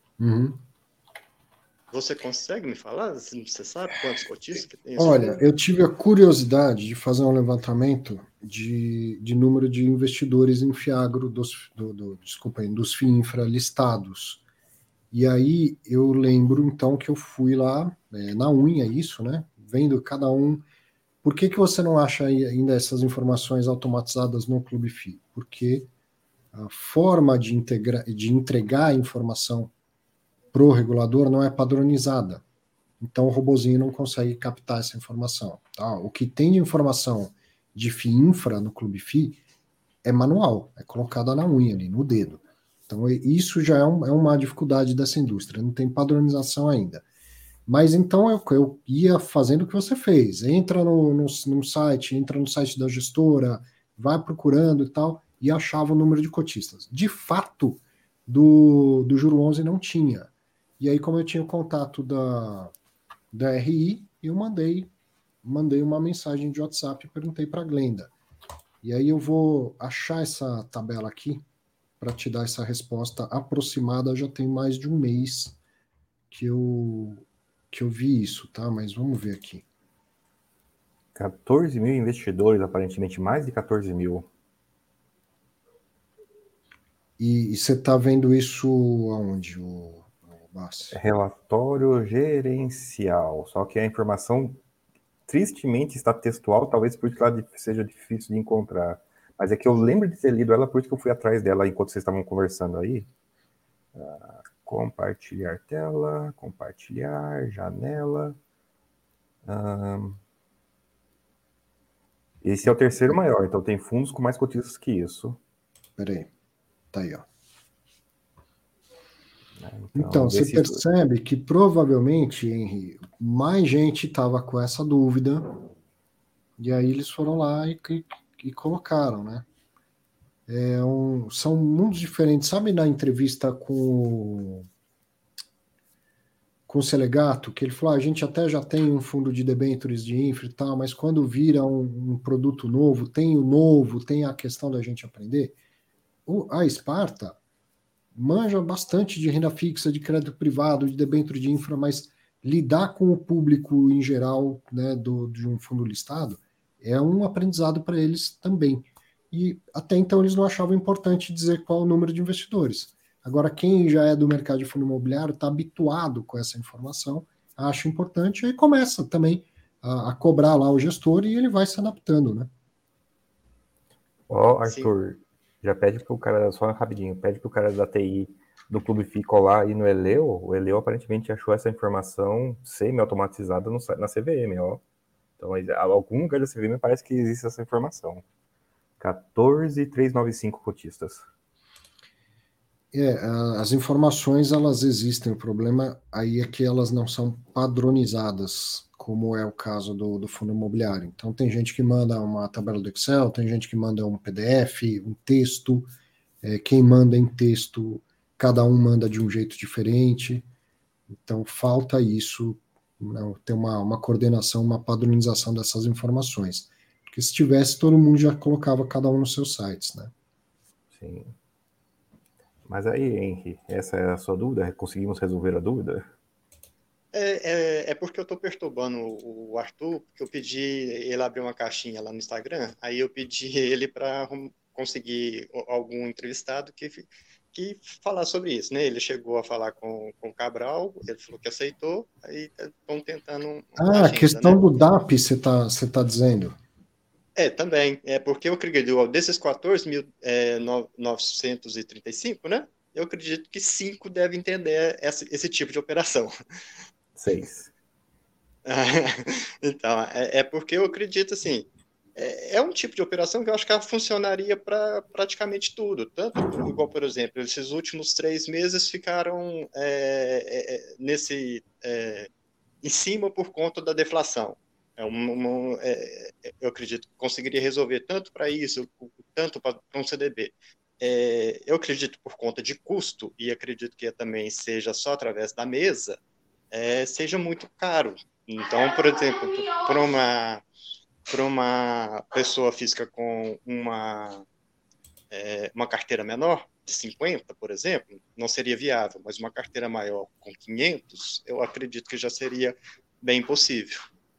Você consegue me falar? Você sabe quantos cotistas que tem esse Olha, fundo? eu tive a curiosidade de fazer um levantamento de número de investidores em Fiagro dos FIINFRA listados. E aí eu lembro, então, que eu fui lá, na unha, isso, né? Vendo cada um. Por que você não acha ainda essas informações automatizadas no Clube FI? Porque a forma de entregar a informação para o regulador não é padronizada. Então o robozinho não consegue captar essa informação. Tá? O que tem de informação de FIINFRA no Clube FI é manual, é colocada na unha ali, no dedo. Então isso já é uma dificuldade dessa indústria, não tem padronização ainda. Mas então eu ia fazendo o que você fez. Entra no site, entra no site da gestora, vai procurando e tal, e achava o número de cotistas. De fato, do Juro 11 não tinha. E aí, como eu tinha o contato da RI, eu mandei mandei uma mensagem de WhatsApp e perguntei para a Glenda. E aí eu vou achar essa tabela aqui para te dar essa resposta aproximada. Já tem mais de um mês que eu vi isso, tá? Mas vamos ver aqui. 14 mil investidores, aparentemente, mais de 14 mil. E você está vendo isso aonde, o Bassi? Relatório gerencial. Só que a informação, tristemente, está textual, talvez por isso que ela seja difícil de encontrar. Mas é que eu lembro de ter lido ela, por isso que eu fui atrás dela enquanto vocês estavam conversando aí. Compartilhar tela, compartilhar, janela. Esse é o terceiro maior, então tem fundos com mais cotistas que isso. Peraí, tá aí, ó. Então você percebe que provavelmente, Henry, mais gente estava com essa dúvida, e aí eles foram lá e colocaram, né? São mundos diferentes. Sabe na entrevista com o Selegato, que ele falou, a gente até já tem um fundo de debêntures de infra e tal, mas quando vira um produto novo, tem a questão da gente aprender. A Sparta manja bastante de renda fixa, de crédito privado, de debênture de infra, mas lidar com o público em geral, né, de um fundo listado é um aprendizado para eles também. E até então eles não achavam importante dizer qual o número de investidores. Agora, quem já é do mercado de fundo imobiliário está habituado com essa informação, acha importante, e aí começa também a cobrar lá o gestor e ele vai se adaptando, né? Ó, Arthur, já pede pro cara, só rapidinho, pede pro cara da TI do Clube FI colar aí no Eleu. O Eleu aparentemente achou essa informação semi-automatizada na CVM, ó. Então, algum lugar da CVM parece que existe essa informação. 14.395 cotistas. As informações, elas existem, o problema aí é que elas não são padronizadas, como é o caso do fundo imobiliário. Então, tem gente que manda uma tabela do Excel, tem gente que manda um PDF, um texto, quem manda em texto, cada um manda de um jeito diferente, então falta isso, né, ter uma coordenação, uma padronização dessas informações, porque se tivesse, todo mundo já colocava cada um nos seus sites, né? Sim. Mas aí, Henry, essa é a sua dúvida? Conseguimos resolver a dúvida? É porque eu estou perturbando o Arthur, porque eu pedi ele abrir uma caixinha lá no Instagram, aí eu pedi ele para conseguir algum entrevistado que falar sobre isso, né? Ele chegou a falar com o Cabral, ele falou que aceitou, aí estão tentando uma A agenda, questão né? do DAP, você tá dizendo? Também. Porque eu acredito, desses 14.935, né? Eu acredito que 5 devem entender esse tipo de operação. 6. Então, porque eu acredito, assim, é um tipo de operação que eu acho que ela funcionaria para praticamente tudo. Tanto, igual, por exemplo, esses últimos 3 meses ficaram em cima por conta da deflação. Eu acredito que conseguiria resolver tanto para isso, tanto para um CDB. Eu acredito por conta de custo, e acredito que também seja só através da mesa, seja muito caro. Então, por exemplo, para uma pessoa física com uma carteira menor, de 50, por exemplo, não seria viável, mas uma carteira maior com 500, eu acredito que já seria bem possível.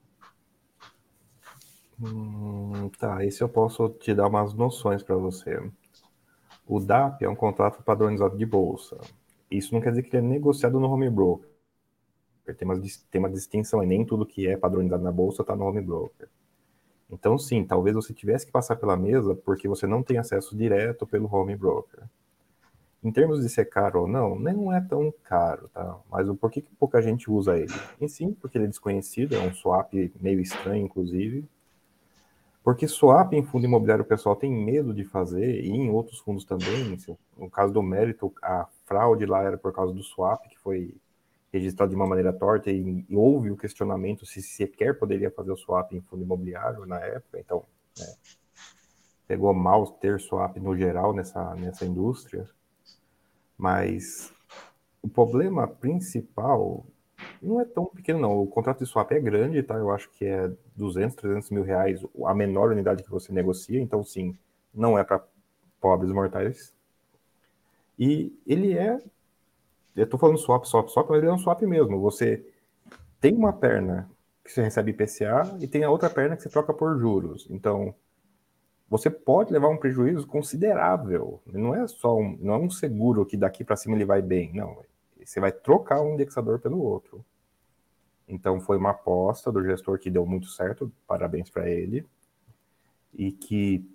Tá, esse eu posso te dar umas noções para você. O DAP é um contrato padronizado de bolsa. Isso não quer dizer que ele é negociado no home broker. Tem uma distinção, e nem tudo que é padronizado na bolsa está no home broker. Então, sim, talvez você tivesse que passar pela mesa porque você não tem acesso direto pelo home broker. Em termos de ser caro ou não é tão caro, tá? Mas por que pouca gente usa ele? Em sim, porque ele é desconhecido, é um swap meio estranho, inclusive. Porque swap em fundo imobiliário o pessoal tem medo de fazer, e em outros fundos também. No caso do Mérito, a fraude lá era por causa do swap, que foi registrado de uma maneira torta, e houve o questionamento se sequer poderia fazer o swap em fundo imobiliário na época. Então, pegou mal ter swap no geral nessa indústria. Mas o problema principal Não é tão pequeno, não. O contrato de swap é grande, tá? Eu acho que é 200, 300 mil reais a menor unidade que você negocia. Então, sim, não é para pobres mortais. E ele é... Eu tô falando swap, mas ele é um swap mesmo. Você tem uma perna que você recebe IPCA e tem a outra perna que você troca por juros. Então, você pode levar um prejuízo considerável. Não é só não é um seguro que daqui para cima ele vai bem. Não, você vai trocar um indexador pelo outro. Então, foi uma aposta do gestor que deu muito certo, parabéns para ele, e que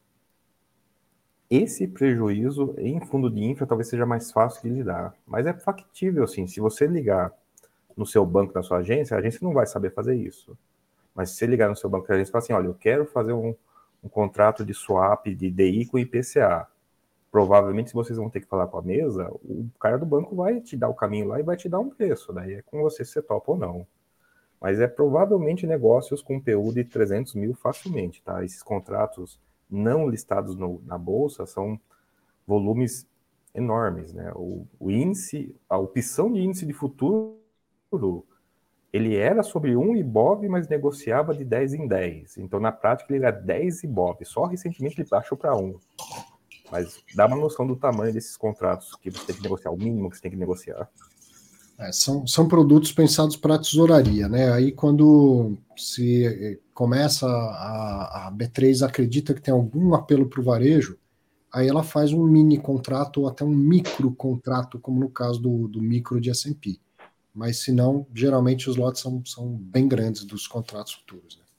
esse prejuízo em fundo de infra talvez seja mais fácil de lidar. Mas é factível, sim. Se você ligar no seu banco, na sua agência, a agência não vai saber fazer isso. Mas se você ligar no seu banco, a agência fala assim, olha, eu quero fazer um contrato de swap de DI com IPCA. Provavelmente, se vocês vão ter que falar com a mesa, o cara do banco vai te dar o caminho lá e vai te dar um preço. Daí é com você se você topa ou não. Mas é provavelmente negócios com PU de 300 mil facilmente, tá? Esses contratos não listados na bolsa são volumes enormes, né? O índice, a opção de índice de futuro, ele era sobre 1 IBOV, mas negociava de 10 em 10. Então, na prática, ele era 10 IBOV. Só recentemente ele baixou para 1. Mas dá uma noção do tamanho desses contratos que você tem que negociar, o mínimo que você tem que negociar. São produtos pensados para tesouraria, né? Aí quando se começa a B3 acredita que tem algum apelo para o varejo, aí ela faz um mini contrato ou até um micro contrato, como no caso do micro de S&P. Mas se não, geralmente os lotes são bem grandes dos contratos futuros, né?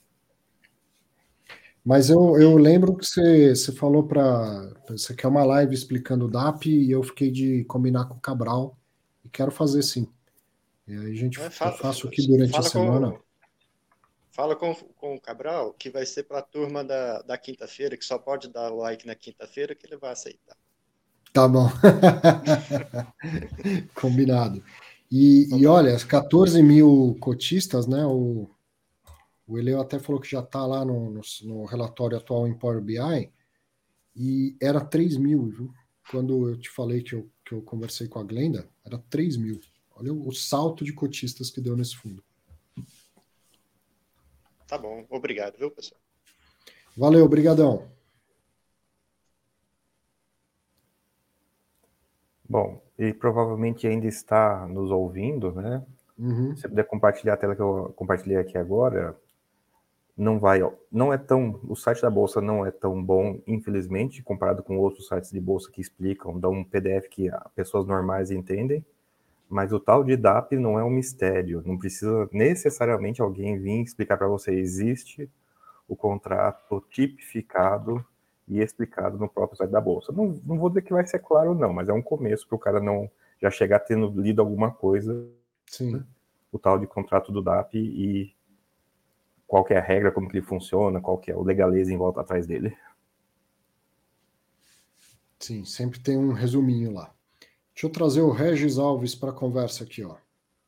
Mas eu lembro que você falou você quer uma live explicando o DAP e eu fiquei de combinar com o Cabral e quero fazer sim. E aí eu faço aqui durante a semana. Fala com o Cabral que vai ser para a turma da quinta-feira, que só pode dar like na quinta-feira, que ele vai aceitar. Tá bom. Combinado. E olha, 14 mil cotistas, né? O Eleu até falou que já está lá no relatório atual em Power BI, e era 3 mil, viu? Quando eu te falei que eu conversei com a Glenda, era 3 mil. Olha o salto de cotistas que deu nesse fundo. Tá bom, obrigado, viu, pessoal? Valeu, brigadão. Bom, ele provavelmente ainda está nos ouvindo, né? Uhum. Se você puder compartilhar a tela que eu compartilhei aqui agora, não é tão, o site da bolsa não é tão bom, infelizmente, comparado com outros sites de bolsa que explicam, dão um PDF que pessoas normais entendem, mas o tal de DAP não é um mistério, não precisa necessariamente alguém vir explicar para você, existe o contrato tipificado e explicado no próprio site da bolsa. Não vou dizer que vai ser claro não, mas é um começo para o cara não já chegar tendo lido alguma coisa. Sim. Né? O tal de contrato do DAP e qual que é a regra, como que ele funciona, qual que é o legaleza em volta atrás dele. Sim, sempre tem um resuminho lá. Deixa eu trazer o Regis Alves para a conversa aqui, ó.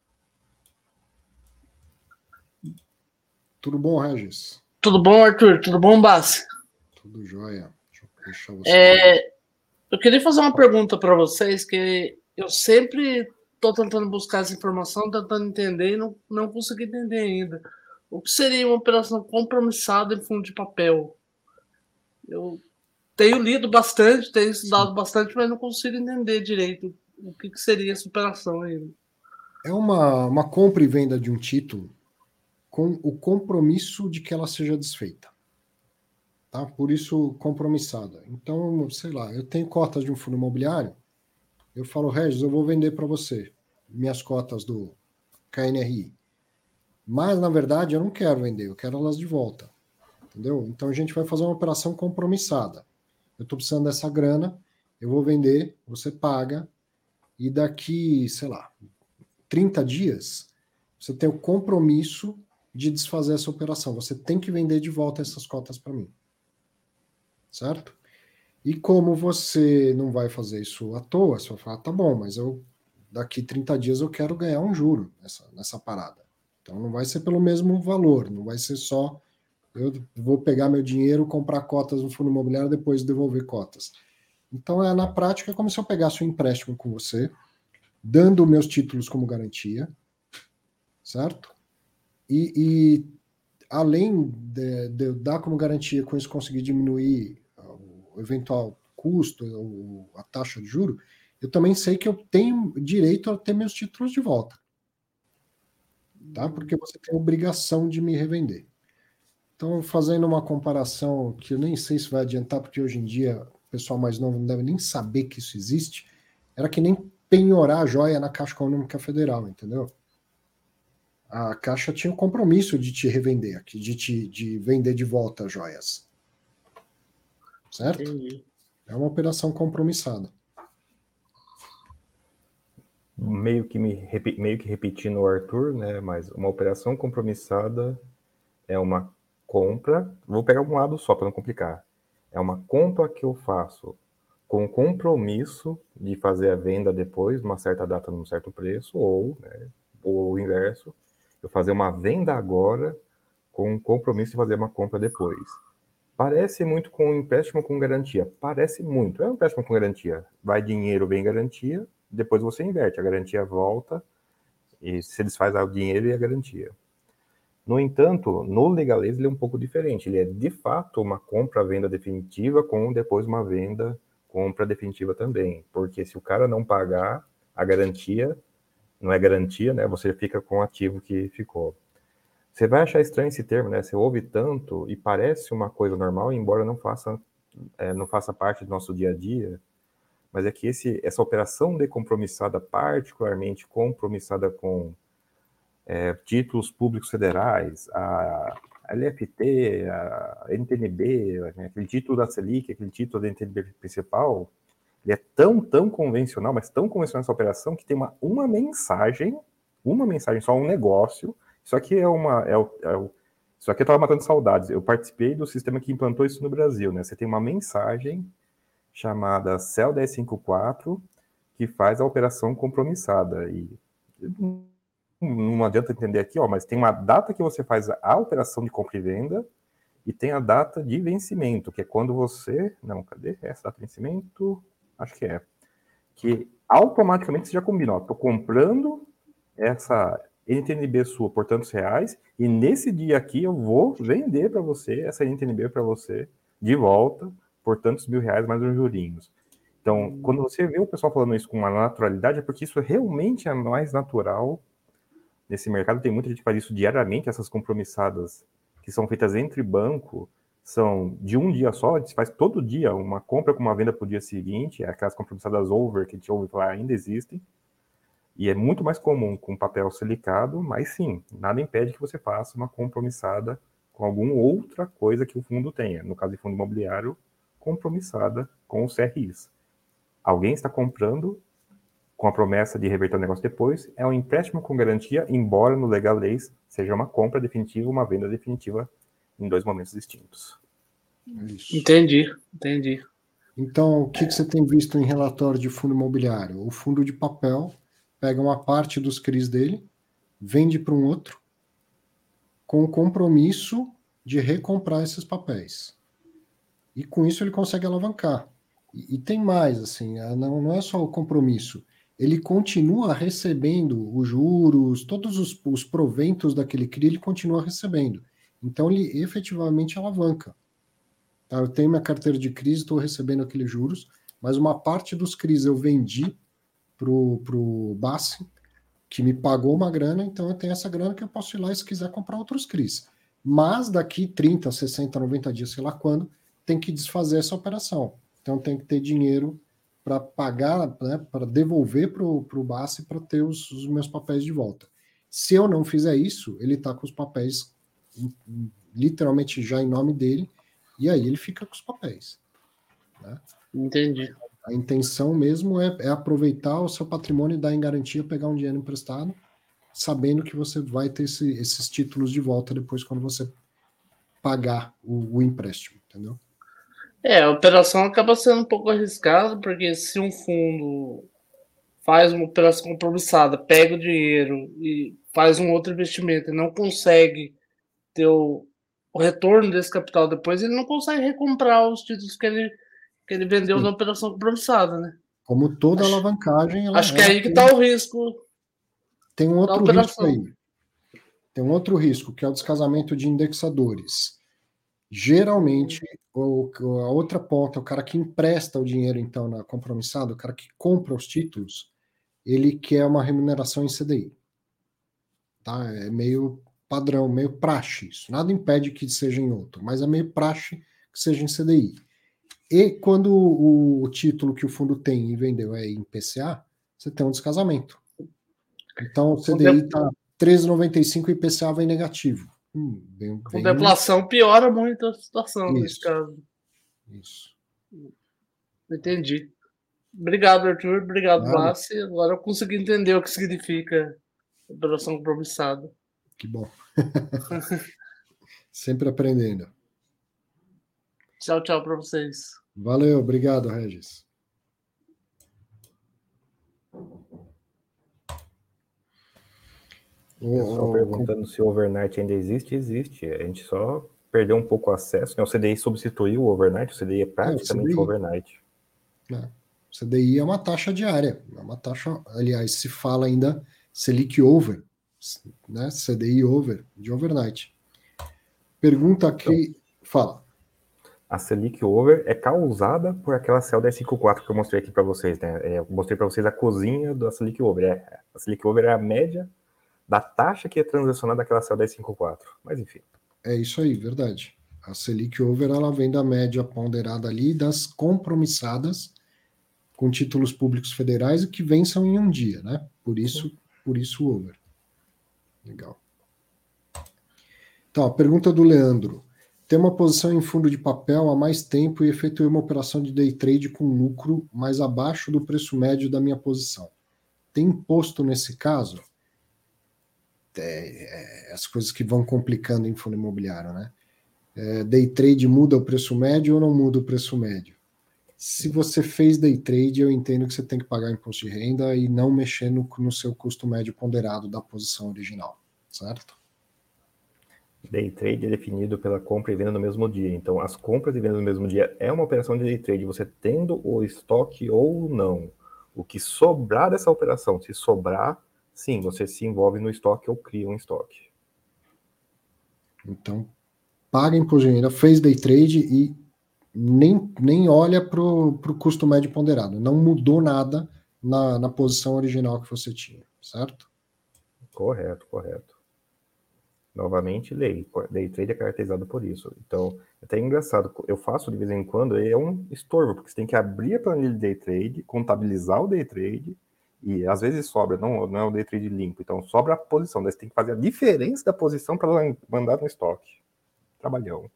Tudo bom, Regis? Tudo bom, Arthur? Tudo bom, Bassi? Tudo jóia. Deixa eu deixar você. Eu queria fazer uma pergunta para vocês, que eu sempre estou tentando buscar essa informação, tentando entender e não consegui entender ainda. O que seria uma operação compromissada em fundo de papel? Eu tenho lido bastante, tenho estudado bastante, mas não consigo entender direito o que seria essa operação ainda. É uma compra e venda de um título com o compromisso de que ela seja desfeita. Tá? Por isso, compromissada. Então, sei lá, eu tenho cotas de um fundo imobiliário, eu falo, Regis, eu vou vender para você minhas cotas do KNRI. Mas, na verdade, eu não quero vender, eu quero elas de volta. Entendeu? Então, a gente vai fazer uma operação compromissada. Eu estou precisando dessa grana, eu vou vender, você paga, e daqui, sei lá, 30 dias, você tem o compromisso de desfazer essa operação. Você tem que vender de volta essas cotas para mim. Certo? E como você não vai fazer isso à toa, você vai falar, tá bom, mas daqui 30 dias eu quero ganhar um juro nessa parada. Então não vai ser pelo mesmo valor, não vai ser só eu vou pegar meu dinheiro, comprar cotas no fundo imobiliário, depois devolver cotas. Então, na prática, é como se eu pegasse um empréstimo com você, dando meus títulos como garantia, certo? E além de dar como garantia com isso conseguir diminuir o eventual custo, a taxa de juro, eu também sei que eu tenho direito a ter meus títulos de volta, tá? Porque você tem a obrigação de me revender. Então, fazendo uma comparação que eu nem sei se vai adiantar, porque hoje em dia o pessoal mais novo não deve nem saber que isso existe, era que nem penhorar a joia na Caixa Econômica Federal, entendeu? A Caixa tinha o compromisso de te revender, de vender de volta as joias. Certo? Entendi. É uma operação compromissada. Meio que repetindo o Arthur, né? Mas uma operação compromissada é uma compra. Vou pegar um lado só para não complicar. É uma compra que eu faço com compromisso de fazer a venda depois, numa certa data, num certo preço, ou o inverso, eu fazer uma venda agora com compromisso de fazer uma compra depois. Parece muito com um empréstimo com garantia. Parece muito. É um empréstimo com garantia. Vai dinheiro, vem garantia, depois você inverte. A garantia volta e se desfaz o dinheiro e a garantia. No entanto, no legalês ele é um pouco diferente. Ele é, de fato, uma compra-venda definitiva com depois uma venda, compra definitiva também. Porque se o cara não pagar, a garantia não é garantia, né? Você fica com o ativo que ficou. Você vai achar estranho esse termo, né? Você ouve tanto e parece uma coisa normal, embora não faça parte do nosso dia a dia. Mas é que essa operação decompromissada, particularmente compromissada com títulos públicos federais, a LFT, a NTNB, aquele título da Selic, aquele título da NTNB principal, ele é tão convencional, mas tão convencional essa operação que tem uma mensagem só, um negócio. Isso aqui isso aqui eu estava matando saudades. Eu participei do sistema que implantou isso no Brasil, né? Você tem uma mensagem chamada CEL 1054 que faz a operação compromissada. E não adianta entender aqui, mas tem uma data que você faz a operação de compra e venda e tem a data de vencimento, que é quando você... Não, cadê essa data de vencimento? Acho que é. Que automaticamente você já combina, estou comprando essa NTNB sua por tantos reais, e nesse dia aqui eu vou vender para você essa NTNB para você de volta por tantos R$1.000 mais uns jurinhos. Então, quando você vê o pessoal falando isso com uma naturalidade, é porque isso realmente é mais natural nesse mercado. Tem muita gente que faz isso diariamente, essas compromissadas que são feitas entre banco, são de um dia só, a gente faz todo dia uma compra com uma venda para o dia seguinte, aquelas compromissadas over que a gente ouve falar ainda existem. E é muito mais comum com papel silicado, mas sim, nada impede que você faça uma compromissada com alguma outra coisa que o fundo tenha. No caso de fundo imobiliário, compromissada com os CRIs. Alguém está comprando com a promessa de reverter o negócio depois, é um empréstimo com garantia, embora no legalês seja uma compra definitiva, uma venda definitiva em dois momentos distintos. Isso. Entendi. Então, o que você tem visto em relatório de fundo imobiliário? O fundo de papel pega uma parte dos CRIs dele, vende para um outro, com o compromisso de recomprar esses papéis. E com isso ele consegue alavancar. E tem mais, assim, não é só o compromisso. Ele continua recebendo os juros, todos os proventos daquele CRI, ele continua recebendo. Então ele efetivamente alavanca. Tá? Eu tenho minha carteira de CRIs, estou recebendo aqueles juros, mas uma parte dos CRIs eu vendi pro BACE, que me pagou uma grana, então eu tenho essa grana que eu posso ir lá e se quiser comprar outros CRIs. Mas daqui 30, 60, 90 dias, sei lá quando, tem que desfazer essa operação. Então tem que ter dinheiro para pagar, né, para devolver pro BACE para ter os meus papéis de volta. Se eu não fizer isso, ele está com os papéis literalmente já em nome dele, e aí ele fica com os papéis. Né? Entendi. A intenção mesmo é aproveitar o seu patrimônio e dar em garantia, pegar um dinheiro emprestado, sabendo que você vai ter esses títulos de volta depois quando você pagar o empréstimo, entendeu? A operação acaba sendo um pouco arriscada, porque se um fundo faz uma operação compromissada, pega o dinheiro e faz um outro investimento e não consegue ter o retorno desse capital depois, ele não consegue recomprar os títulos que ele vendeu na operação compromissada, né? Como toda alavancagem... Acho que é aí que está o risco. Tem um outro risco aí. Tem um outro risco, que é o descasamento de indexadores. Geralmente, a outra ponta, o cara que empresta o dinheiro, então, na compromissada, o cara que compra os títulos, ele quer uma remuneração em CDI. Tá? É meio padrão, meio praxe isso. Nada impede que seja em outro, mas é meio praxe que seja em CDI. E quando o título que o fundo tem e vendeu é em PCA, você tem um descasamento. Então, o CDI está 13,95 e o IPCA vem negativo. Com deflação piora muito a situação nesse caso. Isso. Entendi. Obrigado, Arthur. Obrigado, Vassi. Agora eu consegui entender o que significa operação compromissada. Que bom. Sempre aprendendo. Tchau, tchau para vocês. Valeu, obrigado, Regis. Só perguntando se o overnight ainda existe, existe. A gente só perdeu um pouco o acesso. O CDI substituiu o overnight, o CDI é praticamente overnight. O CDI é uma taxa diária, é uma taxa, aliás, se fala ainda Selic over, né? CDI over, de overnight. Pergunta aqui, fala. A Selic over é causada por aquela CEL 1054 que eu mostrei aqui para vocês, né? Eu mostrei para vocês a cozinha da Selic over. A Selic over é a média da taxa que é transacionada daquela CEL 1054. Mas enfim. É isso aí, verdade. A Selic over, ela vem da média ponderada ali das compromissadas com títulos públicos federais e que vençam em um dia, né? Por isso over. Legal. Então, a pergunta do Leandro. Tem uma posição em fundo de papel há mais tempo e efetuei uma operação de day trade com lucro mais abaixo do preço médio da minha posição. Tem imposto nesse caso? As coisas que vão complicando em fundo imobiliário, né? Day trade muda o preço médio ou não muda o preço médio? Se você fez day trade, eu entendo que você tem que pagar imposto de renda e não mexer no seu custo médio ponderado da posição original, certo? Day trade é definido pela compra e venda no mesmo dia. Então, as compras e vendas no mesmo dia é uma operação de day trade, você tendo o estoque ou não. O que sobrar dessa operação, se sobrar, sim, você se envolve no estoque ou cria um estoque. Então, paga imposto de renda, fez day trade e nem olha para o custo médio ponderado. Não mudou nada na posição original que você tinha, certo? Correto. Novamente, day trade é caracterizado por isso. Então, é até engraçado, eu faço de vez em quando, é um estorvo, porque você tem que abrir a planilha de day trade, contabilizar o day trade, e às vezes sobra, não é um day trade limpo, então sobra a posição, daí você tem que fazer a diferença da posição para mandar no estoque. Trabalhão.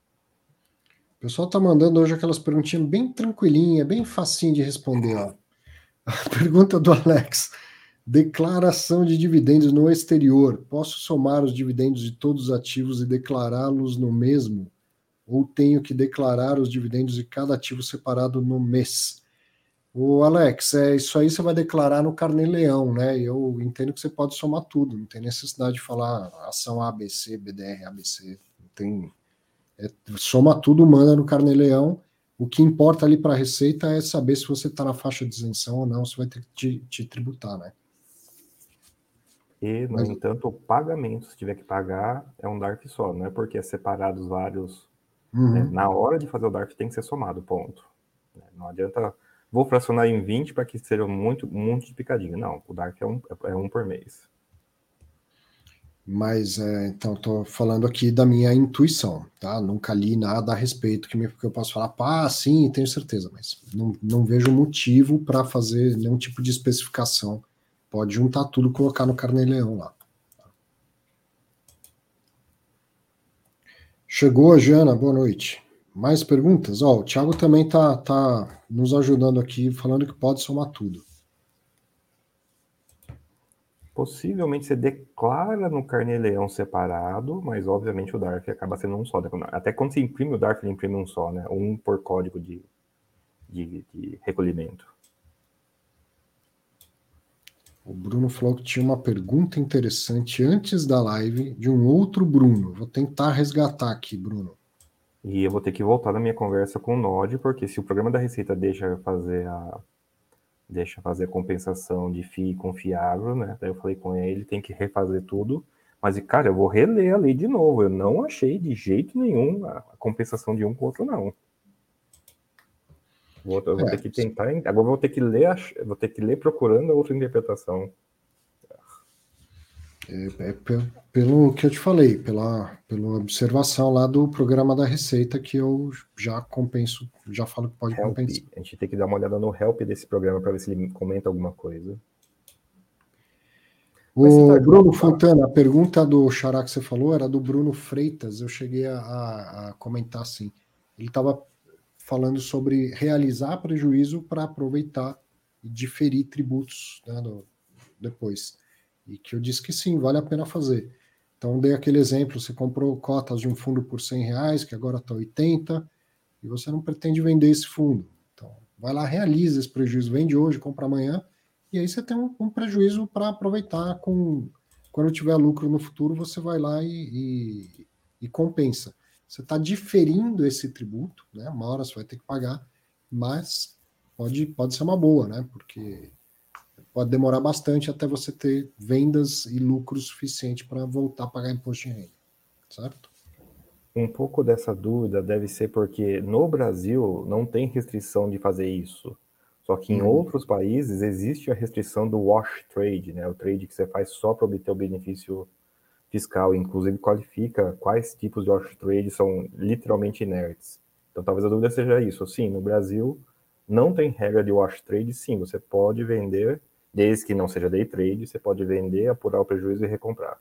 O pessoal tá mandando hoje aquelas perguntinhas bem tranquilinhas, bem facinho de responder. Ó. A pergunta do Alex. Declaração de dividendos no exterior. Posso somar os dividendos de todos os ativos e declará-los no mesmo? Ou tenho que declarar os dividendos de cada ativo separado no mês? O Alex, isso aí você vai declarar no Carnê-Leão, né? Eu entendo que você pode somar tudo, não tem necessidade de falar ação ABC, BDR, ABC, não tem... soma tudo, manda no Carnê-Leão. O que importa ali para a Receita é saber se você está na faixa de isenção ou não, você vai ter que te tributar, né? E, no entanto, o pagamento, se tiver que pagar, é um DARF só, não é porque é separado os vários... na hora de fazer o DARF tem que ser somado, ponto. Não adianta, vou fracionar em 20 para que seja muito de picadinho. Não, o DARF é um por mês. Mas, então, estou falando aqui da minha intuição, tá? Nunca li nada a respeito que eu posso falar, sim, tenho certeza, mas não vejo motivo para fazer nenhum tipo de especificação. Pode juntar tudo e colocar no Carnê-Leão lá. Chegou a Jana, boa noite. Mais perguntas? O Thiago também tá nos ajudando aqui, falando que pode somar tudo. Possivelmente você declara no Carnê-Leão separado, mas obviamente o DARF acaba sendo um só. Até quando você imprime o DARF, ele imprime um só, né? Um por código de recolhimento. O Bruno falou que tinha uma pergunta interessante antes da live de um outro Bruno. Vou tentar resgatar aqui, Bruno. E eu vou ter que voltar na minha conversa com o Nod, porque se o programa da Receita deixa fazer a compensação de FII com FIAGRO, né? Daí eu falei com ele, tem que refazer tudo, Mas, cara, eu vou reler a lei de novo. Eu não achei de jeito nenhum a compensação de um com o outro, não. Eu vou ter que tentar. Agora vou ter que ler procurando a outra interpretação. Pelo que eu te falei, pela observação lá do programa da Receita, que eu já compenso, já falo que pode Help. compensar. A gente tem que dar uma olhada no help desse programa para ver se ele comenta alguma coisa. O Bruno Fontana, a pergunta do Xará que você falou era do Bruno Freitas. Eu cheguei a comentar assim. Ele estava falando sobre realizar prejuízo para aproveitar e diferir tributos, né, depois. E que eu disse que sim, vale a pena fazer. Então, dei aquele exemplo: você comprou cotas de um fundo por R$100, que agora está 80, e você não pretende vender esse fundo. Então, vai lá, realiza esse prejuízo, vende hoje, compra amanhã, e aí você tem um prejuízo para aproveitar. Quando tiver lucro no futuro, você vai lá e compensa. Você está diferindo esse tributo, né? Uma hora você vai ter que pagar, mas pode ser uma boa, né? Porque pode demorar bastante até você ter vendas e lucro suficiente para voltar a pagar imposto de renda, certo? Um pouco dessa dúvida deve ser porque no Brasil não tem restrição de fazer isso. Só que em outros países existe a restrição do wash trade, né? O trade que você faz só para obter o benefício fiscal, inclusive qualifica quais tipos de wash trade são literalmente inertes. Então talvez a dúvida seja isso. Sim, no Brasil não tem regra de wash trade, sim, você pode vender, desde que não seja day trade, você pode vender, apurar o prejuízo e recomprar.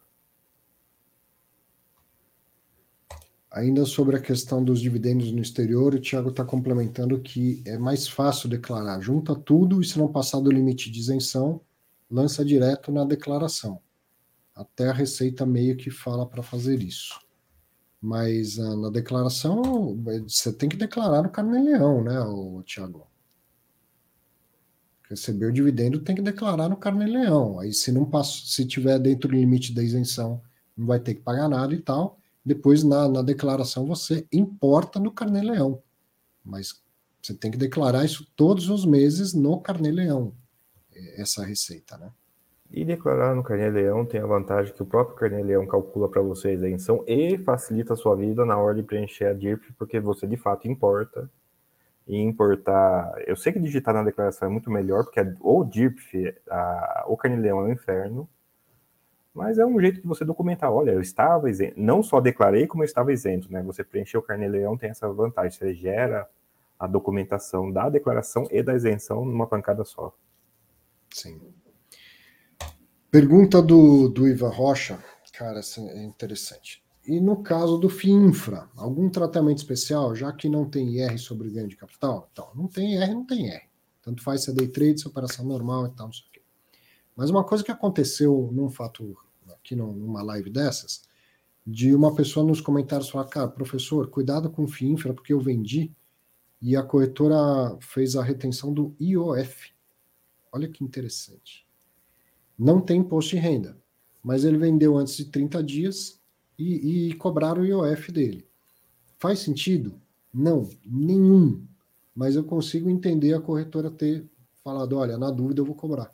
Ainda sobre a questão dos dividendos no exterior, o Thiago está complementando que é mais fácil declarar. Junta tudo e, se não passar do limite de isenção, lança direto na declaração. Até a Receita meio que fala para fazer isso. Mas na declaração, você tem que declarar no Carnê-Leão, né, Thiago? Receber o dividendo tem que declarar no Carnê-Leão. Aí, se tiver dentro do limite da isenção, não vai ter que pagar nada e tal. Depois, na declaração, você importa no Carnê-Leão. Mas você tem que declarar isso todos os meses no Carnê-Leão, essa receita, né? E declarar no Carnê-Leão tem a vantagem que o próprio Carnê-Leão calcula para você a isenção e facilita a sua vida na hora de preencher a DIRP, porque você de fato importa. E importar... Eu sei que digitar na declaração é muito melhor, porque o DIRP, o Carnê-Leão é um inferno, mas é um jeito de você documentar. Olha, eu estava isento. Não só declarei, como eu estava isento, né? Você preencher o Carnê-Leão tem essa vantagem. Você gera a documentação da declaração e da isenção numa pancada só. Sim. Pergunta do Ivan Rocha. Cara, essa é interessante. E no caso do FIINFRA, algum tratamento especial, já que não tem IR sobre ganho de capital? Então, não tem IR, não tem IR. Tanto faz se é day trade, se é operação normal e tal, não sei o quê. Mas uma coisa que aconteceu num fato aqui numa live dessas, de uma pessoa nos comentários falar: cara, professor, cuidado com o FIINFRA, porque eu vendi e a corretora fez a retenção do IOF. Olha que interessante. Não tem imposto de renda, mas ele vendeu antes de 30 dias e cobraram o IOF dele. Faz sentido? Não, nenhum. Mas eu consigo entender a corretora ter falado: olha, na dúvida eu vou cobrar.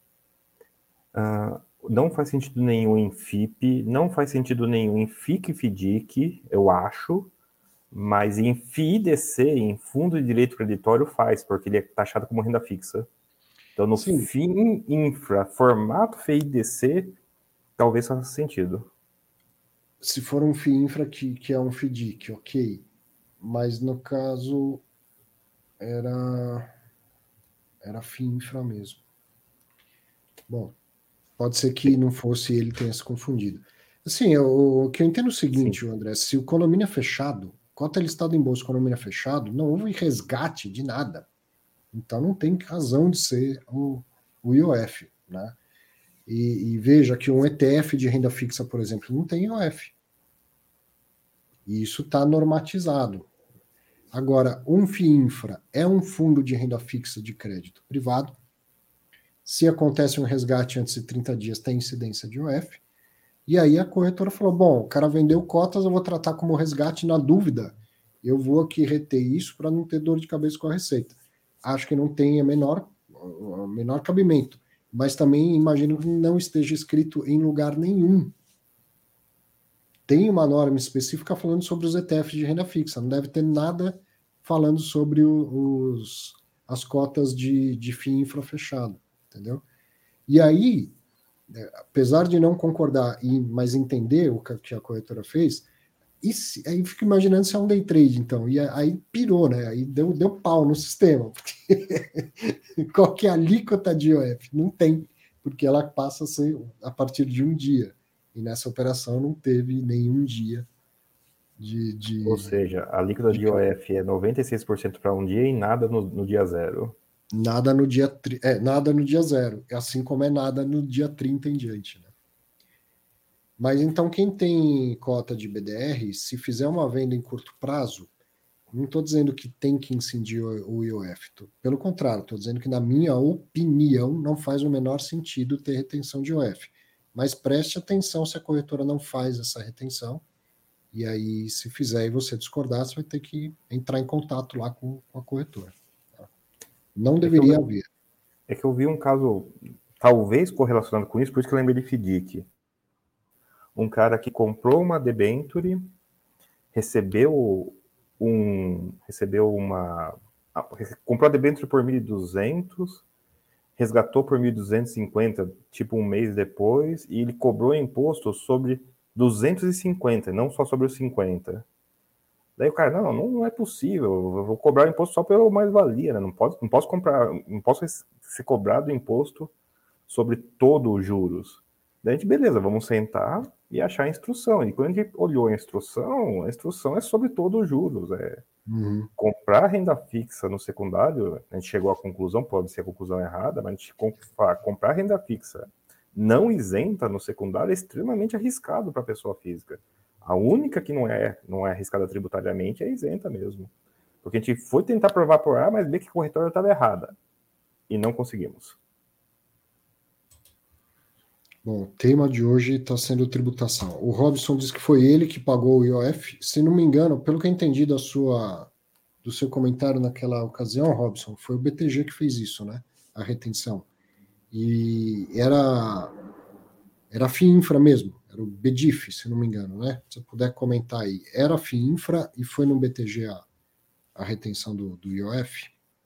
Não faz sentido nenhum em FIP, não faz sentido nenhum em FIC e FDIC, eu acho, mas em FIDC, em Fundo de Direito Creditório, faz, porque ele é taxado como renda fixa. Então, no FIINFRA, formato FIDC, talvez faça sentido. Se for um FIINFRA que é um FDIC, ok. Mas no caso, era FIINFRA mesmo. Bom, pode ser que não fosse, ele tenha se confundido. Assim, o que eu entendo é o seguinte, André: se o condomínio é fechado, cota listada em bolsa, condomínio é fechado, não houve resgate de nada. Então não tem razão de ser o IOF, né? E veja que um ETF de renda fixa, por exemplo, não tem IOF. E isso está normatizado. Agora, um FIINFRA é um fundo de renda fixa de crédito privado. Se acontece um resgate antes de 30 dias, tem incidência de IOF. E aí a corretora falou: bom, o cara vendeu cotas, eu vou tratar como resgate, na dúvida, eu vou aqui reter isso para não ter dor de cabeça com a Receita. Acho que não tem menor cabimento, mas também imagino que não esteja escrito em lugar nenhum tem uma norma específica falando sobre os ETFs de renda fixa, não deve ter nada falando sobre as cotas de FII infra fechado, entendeu? E aí, apesar de não concordar, mas entender o que a corretora fez, aí fico imaginando se é um day trade, então. E aí pirou, né? Aí deu pau no sistema. Porque qual que é a alíquota de IOF? Não tem, porque ela passa a ser a partir de um dia. E nessa operação não teve nenhum dia de Ou seja, a alíquota de IOF é 96% para um dia e nada no dia zero. Nada no dia, nada no dia zero, assim como é nada no dia 30 em diante, né? Mas então quem tem cota de BDR, se fizer uma venda em curto prazo, não estou dizendo que tem que incidir o IOF. Pelo contrário, estou dizendo que, na minha opinião, não faz o menor sentido ter retenção de IOF. Mas preste atenção se a corretora não faz essa retenção. E aí, se fizer e você discordar, você vai ter que entrar em contato lá com a corretora. Não deveria haver. É que eu vi um caso, talvez correlacionado com isso, por isso que eu lembrei de FDIC. Um cara que comprou uma debenture, comprou a debenture por 1.200, resgatou por 1.250, tipo um mês depois, e ele cobrou imposto sobre 250, não só sobre os 50. Daí o cara, não é possível, eu vou cobrar imposto só pelo mais-valia, né? Não posso ser cobrado imposto sobre todo os juros. Daí a gente, beleza, vamos sentar e achar a instrução. E quando a gente olhou a instrução é sobre todos os juros. Comprar renda fixa no secundário, a gente chegou à conclusão, pode ser a conclusão errada, mas a gente comprar renda fixa não isenta no secundário é extremamente arriscado para a pessoa física. A única que não é arriscada tributariamente é isenta mesmo. Porque a gente foi tentar provar por A, mas vê que a corretora estava errada. E não conseguimos. Bom, o tema de hoje está sendo tributação. O Robson disse que foi ele que pagou o IOF. Se não me engano, pelo que eu entendi do seu comentário naquela ocasião, Robson, foi o BTG que fez isso, né? A retenção. E era FII infra mesmo, era o BDIF, se não me engano, né? Se você puder comentar aí. Era FII infra e foi no BTG a retenção do IOF?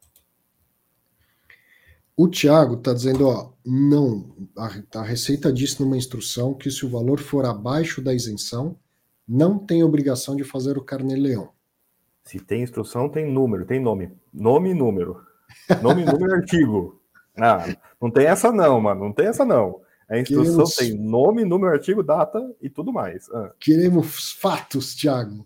O Thiago está dizendo, não, a Receita disse numa instrução que se o valor for abaixo da isenção, não tem obrigação de fazer o carnê-leão. Se tem instrução, tem número, tem nome. Nome e número. Nome, número e artigo. Não tem essa não, mano. Não tem essa não. A instrução tem nome, número, artigo, data e tudo mais. Queremos fatos, Thiago.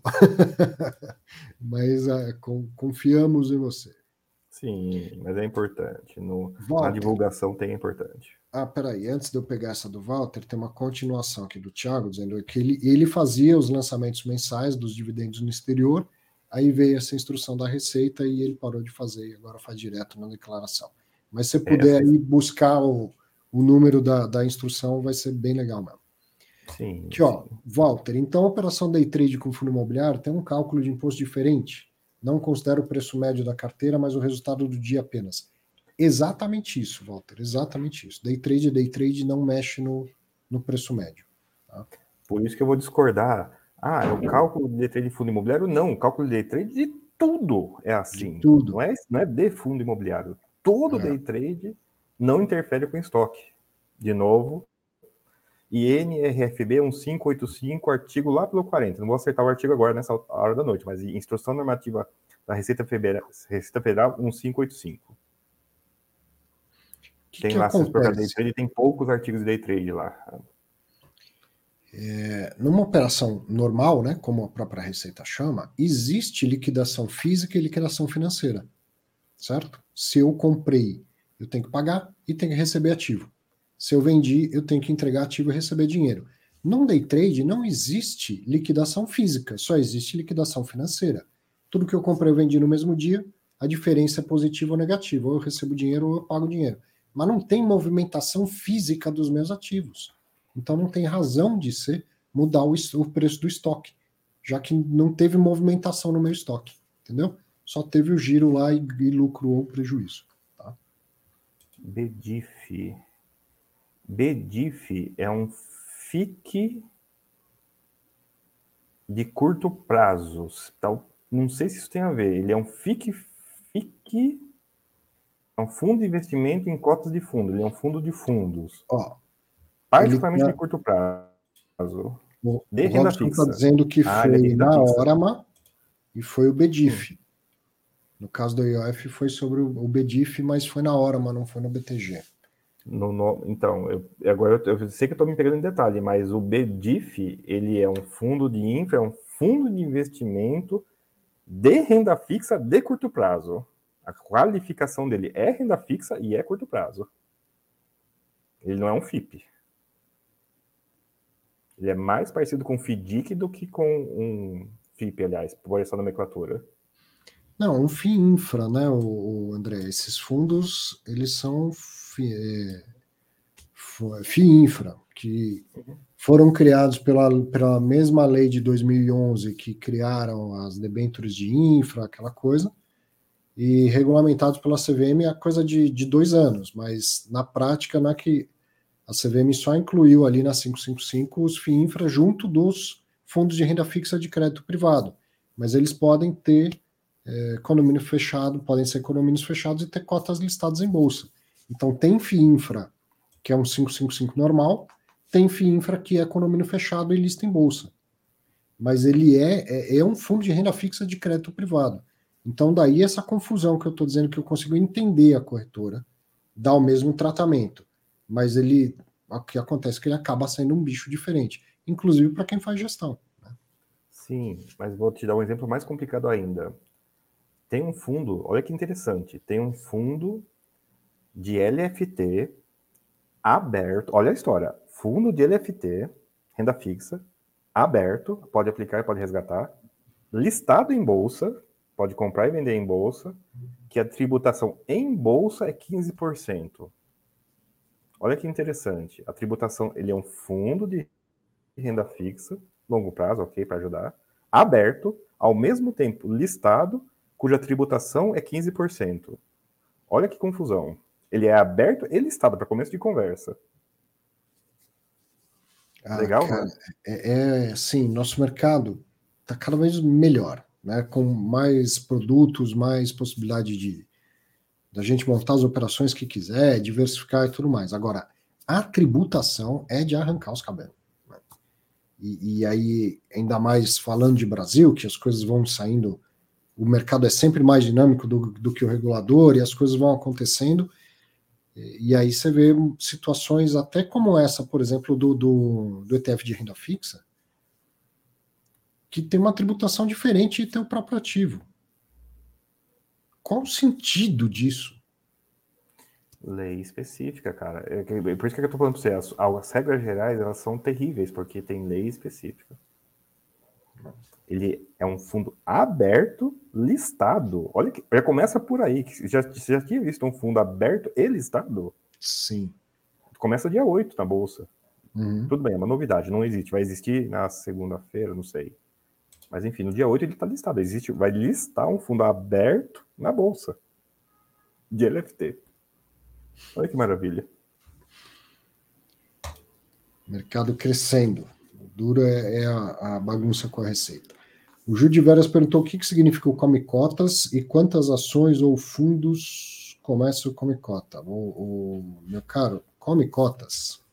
Mas confiamos em você. Sim, mas é importante. Na divulgação tem importante. Peraí, antes de eu pegar essa do Walter, tem uma continuação aqui do Thiago, dizendo que ele fazia os lançamentos mensais dos dividendos no exterior, aí veio essa instrução da Receita e ele parou de fazer e agora faz direto na declaração. Mas se você puder aí buscar o número da instrução, vai ser bem legal mesmo. Sim. Aqui, Walter, então a operação day trade com fundo imobiliário tem um cálculo de imposto diferente. Não considera o preço médio da carteira, mas o resultado do dia apenas. Exatamente isso, Walter, exatamente isso. Day trade não mexe no preço médio. Tá? Por isso que eu vou discordar. É o cálculo de day trade de fundo imobiliário? Não, o cálculo de day trade de tudo é assim. De tudo. Não é de fundo imobiliário. Todo day trade não interfere com estoque. De novo, INRFB 1585, artigo lá pelo 40. Não vou acertar o artigo agora nessa hora da noite, mas Instrução Normativa da Receita Federal 1585. Tem lá, se for day trade, tem poucos artigos de day trade lá. Numa operação normal, né, como a própria Receita chama, existe liquidação física e liquidação financeira, certo? Se eu comprei, eu tenho que pagar e tenho que receber ativo. Se eu vendi, eu tenho que entregar ativo e receber dinheiro. Num day trade não existe liquidação física, só existe liquidação financeira. Tudo que eu comprei eu vendi no mesmo dia, a diferença é positiva ou negativa. Ou eu recebo dinheiro ou eu pago dinheiro. Mas não tem movimentação física dos meus ativos. Então não tem razão de ser mudar o preço do estoque, já que não teve movimentação no meu estoque, entendeu? Só teve o giro lá e lucro ou prejuízo. Tá? BDIF é um FIC de curto prazo. Então, não sei se isso tem a ver. Ele é um é um fundo de investimento em cotas de fundo. Ele é um fundo de fundos. Particularmente de curto prazo. De renda Robson fixa. está dizendo que foi na Orama e foi o BDIF. No caso do IOF foi sobre o BDIF, mas foi na Orama, não foi no BTG. Então, agora eu sei que eu estou me pegando em detalhe, mas o BDIF, ele é um fundo de infra, é um fundo de investimento de renda fixa de curto prazo. A qualificação dele é renda fixa e é curto prazo. Ele não é um FIP. Ele é mais parecido com FDIC do que com um FIP, aliás, por essa nomenclatura. Não, um FII infra, né, o André? Esses fundos, eles são FII infra, que foram criados pela mesma lei de 2011 que criaram as debêntures de infra, aquela coisa, e regulamentados pela CVM há coisa de 2 anos, mas na prática, não é que a CVM só incluiu ali na 555 os FII infra junto dos fundos de renda fixa de crédito privado, mas eles podem ter condomínio fechado, podem ser condomínios fechados e ter cotas listadas em bolsa. Então tem FII infra, que é um 555 normal, tem FII infra que é condomínio fechado e lista em bolsa. Mas ele é um fundo de renda fixa de crédito privado. Então daí essa confusão que eu estou dizendo que eu consigo entender a corretora, dá o mesmo tratamento, mas o que acontece é que ele acaba sendo um bicho diferente, inclusive para quem faz gestão. Né? Sim, mas vou te dar um exemplo mais complicado ainda. Tem um fundo, olha que interessante, tem um fundo de LFT aberto, olha a história, fundo de LFT, renda fixa, aberto, pode aplicar e pode resgatar, listado em bolsa, pode comprar e vender em bolsa, que a tributação em bolsa é 15%. Olha que interessante, a tributação, ele é um fundo de renda fixa, longo prazo, ok, para ajudar, aberto, ao mesmo tempo listado, cuja tributação é 15%. Olha que confusão. Ele é aberto e listado para começo de conversa. Legal, cara, né? Sim, nosso mercado está cada vez melhor, né? Com mais produtos, mais possibilidade da gente montar as operações que quiser, diversificar e tudo mais. Agora, a tributação é de arrancar os cabelos. Né? E aí, ainda mais falando de Brasil, que as coisas vão saindo, o mercado é sempre mais dinâmico do que o regulador e as coisas vão acontecendo. E aí você vê situações até como essa, por exemplo, do ETF de renda fixa, que tem uma tributação diferente e tem o próprio ativo. Qual o sentido disso? Lei específica, cara. Por isso que eu tô falando para você, as regras gerais, elas são terríveis, porque tem lei específica. Ele é um fundo aberto, listado. Olha que já começa por aí. Você já tinha visto um fundo aberto e listado? Sim. Começa dia 8 na bolsa. Uhum. Tudo bem, é uma novidade, não existe. Vai existir na segunda-feira, não sei. Mas enfim, no dia 8 ele está listado. Vai listar um fundo aberto na bolsa de LFT. Olha que maravilha. Mercado crescendo. O duro é a bagunça com a receita. O Júlio Veras perguntou o que significa o Come Cotas e quantas ações ou fundos começa o Come Cota. Meu caro, Come Cotas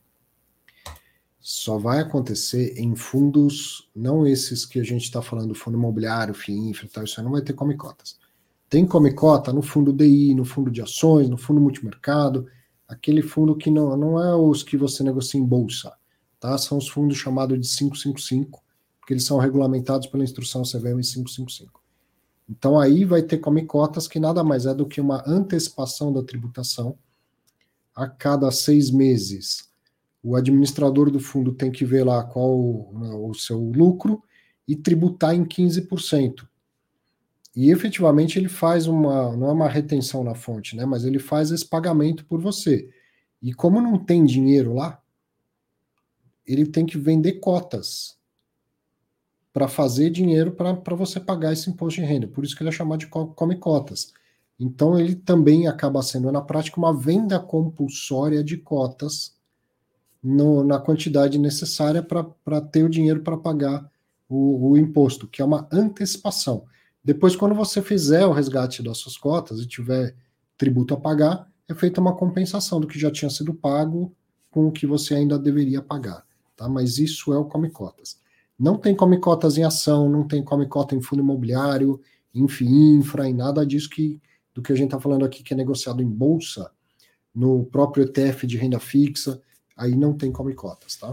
só vai acontecer em fundos, não esses que a gente está falando, fundo imobiliário, FII infra e tal, isso aí não vai ter Come Cotas. Tem Come Cota no fundo DI, no fundo de ações, no fundo multimercado, aquele fundo que não é os que você negocia em bolsa, tá? São os fundos chamados de 555, porque eles são regulamentados pela instrução CVM 555. Então aí vai ter Come Cotas, que nada mais é do que uma antecipação da tributação. A cada 6 meses, o administrador do fundo tem que ver lá qual o seu lucro e tributar em 15%. E efetivamente ele faz não é uma retenção na fonte, né? Mas ele faz esse pagamento por você. E como não tem dinheiro lá, ele tem que vender cotas para fazer dinheiro para você pagar esse imposto de renda. Por isso que ele é chamado de Come Cotas. Então ele também acaba sendo, na prática, uma venda compulsória de cotas na quantidade necessária para ter o dinheiro para pagar o imposto, que é uma antecipação. Depois, quando você fizer o resgate das suas cotas e tiver tributo a pagar, é feita uma compensação do que já tinha sido pago com o que você ainda deveria pagar. Tá? Mas isso é o Come Cotas. Não tem Come Cotas em ação, não tem Come Cota em fundo imobiliário, em infra, em nada disso do que a gente está falando aqui, que é negociado em bolsa, no próprio ETF de renda fixa, aí não tem Come Cotas, tá?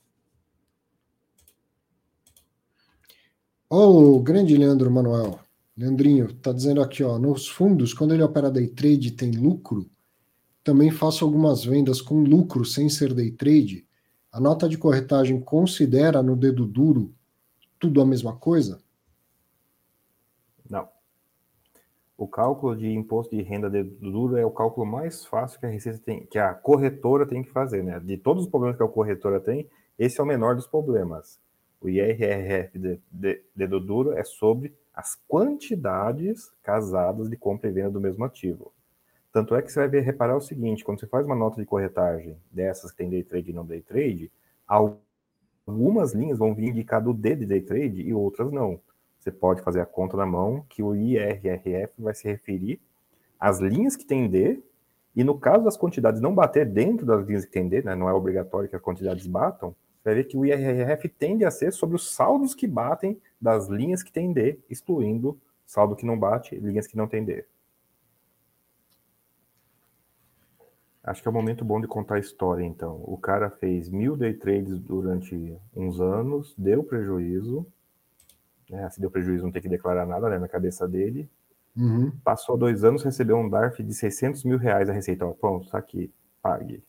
O grande Leandro Manuel, Leandrinho, tá dizendo aqui, ó, nos fundos, quando ele opera day trade e tem lucro, também faço algumas vendas com lucro sem ser day trade. A nota de corretagem considera no dedo duro tudo a mesma coisa? Não. O cálculo de imposto de renda dedo duro é o cálculo mais fácil que a Receita tem, que a corretora tem que fazer, né? De todos os problemas que a corretora tem, esse é o menor dos problemas. O IRRF dedo duro é sobre as quantidades casadas de compra e venda do mesmo ativo. Tanto é que você vai reparar o seguinte, quando você faz uma nota de corretagem dessas que tem day trade e não day trade, algumas linhas vão vir indicado o D de day trade e outras não. Você pode fazer a conta na mão que o IRRF vai se referir às linhas que tem D, e no caso das quantidades não bater dentro das linhas que tem D, né, não é obrigatório que as quantidades batam, você vai ver que o IRRF tende a ser sobre os saldos que batem das linhas que tem D, excluindo saldo que não bate, linhas que não tem D. Acho que é um momento bom de contar a história, então. O cara fez 1.000 day trades durante uns anos, deu prejuízo, né? Se deu prejuízo não tem que declarar nada, né, na cabeça dele. Uhum. Passou 2 anos, recebeu um DARF de 600 mil reais a Receita. Ó, pronto, tá aqui, pague.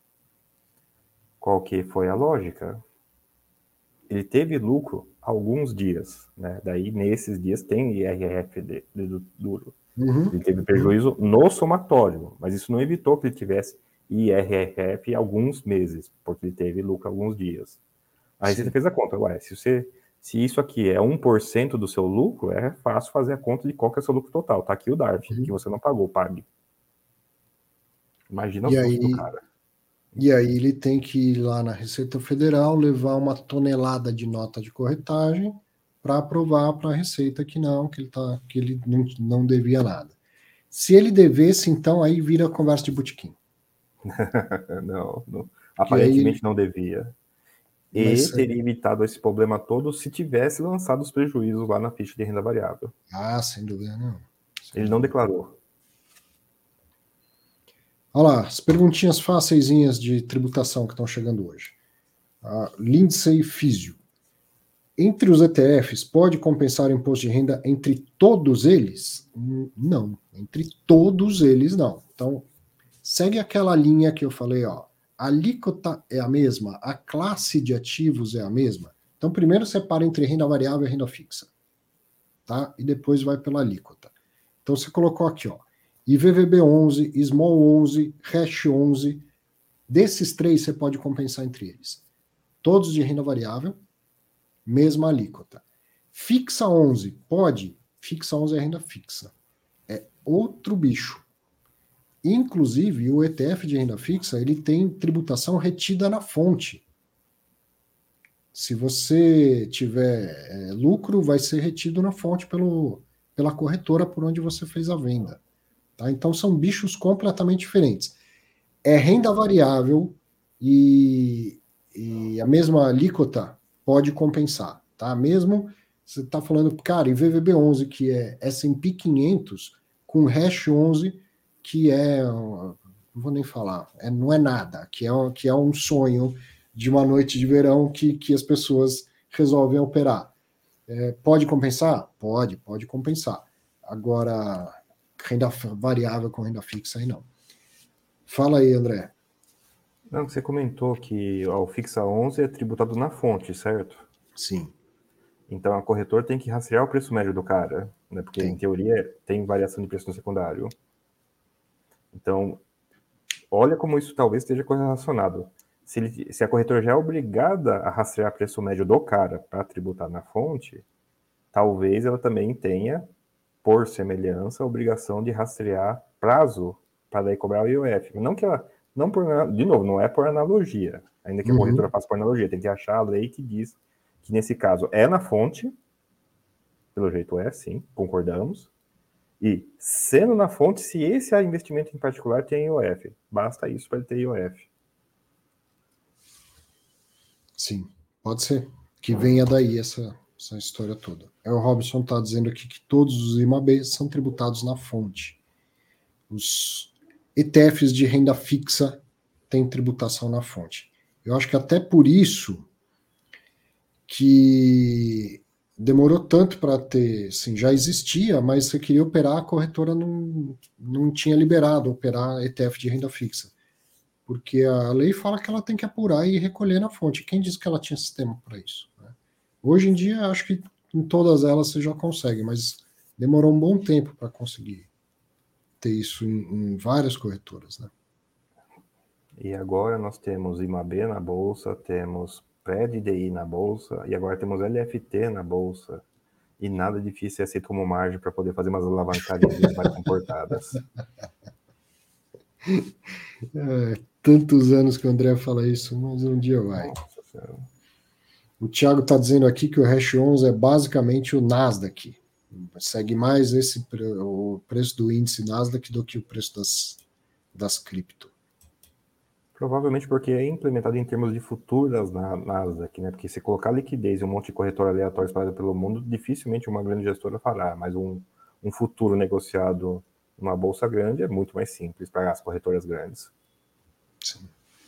Qual que foi a lógica? Ele teve lucro alguns dias, né? Daí, nesses dias, tem IRRF duro. Uhum. Ele teve prejuízo no somatório, mas isso não evitou que ele tivesse IRRF alguns meses, porque ele teve lucro alguns dias. A Receita fez a conta. Ué, se isso aqui é 1% do seu lucro, é fácil fazer a conta de qual que é o seu lucro total. Tá aqui o DARF, que você não pagou, pague. Imagina o susto do cara. E aí ele tem que ir lá na Receita Federal, levar uma tonelada de nota de corretagem para aprovar para a Receita que ele não devia nada. Se ele devesse, então aí vira conversa de botequim. não, aparentemente não devia. E Mas, teria evitado esse problema todo se tivesse lançado os prejuízos lá na ficha de renda variável. Ah, sem dúvida não. Ele não declarou. Olha lá, as perguntinhas faceizinhas de tributação que estão chegando hoje. Lindsay Físio. Entre os ETFs, pode compensar o imposto de renda entre todos eles? Não. Entre todos eles, não. Então, segue aquela linha que eu falei, ó. A alíquota é a mesma, a classe de ativos é a mesma. Então, primeiro separa entre renda variável e renda fixa. Tá? E depois vai pela alíquota. Então, você colocou aqui, ó. IVVB 11, Small 11, Hash 11. Desses três, você pode compensar entre eles. Todos de renda variável, mesma alíquota. Fixa 11, pode? Fixa 11 é renda fixa. É outro bicho. Inclusive, o ETF de renda fixa, ele tem tributação retida na fonte. Se você tiver lucro, vai ser retido na fonte pela corretora por onde você fez a venda. Tá? Então, são bichos completamente diferentes. É renda variável e a mesma alíquota pode compensar. Tá? Mesmo você está falando, cara, em VVB11, que é S&P 500, com Hash 11, que não vou nem falar, não é nada, que é um sonho de uma noite de verão que as pessoas resolvem operar. Pode compensar? Pode compensar. Agora, renda variável com renda fixa aí não. Fala aí, André. Não, você comentou que o Fixa 11 é tributado na fonte, certo? Sim. Então a corretora tem que rastrear o preço médio do cara, né? Porque em teoria tem variação de preço no secundário. Então, olha como isso talvez esteja correlacionado. Se a corretora já é obrigada a rastrear o preço médio do cara para tributar na fonte, talvez ela também tenha, por semelhança, a obrigação de rastrear prazo para daí cobrar o IOF. Não que ela, de novo, não é por analogia, ainda que a corretora faça por analogia, tem que achar a lei que diz que nesse caso é na fonte, pelo jeito é, sim, concordamos, e sendo na fonte, se esse investimento em particular tem IOF, basta isso para ele ter IOF. Sim, pode ser que venha daí essa história toda. O Robson está dizendo aqui que todos os IMABs são tributados na fonte. Os ETFs de renda fixa têm tributação na fonte. Eu acho que até por isso que demorou tanto para ter, assim, já existia, mas você queria operar, a corretora não tinha liberado operar ETF de renda fixa. Porque a lei fala que ela tem que apurar e recolher na fonte. Quem disse que ela tinha sistema para isso? Né? Hoje em dia, acho que em todas elas você já consegue, mas demorou um bom tempo para conseguir ter isso em várias corretoras. Né? E agora nós temos IMAB na Bolsa, temos PRED-DI na Bolsa, e agora temos LFT na Bolsa. E nada difícil é aceito como margem para poder fazer umas alavancadinhas mais comportadas. Tantos anos que o André fala isso, mas um dia vai. Nossa Senhora. O Thiago está dizendo aqui que o Hash 11 é basicamente o Nasdaq. Segue mais o preço do índice Nasdaq do que o preço das cripto. Provavelmente porque é implementado em termos de futuras na Nasdaq, né? Porque se colocar liquidez e um monte de corretor aleatório espalhado pelo mundo, dificilmente uma grande gestora fará, mas um futuro negociado numa bolsa grande é muito mais simples para as corretoras grandes. Sim.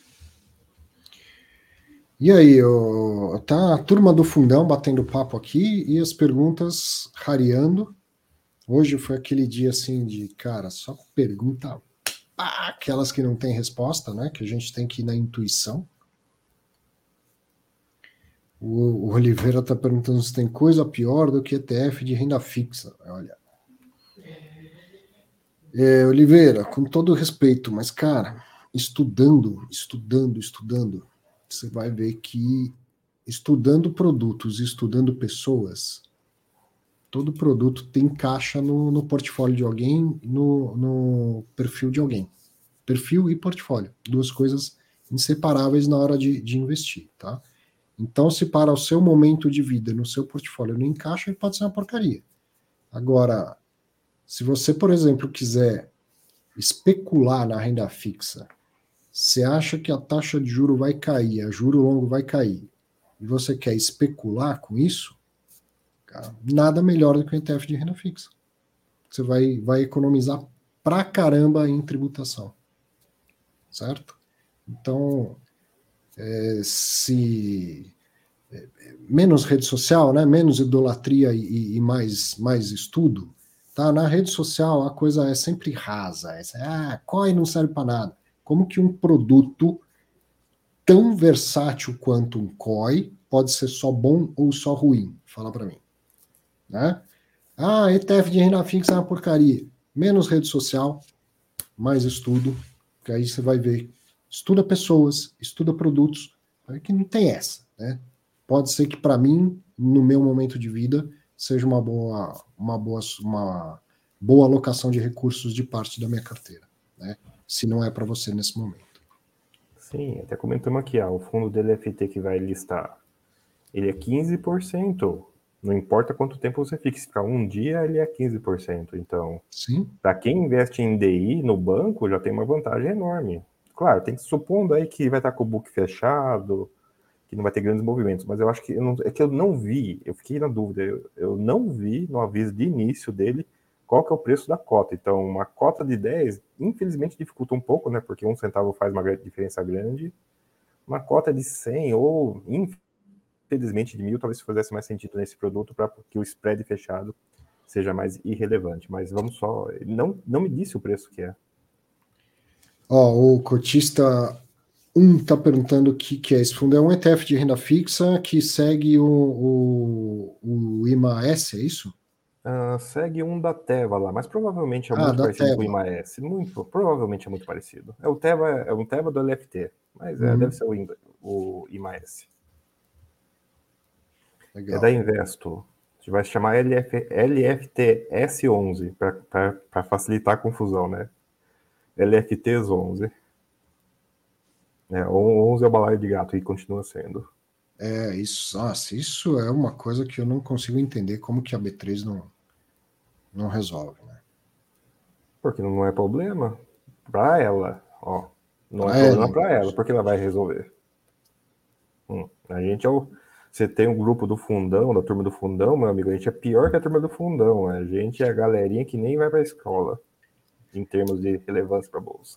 E aí, tá a turma do fundão batendo papo aqui e as perguntas rareando. Hoje foi aquele dia assim de, cara, só pergunta, aquelas que não tem resposta, né? Que a gente tem que ir na intuição. O Oliveira está perguntando se tem coisa pior do que ETF de renda fixa. Olha. Oliveira, com todo respeito, mas, cara, estudando, você vai ver que estudando produtos, estudando pessoas, todo produto tem caixa no portfólio de alguém, no perfil de alguém. Perfil e portfólio, duas coisas inseparáveis na hora de investir, tá? Então, se para o seu momento de vida, no seu portfólio não encaixa, ele pode ser uma porcaria. Agora, se você, por exemplo, quiser especular na renda fixa, você acha que a taxa de juro vai cair, a juro longo vai cair, e você quer especular com isso, cara, nada melhor do que o ETF de renda fixa. Você vai economizar pra caramba em tributação. Certo? Então, menos rede social, né? Menos idolatria e mais estudo, tá? Na rede social a coisa é sempre rasa. COI não serve para nada. Como que um produto tão versátil quanto um COI pode ser só bom ou só ruim? Fala para mim. Né? ETF de renda fixa é uma porcaria. Menos rede social, mais estudo, que aí você vai ver, estuda pessoas, estuda produtos, que não tem essa, né? Pode ser que para mim, no meu momento de vida, seja uma boa alocação de recursos de parte da minha carteira, né? Se não é para você nesse momento. Sim, até comentamos aqui, o fundo do LFT que vai listar, ele é 15%. Não importa quanto tempo você fixe, para um dia ele é 15%. Então, para quem investe em DI no banco, já tem uma vantagem enorme. Claro, tem que supondo aí que vai estar com o book fechado, que não vai ter grandes movimentos, mas eu acho que eu não vi, eu fiquei na dúvida, eu não vi no aviso de início dele qual que é o preço da cota. Então, uma cota de 10, infelizmente dificulta um pouco, né? Porque 1 centavo faz uma diferença grande. Uma cota de 100 ou infelizmente de 1.000 talvez fizesse mais sentido nesse produto para que o spread fechado seja mais irrelevante. Mas vamos só... Não me disse o preço que é. O cotista 1 está perguntando o que é esse fundo. É um ETF de renda fixa que segue o IMA-S, é isso? Segue um da Teva lá, mas provavelmente é muito parecido Teva. Com o IMA-S. Provavelmente é muito parecido. É um Teva do LFT, mas deve ser o IMA-S. Legal. É da Investo. A gente vai chamar LFTS11 para facilitar a confusão, né? LFTs11. 11 é o balaio de gato e continua sendo. Isso é uma coisa que eu não consigo entender como que a B3 não resolve, né? Porque não é problema para ela, ó. Não Pra é problema ela, para ela, porque ela vai resolver. A gente você tem um grupo do fundão, da turma do fundão, meu amigo, a gente é pior que a turma do fundão. A gente é a galerinha que nem vai para a escola, em termos de relevância para a bolsa.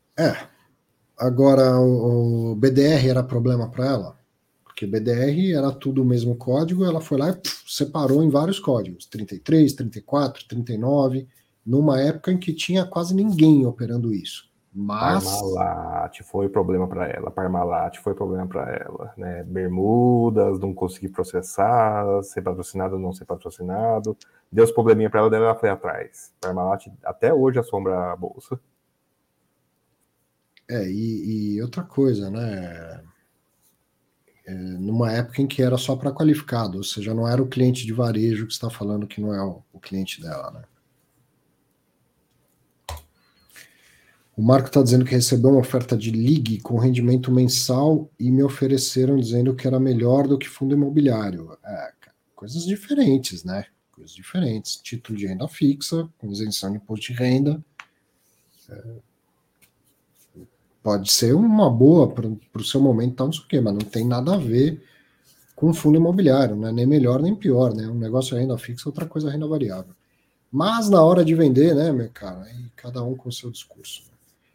Agora o BDR era problema para ela? Porque BDR era tudo o mesmo código, ela foi lá e separou em vários códigos, 33, 34, 39, numa época em que tinha quase ninguém operando isso. Mas Parmalat foi problema para ela, Parmalat foi problema para ela, né? Bermudas, não consegui processar, ser patrocinado ou não ser patrocinado, deu os probleminha para ela, daí ela foi atrás. Parmalat até hoje assombra a bolsa. E outra coisa, né? Numa época em que era só para qualificado, ou seja, não era o cliente de varejo que está falando que não é o cliente dela, né? O Marco está dizendo que recebeu uma oferta de ligue com rendimento mensal e me ofereceram dizendo que era melhor do que fundo imobiliário. Coisas diferentes, né? Coisas diferentes. Título de renda fixa, com isenção de imposto de renda. Pode ser uma boa para o seu momento, tal, não sei o quê, mas não tem nada a ver com fundo imobiliário, né? Nem melhor nem pior, né? Um negócio é renda fixa, outra coisa é renda variável. Mas na hora de vender, né, meu cara, aí cada um com o seu discurso.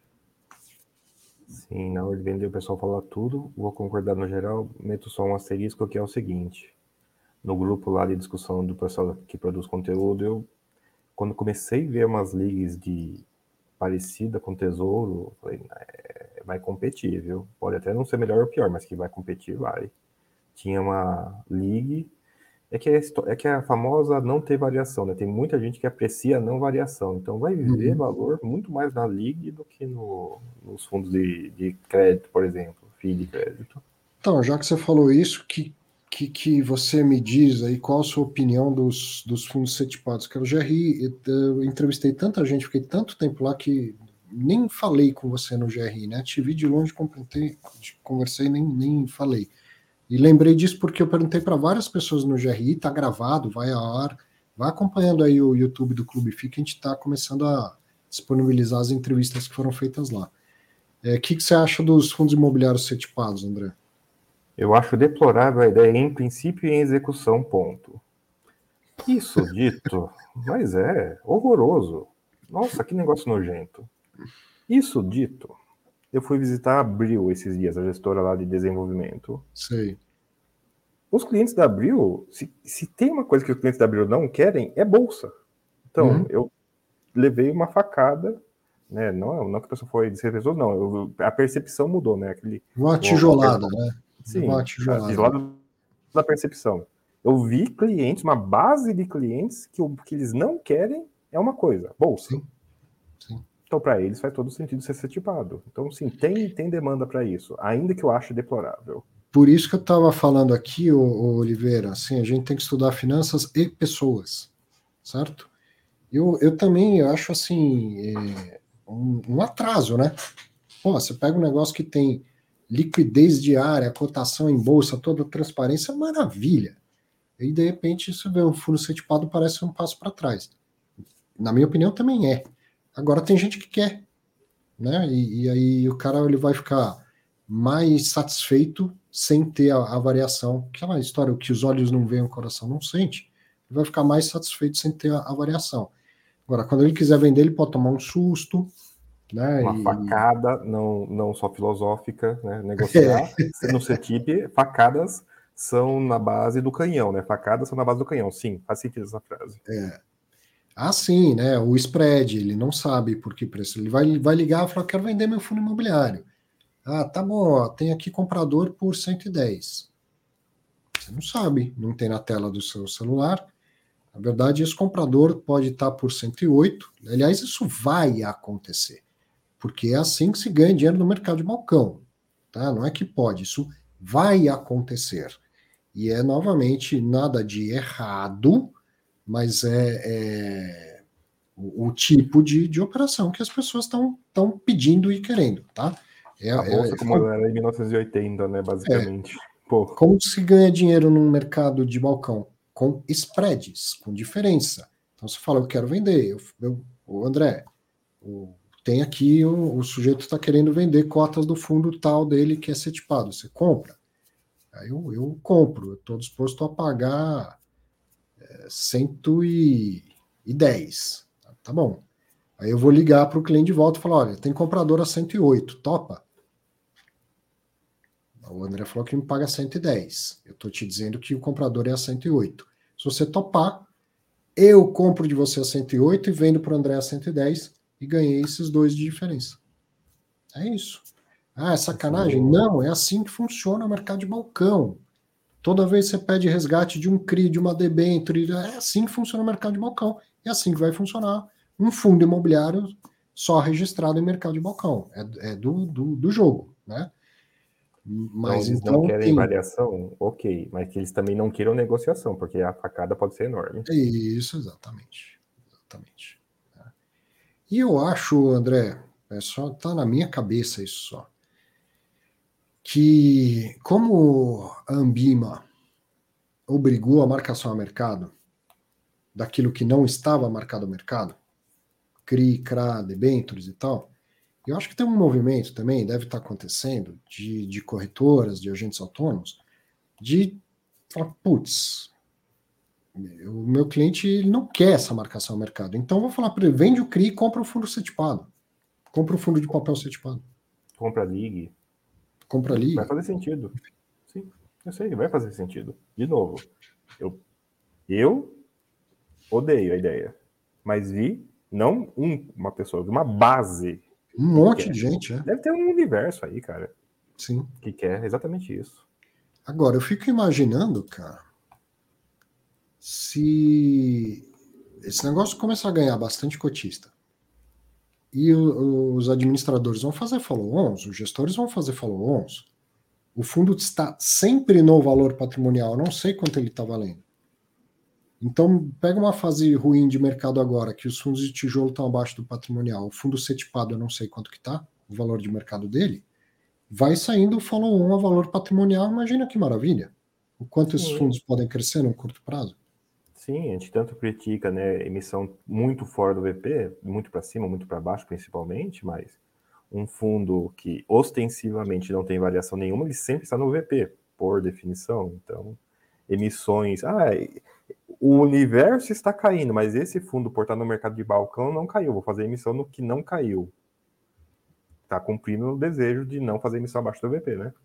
Sim, na hora de vender o pessoal fala tudo, vou concordar no geral, meto só um asterisco que é o seguinte, no grupo lá de discussão do pessoal que produz conteúdo, eu, quando comecei a ver umas ligas de parecida com Tesouro, falei, vai competir, viu? Pode até não ser melhor ou pior, mas que vai competir, vai. Tinha uma liga, é que a famosa não ter variação, né? Tem muita gente que aprecia a não variação, então vai ver valor muito mais na liga do que nos fundos de crédito, por exemplo, FII de crédito. Então, já que você falou isso, que você me diz aí qual a sua opinião dos fundos setipados? Que o GRI, eu entrevistei tanta gente, fiquei tanto tempo lá que nem falei com você no GRI, né? Te vi de longe, conversei, nem falei. E lembrei disso porque eu perguntei para várias pessoas no GRI, tá gravado, vai ao ar, vai acompanhando aí o YouTube do Clube FI, que a gente está começando a disponibilizar as entrevistas que foram feitas lá. O que você acha dos fundos imobiliários setipados, André? Eu acho deplorável a ideia em princípio e em execução, ponto. Isso dito, mas é horroroso. Nossa, que negócio nojento. Isso dito, eu fui visitar a Abril esses dias, a gestora lá de desenvolvimento. Sei. Os clientes da Abril, se tem uma coisa que os clientes da Abril não querem, é bolsa. Então, eu levei uma facada, né? Não que a pessoa foi desrespeitosa, não. A percepção mudou, né? Uma tijolada, né? Sim, uma tijolada. Tijolada da percepção. Eu vi clientes, uma base de clientes que o que eles não querem é uma coisa, bolsa. Sim. Então, para eles faz todo sentido ser setipado. Então, sim, tem demanda para isso, ainda que eu ache deplorável. Por isso que eu estava falando aqui, Oliveira, assim, a gente tem que estudar finanças e pessoas, certo? Eu também acho, assim, um atraso, né? Pô, você pega um negócio que tem liquidez diária, cotação em bolsa, toda transparência, maravilha. E, de repente, você vê um fundo setipado, parece um passo para trás. Na minha opinião, também é. Agora, tem gente que quer, né? E aí o cara ele vai ficar mais satisfeito sem ter a variação. Aquela história, o que os olhos não veem, o coração não sente. Ele vai ficar mais satisfeito sem ter a variação. Agora, quando ele quiser vender, ele pode tomar um susto, né? Uma facada, não só filosófica, né? Negociar. No CETIP, facadas são na base do canhão, né? Facadas são na base do canhão. Sim, faz sentido essa frase. Sim, né? O spread, ele não sabe por que preço. Ele vai ligar e falar, quero vender meu fundo imobiliário. Tá bom, ó, tem aqui comprador por 110. Você não sabe, não tem na tela do seu celular. Na verdade, esse comprador pode estar por 108. Aliás, isso vai acontecer, porque é assim que se ganha dinheiro no mercado de balcão. Tá? Não é que pode, isso vai acontecer. E novamente, nada de errado, mas o tipo de operação que as pessoas estão pedindo e querendo, tá? A bolsa como ela era em 1980, né, basicamente. Pô. Como se ganha dinheiro num mercado de balcão? Com spreads, com diferença. Então você fala, eu quero vender. O André, tem aqui, o sujeito está querendo vender cotas do fundo tal dele que é setipado. Você compra? Aí eu compro. Eu estou disposto a pagar 110. Tá bom. Aí eu vou ligar para o cliente de volta e falar, olha, tem comprador a 108, topa? O André falou que me paga 110. Eu estou te dizendo que o comprador é a 108. Se você topar, eu compro de você a 108 e vendo para o André a 110 e ganhei esses 2 de diferença. É isso. Ah, é sacanagem? Não, é assim que funciona o mercado de balcão. Toda vez que você pede resgate de um CRI, de uma debênture, é assim que funciona o mercado de balcão. É assim que vai funcionar um fundo imobiliário só registrado em mercado de balcão. É do jogo, né? Mas eles não querem variação, ok, mas que eles também não queiram negociação, porque a facada pode ser enorme. Isso, exatamente. E eu acho, André, só tá na minha cabeça isso só, que como a Ambima obrigou a marcação a mercado daquilo que não estava marcado ao mercado, CRI, CRA, debêntures e tal, eu acho que tem um movimento também, deve estar acontecendo, de corretoras, de agentes autônomos, de falar, putz, o meu cliente ele não quer essa marcação ao mercado, então eu vou falar para ele, vende o CRI e compra o fundo setipado. Compra o fundo de papel setipado. Compra Ligue. Compra Ligue. Vai fazer sentido. Sim, eu sei, vai fazer sentido. De novo, eu odeio a ideia, mas vi, não uma pessoa, uma base. Um monte de gente, Deve ter um universo aí, cara. Sim. Que quer exatamente isso. Agora, eu fico imaginando, cara, se esse negócio começar a ganhar bastante cotista e os administradores vão fazer follow-ons, os gestores vão fazer follow-ons, o fundo está sempre no valor patrimonial, eu não sei quanto ele está valendo. Então, pega uma fase ruim de mercado agora, que os fundos de tijolo estão abaixo do patrimonial, o fundo setipado eu não sei quanto que está, o valor de mercado dele, vai saindo o follow-on a valor patrimonial, imagina que maravilha. O quanto esses fundos podem crescer num curto prazo. Sim, a gente tanto critica, né, emissão muito fora do VP, muito para cima, muito para baixo principalmente, mas um fundo que ostensivamente não tem variação nenhuma, ele sempre está no VP, por definição. Então, emissões... o universo está caindo, mas esse fundo por estar no mercado de balcão não caiu. Vou fazer emissão no que não caiu. Está cumprindo o desejo de não fazer emissão abaixo do VP, né?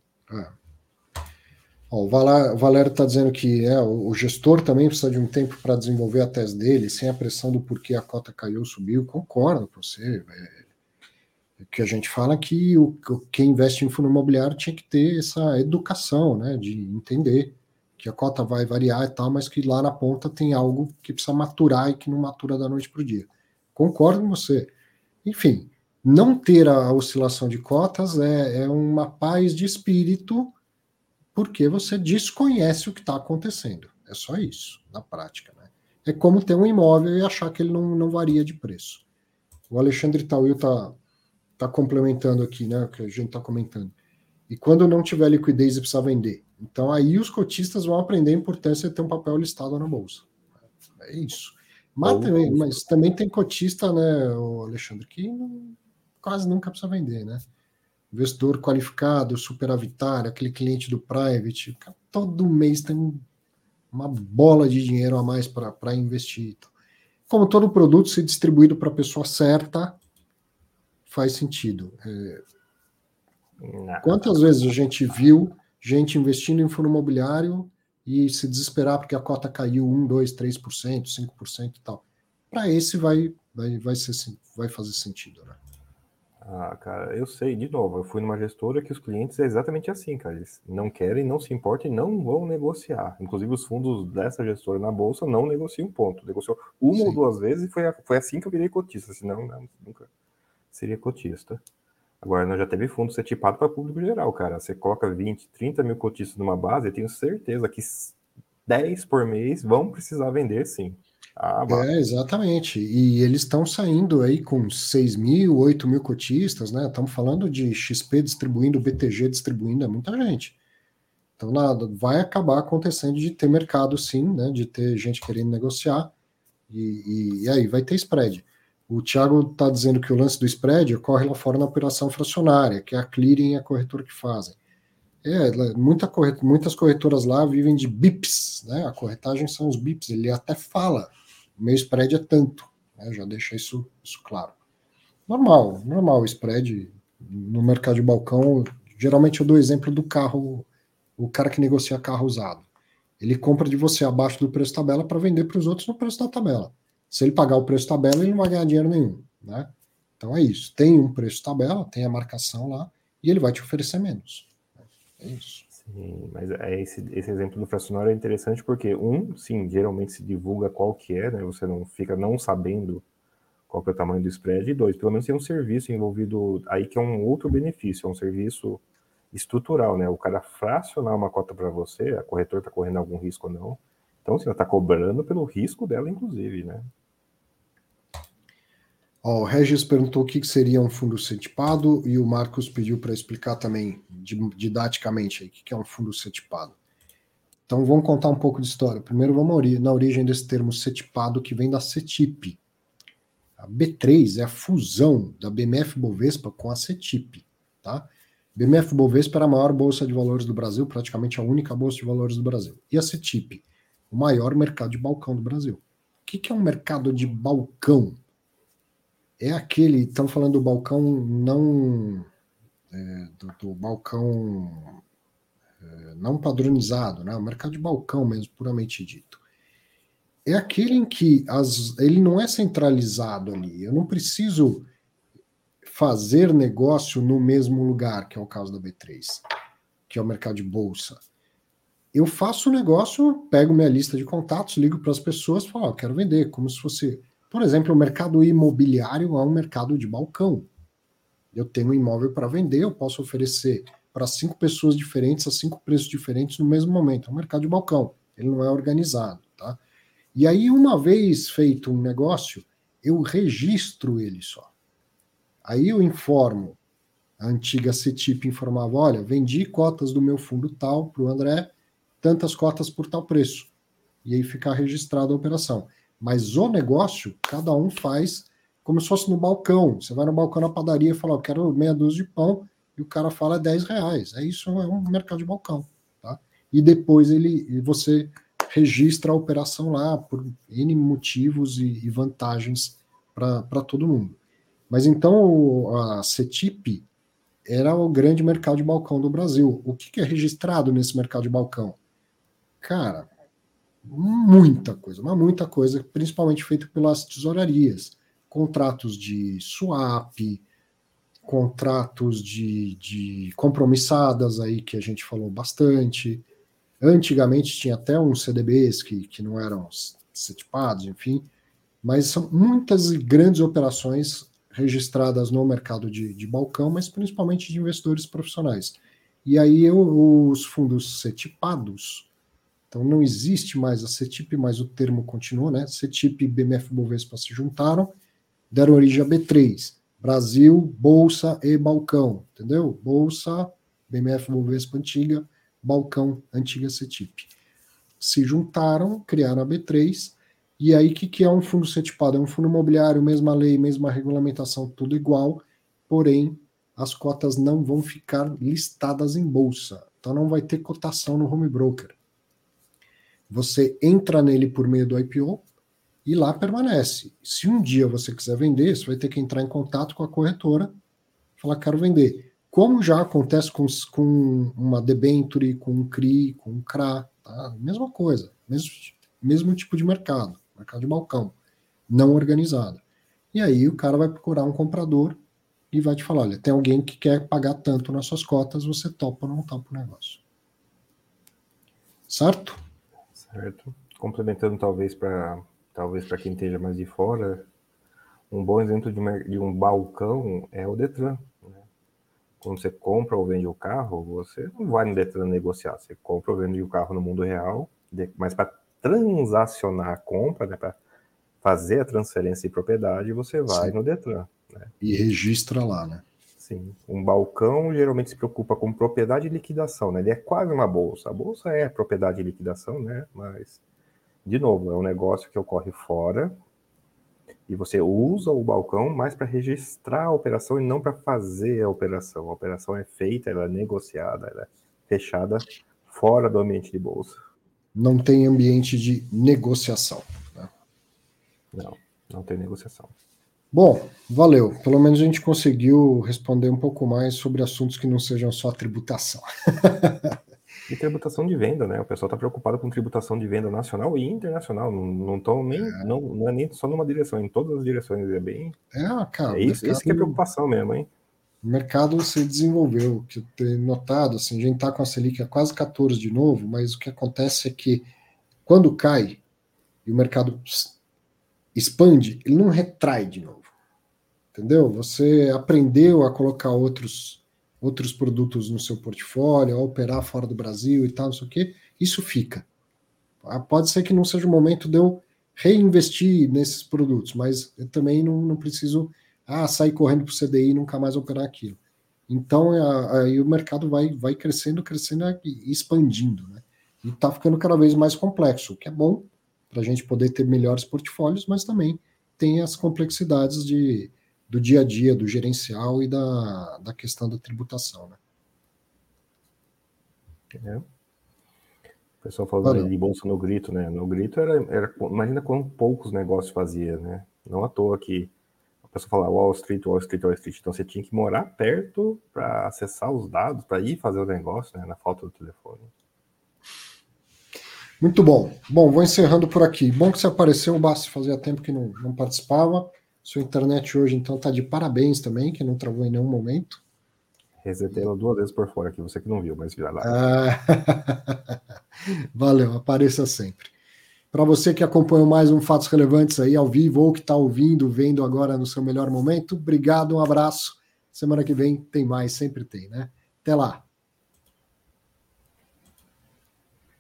O Valério está dizendo que o gestor também precisa de um tempo para desenvolver a tese dele, sem a pressão do porquê a cota caiu ou subiu. Concordo com você. O que a gente fala é que quem investe em fundo imobiliário tinha que ter essa educação, né, de entender que a cota vai variar e tal, mas que lá na ponta tem algo que precisa maturar e que não matura da noite para o dia. Concordo com você. Enfim, não ter a oscilação de cotas é uma paz de espírito, porque você desconhece o que está acontecendo. É só isso, na prática. Né? É como ter um imóvel e achar que ele não varia de preço. O Alexandre Tauil está complementando aqui, né, o que a gente está comentando. E quando não tiver liquidez e precisar vender. Então aí os cotistas vão aprender a importância de ter um papel listado na bolsa. É isso. Mas também tem cotista, né, o Alexandre, que quase nunca precisa vender, né? Investidor qualificado, superavitário, aquele cliente do private, todo mês tem uma bola de dinheiro a mais para investir. Como todo produto ser distribuído para a pessoa certa, faz sentido. Quantas vezes a gente viu gente investindo em fundo imobiliário e se desesperar porque a cota caiu 1, 2, 3%, 5% e tal? Para esse vai fazer sentido, né? Cara, eu sei, de novo, eu fui numa gestora que os clientes é exatamente assim, cara, eles não querem, não se importam e não vão negociar. Inclusive os fundos dessa gestora na bolsa não negociam ponto. Negociou uma ou duas vezes e foi assim que eu virei cotista, senão nunca seria cotista. Agora, nós já teve fundo setipado para público geral, cara. Você coloca 20, 30 mil cotistas numa base, eu tenho certeza que 10 por mês vão precisar vender, sim. Exatamente. E eles estão saindo aí com 6 mil, 8 mil cotistas, né? Estamos falando de XP distribuindo, BTG distribuindo, é muita gente. Então, vai acabar acontecendo de ter mercado, sim, né? De ter gente querendo negociar, e aí vai ter spread. O Thiago está dizendo que o lance do spread ocorre lá fora na operação fracionária, que é a clearing e a corretora que fazem. Muitas corretoras lá vivem de bips, né? A corretagem são os bips. Ele até fala, o meu spread é tanto, né? Já deixa isso claro. Normal o spread no mercado de balcão. Geralmente eu dou exemplo do carro, o cara que negocia carro usado. Ele compra de você abaixo do preço tabela para vender para os outros no preço da tabela. Se ele pagar o preço tabela, ele não vai ganhar dinheiro nenhum, né? Então é isso. Tem um preço tabela, tem a marcação lá, e ele vai te oferecer menos. É isso. Sim, mas esse exemplo do fracionário é interessante porque, sim, geralmente se divulga qual que é, né? Você não fica não sabendo qual que é o tamanho do spread, e 2, pelo menos tem um serviço envolvido aí que é um outro benefício, é um serviço estrutural, né? O cara fracionar uma cota para você, a corretora está correndo algum risco ou não, então você está cobrando pelo risco dela, inclusive, né? O Regis perguntou o que seria um fundo setipado e o Marcos pediu para explicar também didaticamente aí, o que é um fundo setipado. Então vamos contar um pouco de história. Primeiro vamos na origem desse termo setipado, que vem da CETIP. A B3 é a fusão da BMF Bovespa com a CETIP, tá? BMF Bovespa era a maior bolsa de valores do Brasil, praticamente a única bolsa de valores do Brasil. E a CETIP, o maior mercado de balcão do Brasil. O que é um mercado de balcão? É aquele, estão falando do balcão não do balcão não padronizado, né? O mercado de balcão mesmo, puramente dito. É aquele em que ele não é centralizado ali. Eu não preciso fazer negócio no mesmo lugar, que é o caso da B3, que é o mercado de bolsa. Eu faço o negócio, pego minha lista de contatos, ligo para as pessoas e falo, eu quero vender, como se fosse... Por exemplo, o mercado imobiliário é um mercado de balcão. Eu tenho um imóvel para vender, eu posso oferecer para 5 pessoas diferentes a 5 preços diferentes no mesmo momento. É um mercado de balcão, ele não é organizado, tá? E aí, uma vez feito um negócio, eu registro ele só. Aí eu informo, a antiga CETIP informava, olha, vendi cotas do meu fundo tal para o André, tantas cotas por tal preço. E aí fica registrada a operação. Mas o negócio, cada um faz como se fosse no balcão. Você vai no balcão na padaria e fala, eu quero meia dúzia de pão, e o cara fala R$10. É isso, é um mercado de balcão. Tá? E depois você registra a operação lá por N motivos e vantagens para todo mundo. Mas então a CETIP era o grande mercado de balcão do Brasil. O que é registrado nesse mercado de balcão? Cara, muita coisa, principalmente feita pelas tesourarias. Contratos de swap, contratos de compromissadas aí que a gente falou bastante. Antigamente tinha até uns CDBs que não eram setipados, enfim, mas são muitas e grandes operações registradas no mercado de balcão, mas principalmente de investidores profissionais. E aí os fundos setipados, então não existe mais a CETIP, mas o termo continua, né? CETIP e BMF Bovespa se juntaram, deram origem a B3, Brasil, Bolsa e Balcão, entendeu? Bolsa, BMF Bovespa antiga, Balcão, antiga CETIP. Se juntaram, criaram a B3, e aí o que é um fundo setipado? É um fundo imobiliário, mesma lei, mesma regulamentação, tudo igual, porém as cotas não vão ficar listadas em bolsa, então não vai ter cotação no home broker. Você entra nele por meio do IPO e lá permanece. Se um dia você quiser vender, você vai ter que entrar em contato com a corretora, falar, quero vender. Como já acontece com uma debenture, com um CRI, com um CRA, tá? Mesma coisa, mesmo tipo de mercado de balcão, não organizado. E aí o cara vai procurar um comprador e vai te falar, olha, tem alguém que quer pagar tanto nas suas cotas, você topa ou não topa o negócio. Certo? Certo. Complementando talvez para quem esteja mais de fora, um bom exemplo de um balcão é o Detran. Né? Quando você compra ou vende o carro, você não vai no Detran negociar, você compra ou vende o carro no mundo real, mas para transacionar a compra, né, para fazer a transferência de propriedade, você vai no Detran. Né? E registra lá, né? Sim, um balcão geralmente se preocupa com propriedade e liquidação, né? Ele é quase uma bolsa. A bolsa é propriedade e liquidação, né? Mas, de novo, é um negócio que ocorre fora e você usa o balcão mais para registrar a operação e não para fazer a operação. A operação é feita, ela é negociada, ela é fechada fora do ambiente de bolsa. Não tem ambiente de negociação, né? Não tem negociação. Bom, valeu. Pelo menos a gente conseguiu responder um pouco mais sobre assuntos que não sejam só tributação. E tributação de venda, né? O pessoal está preocupado com tributação de venda nacional e internacional. Não é nem só numa direção, em todas as direções. É bem. Cara, isso que é preocupação mesmo, hein? O mercado se desenvolveu, que eu tenho notado, assim, a gente está com a Selic a quase 14 de novo, mas o que acontece é que quando cai e o mercado expande, ele não retrai de novo. Entendeu? Você aprendeu a colocar outros produtos no seu portfólio, a operar fora do Brasil e tal, não sei o quê, isso fica. Pode ser que não seja o momento de eu reinvestir nesses produtos, mas eu também não preciso sair correndo para o CDI e nunca mais operar aquilo. Então, aí o mercado vai crescendo e expandindo, né? E está ficando cada vez mais complexo, o que é bom para a gente poder ter melhores portfólios, mas também tem as complexidades do dia a dia, do gerencial e da questão da tributação, né? O pessoal falando de bolsa no Grito, né? No Grito era imagina quão poucos negócios fazia, né? Não à toa que a pessoa fala Wall Street. Então você tinha que morar perto para acessar os dados, para ir fazer o negócio, né? Na falta do telefone. Muito bom. Bom, vou encerrando por aqui. Bom que você apareceu, Bassi, fazia tempo que não participava. Sua internet hoje, então, tá de parabéns também, que não travou em nenhum momento. Resetei ela 2 vezes por fora aqui, você que não viu, mas já lá. Valeu, apareça sempre. Para você que acompanhou mais um Fatos Relevantes aí ao vivo, ou que está ouvindo, vendo agora no seu melhor momento, obrigado, um abraço. Semana que vem tem mais, sempre tem, né? Até lá.